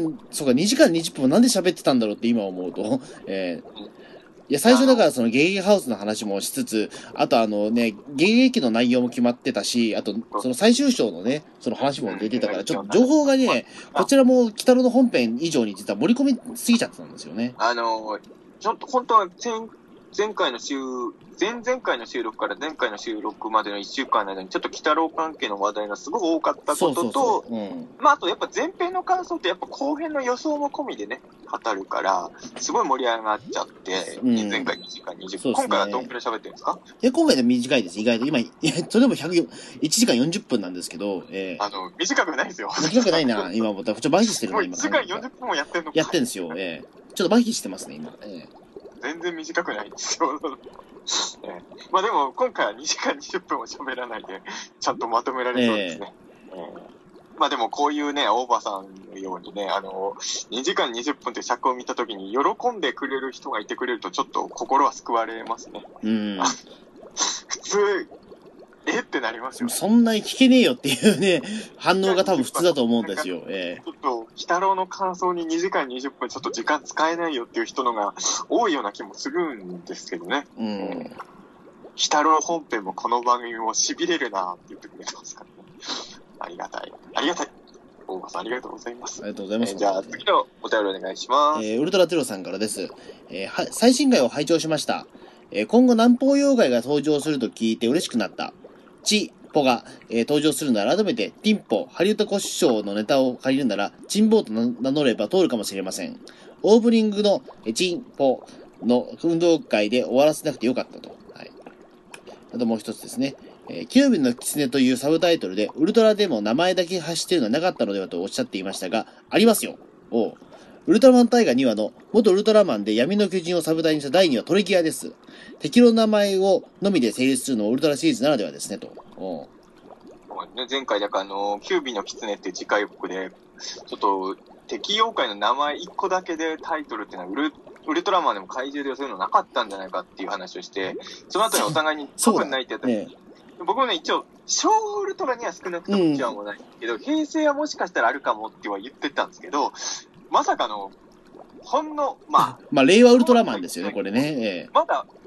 20分もなんで喋ってたんだろうって今思うと。いや、最初だからそのゲゲゲハウスの話もしつつ、あとゲゲゲ期の内容も決まってたし、あとその最終章のね、その話も出てたから、ちょっと情報がね、こちらも鬼太郎の本編以上に実は盛り込みすぎちゃってたんですよね。 ちょっと本当は前々回の収録から前回の収録までの1週間の間にちょっと鬼太郎関係の話題がすごく多かったことと、まああとやっぱ前編の感想ってやっぱ後編の予想も込みでね、語るから、すごい盛り上がっちゃって、前回2時間20分、今回はどんくらい喋ってるんですか？ いや、今回で短いです、意外と。今、それでも1時間40分なんですけど、 短くないですよ。 短くないな、今も。ちょっと麻痺してるな、今。 1時間40分もやってんのか。 やってんですよ、ちょっと麻痺してますね、今。 全然短くないんですよ。まあでも、今回は2時間20分も喋らないで、ちゃんとまとめられそうですね。まあでも、こういうね、大場さんのようにね、2時間20分って尺を見たときに、喜んでくれる人がいてくれると、ちょっと心は救われますね。普通、ってなりますよ、ね。 そんなに聞けねえよっていうね、反応が多分普通だと思うんですよ。 ちょっと、鬼太郎の感想に2時間20分ちょっと時間使えないよっていう人のが多いような気もするんですけどね。鬼太郎本編もこの番組も痺れるなって言ってくれてますからね。ありがたい。大場さんありがとうございます。 ありがとうございます。 じゃあ次のお便りお願いします。 ウルトラテロさんからです。最新回を拝聴しました。今後南方妖怪が登場すると聞いて嬉しくなった。チポが、登場するなら改めてティンポ、ハリウッドコッショーのネタを借りるならチンボーと名乗れば通るかもしれません。オープニングのチンポの運動会で終わらせなくてよかったと。はい。あともう一つですね。キュービの狐というサブタイトルでウルトラでも名前だけ発しているのはなかったのではとおっしゃっていましたが、ありますよ。ウルトラマンタイガー2話の元ウルトラマンで闇の巨人をサブタイにした第2話トレギアです。敵の名前をのみで成立するのはウルトラシリーズならではですね、と。 前回だからキュービの狐っていう次回予告で、ちょっと敵妖怪の名前1個だけでタイトルっていうのはウルトラマンでも怪獣でそういうのなかったんじゃないかっていう話をして、その後にお互いに多分ないってやったら、僕もね、一応、昭和ウルトラには少なくとも1話もないけど、平成はもしかしたらあるかもっては言ってたんですけど、まさかの、まあ、 令和ウルトラマンですよね、これね。 まだ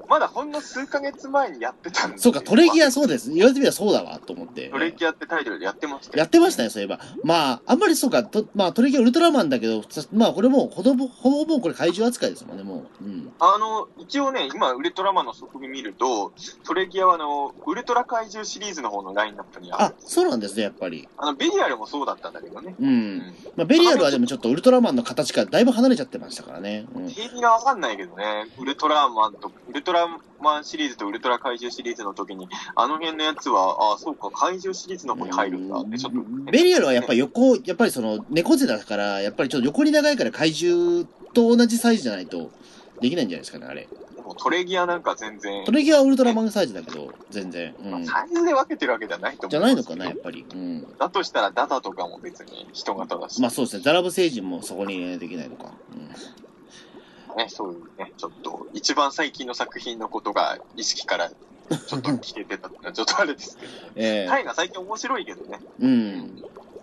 まだほんの数ヶ月前にやってたんで。 そうか、トレギアそうです。言われてみればそうだわ、と思って。 トレギアってタイトルでやってましたよ。 やってましたね、そういえば。まあ、あんまりそうか、まあ、トレギアウルトラマンだけど、まあ、これもう、ほぼこれ怪獣扱いですもんね、もう。うん。 一応ね、今、ウルトラマンの側面見ると、トレギアはウルトラ怪獣シリーズの方のラインナップにある。 あ、そうなんですね、やっぱり。 ベリアルもそうだったんだけどね。 うん。まあ、ベリアルはでもちょっとウルトラマンの形からだいぶ離れちゃってましたからね。 定義がわかんないけどね、ウルトラマンシリーズとウルトラ怪獣シリーズの時に、あの辺のやつは、そうか、怪獣シリーズの方に入るんだって、ちょっと、ね。 ベリアルはやっぱりやっぱりその、猫背だから、やっぱりちょっと横に長いから怪獣と同じサイズじゃないとできないんじゃないですかね、あれ。 でもトレギアなんか全然。 トレギアはウルトラマンサイズだけど、全然。 まあ、サイズで分けてるわけじゃないと思う。 じゃないのかな、やっぱり。うん。 だとしたら、ダダとかも別に人型だし。 まあそうですね、ザラブ星人もそこに入れできないのか。 ね、そういうね、ちょっと、一番最近の作品のことが意識から、ちょっと消えてたってのはちょっとあれですけど、タイが最近面白いけどね。 うん。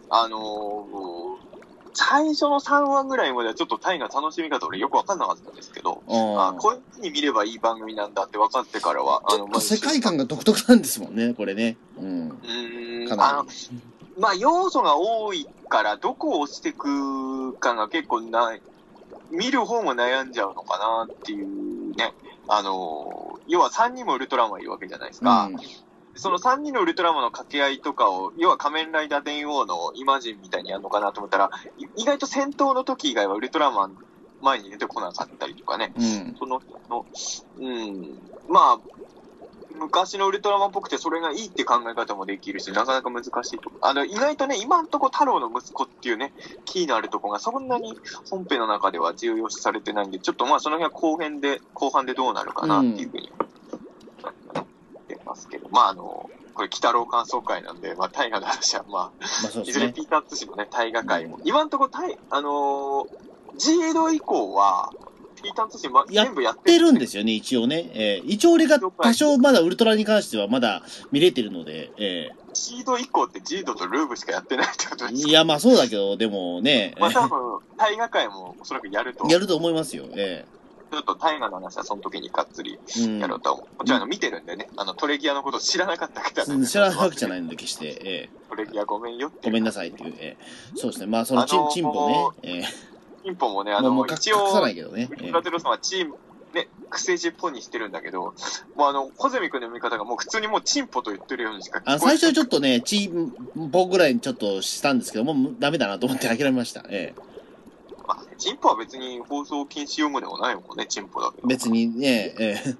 最初の3話ぐらいまではちょっとタイが楽しみ方俺よくわかんなかったんですけど、こういう風に見ればいい番組なんだって分かってからは、 世界観が独特なんですもんね、これね。うん。 まあ、要素が多いから、どこを押していくかが結構見る方も悩んじゃうのかなっていうね。要は3人もウルトラマンいるわけじゃないですか。その3人のウルトラマンの掛け合いとかを、要は仮面ライダー電王のイマジンみたいにやるのかなと思ったら、意外と戦闘の時以外はウルトラマン前に出てこなかったりとかね。まあ、昔のウルトラマンっぽくてそれがいいって考え方もできるし、なかなか難しいと。意外とね、今んとこ太郎の息子っていうね、キーのあるとこがそんなに本編の中では重要視されてないんで、ちょっとまあその辺は後半でどうなるかなっていうふうに思ってますけど、まあこれ、鬼太郎感想会なんで、まあ大河の話はまあ、いずれピータッツ氏のね、大河会も、今んとこジード以降は、ピーター通信全部やってるんですよね、一応ね。一応俺が多少まだウルトラに関してはまだ見れてるので、 シード以降ってジードとルーブしかやってないってことですか？ いや、まあそうだけど、でもね。 まあ多分、大河会もおそらくやると。 やると思いますよ、 ちょっと大河の話はその時にがっつりやろうと思う。もちろん見てるんでね、トレギアのこと知らなかったけど、 知らないわけじゃないので、決して、 トレギアごめんよって。 ごめんなさいっていう、そうですね、まあそのチンポね、 チンポもね、一応、 ウルトラゼロさんはチーム、ね、クセジっぽにしてるんだけど、もう小泉君の読み方がもう普通にもうチンポと言ってるようにしか聞こえない。 最初ちょっとね、チンポぐらいにちょっとしたんですけど、もうダメだなと思って諦めました。 チンポは別に放送禁止用語でもないもんね、チンポだけど。 別にね、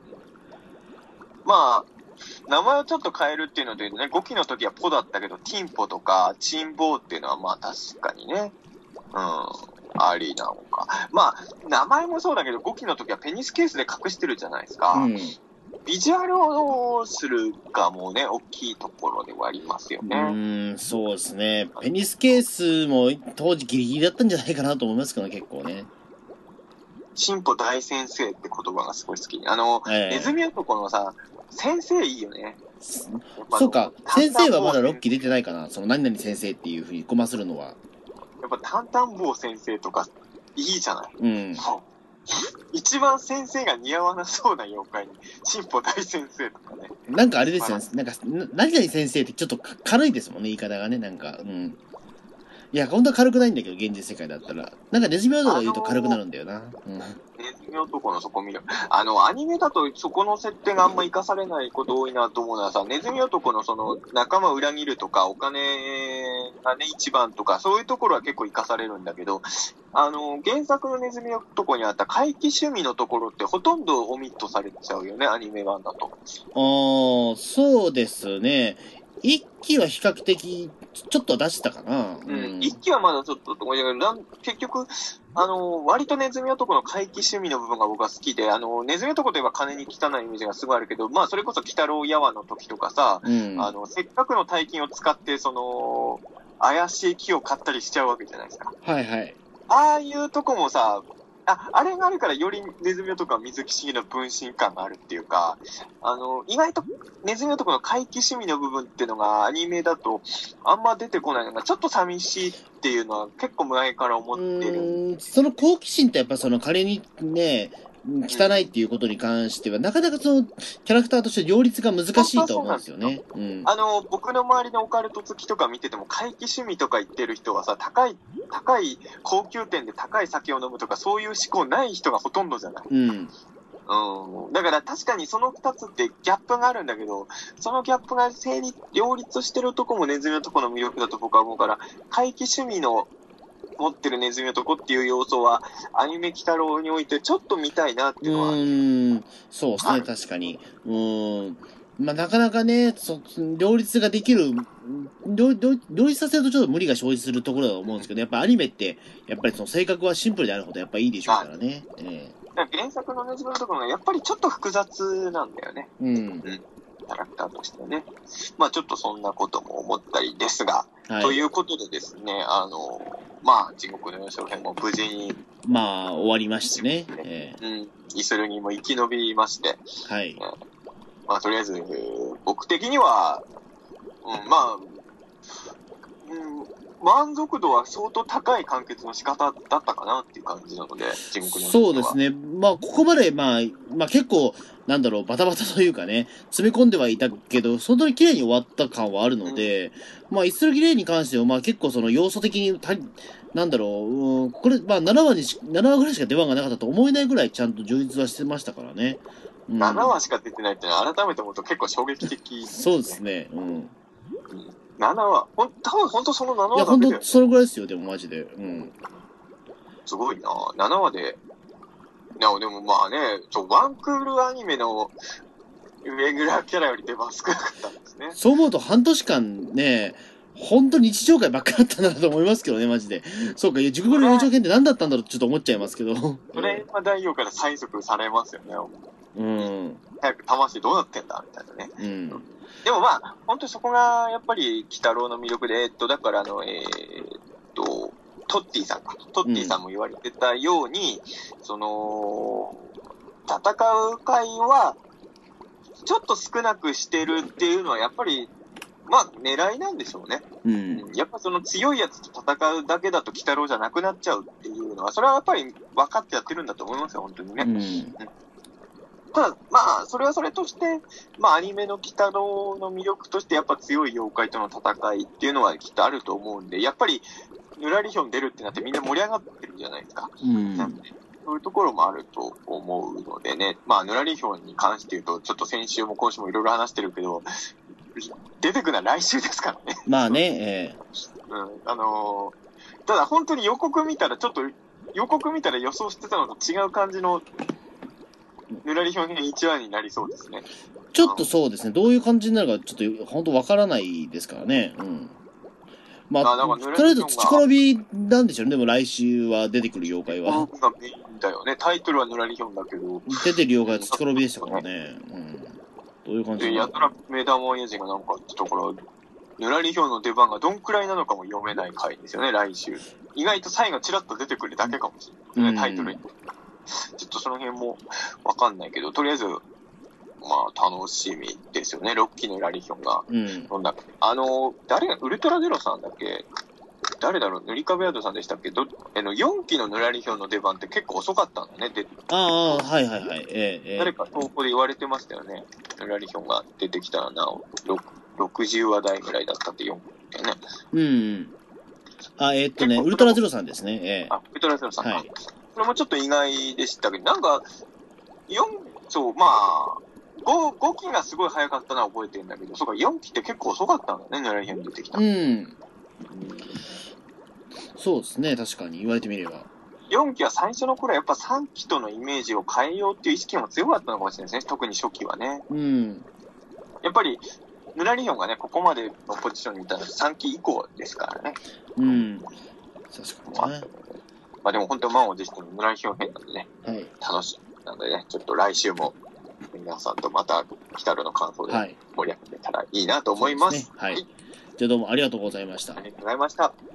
まあ、名前をちょっと変えるっていうのでね、5期の時はポだったけど、ティンポとかチンボーっていうのはまあ確かにね、ありなのか。まあ、名前もそうだけど、5期の時はペニスケースで隠してるじゃないですか。ビジュアルをどうするかもね、大きいところではありますよね。 そうですね。ペニスケースも当時ギリギリだったんじゃないかなと思いますけどね、結構ね。 進歩大先生って言葉がすごい好き。ネズミ男のさ、先生いいよね。 そうか、先生はまだ6期出てないかな。その何々先生っていうふうにコマするのは。 やっぱタンタン坊先生とかいいじゃない。一番先生が似合わなそうな妖怪に、進歩大先生とかね。 なんかあれですよね。なんか、何々先生ってちょっと軽いですもんね、言い方がね。なんか、いや、本当は軽くないんだけど、現実世界だったら。なんかネズミ男が言うと軽くなるんだよな。 ネズミ男のそこ見る。アニメだとそこの設定があんま活かされないこと多いなと思うのはさ、ネズミ男のその仲間を裏切るとか、お金がね、一番とか、そういうところは結構活かされるんだけど、原作のネズミ男にあった怪奇趣味のところってほとんどオミットされちゃうよね、アニメ版だと。 そうですね。一期は比較的、ちょっと出したかな。 一期はまだちょっとと思いながら、結局、割とネズミ男の怪奇趣味の部分が僕は好きで、ネズミ男といえば金に汚いイメージがすごいあるけど、まあ、それこそ鬼太郎ヤワの時とかさ、せっかくの大金を使って、怪しい木を買ったりしちゃうわけじゃないですか。 はいはい。 ああいうとこもさ、あれがあるからよりネズミ男は水木しげの分身感があるっていうか、意外とネズミ男の怪奇趣味の部分っていうのがアニメだとあんま出てこないのがちょっと寂しいっていうのは結構前から思ってる。 その好奇心ってやっぱその仮にね、 汚いっていうことに関しては、なかなかその、キャラクターとして両立が難しいと思うんですよね。 僕の周りのオカルト好きとか見てても、怪奇趣味とか言ってる人はさ、高い高級店で高い酒を飲むとか、そういう思考ない人がほとんどじゃない。だから確かにその2つってギャップがあるんだけど、そのギャップが両立してるとこもネズミのとこの魅力だと僕は思うから、怪奇趣味の持ってるネズミのとこっていう要素は、アニメ鬼太郎においてちょっと見たいなっていうのは。 そうですね、確かに。まあ、なかなかね、両立ができる、両立させるとちょっと無理が生じするところだと思うんですけど、やっぱアニメって、やっぱりその性格はシンプルであるほどやっぱいいでしょうからね。 原作のネズミのところがやっぱりちょっと複雑なんだよね。キャラクターとしてね。まあちょっとそんなことも思ったりですが、ということでですね、まあ地獄の幼少編も無事に、 まあ終わりましてね。 イスルギも生き延びまして、まあとりあえず、僕的には、満足度は相当高い完結の仕方だったかなっていう感じなので、地獄のそうですね。まあ、ここまで、まあ結構、バタバタというかね、詰め込んではいたけど、本当に綺麗に終わった感はあるので、まあ、イスルギレイに関しては、まあ結構その要素的に、これ、まあ7話ぐらいしか出番がなかったと思えないぐらいちゃんと充実はしてましたからね。 7話しか出てないってのは改めて思うと結構衝撃的、 そうですね。 7話多分本当その7話だけいや、本当そのぐらいですよ、でもマジで。 すごいな7話で。でもまあね、ワンクールアニメのレギュラーキャラより出番少なかったんですね。 そう思うと半年間ね、本当に日常会ばっかだったんだと思いますけどね、マジで。そうか、地獄の幼少編って何だったんだろうってちょっと思っちゃいますけど。 それは大王から催促されますよね。早く魂どうなってんだみたいなね。でもまあ、本当にそこがやっぱり鬼太郎の魅力で、だからトッティさんか。トッティさんも言われてたように、戦う回は、ちょっと少なくしてるっていうのはやっぱり、まあ狙いなんでしょうね。やっぱその強いやつと戦うだけだと鬼太郎じゃなくなっちゃうっていうのは、それはやっぱり分かってやってるんだと思いますよ、本当にね。ただ、まあ、それはそれとして、まあ、アニメの鬼太郎の魅力として、やっぱ強い妖怪との戦いっていうのはきっとあると思うんで、やっぱり、ぬらりひょん出るってなってみんな盛り上がってるじゃないですか。そういうところもあると思うのでね、まあ、ぬらりひょんに関して言うと、ちょっと先週も今週もいろいろ話してるけど、出てくるのは来週ですからね。 まあね、 ただ本当に予告見たら予想してたのと違う感じの、ぬらりひょん編1話になりそうですね。 ちょっとそうですね。どういう感じになるか、ちょっと本当わからないですからね。まあ、とりあえず土転びなんでしょうね。でも来週は出てくる妖怪は。 メインだよね。タイトルはぬらりひょんだけど。 出てる妖怪は土転びでしたからね。どういう感じで、やたら目玉親父がなんかってところ、ぬらりひょんの出番がどんくらいなのかも読めない回ですよね、来週。意外と最後チラッと出てくるだけかもしれないね、タイトルに。ちょっとその辺もわかんないけど、とりあえず、まあ楽しみですよね、6期のラリヒョンが。誰が、ウルトラゼロさんだっけ、誰だろう、塗り壁宿さんでしたっけ、4期のヌラリヒョンの出番って結構遅かったんだね、 はいはいはい。 誰か投稿で言われてましたよね。ヌラリヒョンが出てきたらなお、60話台ぐらいだったって4期だよね。 ウルトラゼロさんですね。 ウルトラゼロさんか。はい、それもちょっと意外でしたけど、なんか、まあ、5期がすごい早かったのは覚えてるんだけど、そうか、4期って結構遅かったんだね、ヌラリヒョン出てきた。 そうですね、確かに言われてみれば。 4期は最初の頃はやっぱ3期とのイメージを変えようっていう意識も強かったのかもしれないですね、特に初期はね。やっぱり、ヌラリヒョンがね、ここまでのポジションにいたのは3期以降ですからね。 確かにね。 まあでも本当に満を持してのヌラリヒョン編なんでね、楽しみなのでね、ちょっと来週も皆さんとまた、鬼太郎の感想で盛り上げてたらいいなと思います。 じゃあどうもありがとうございました。 ありがとうございました。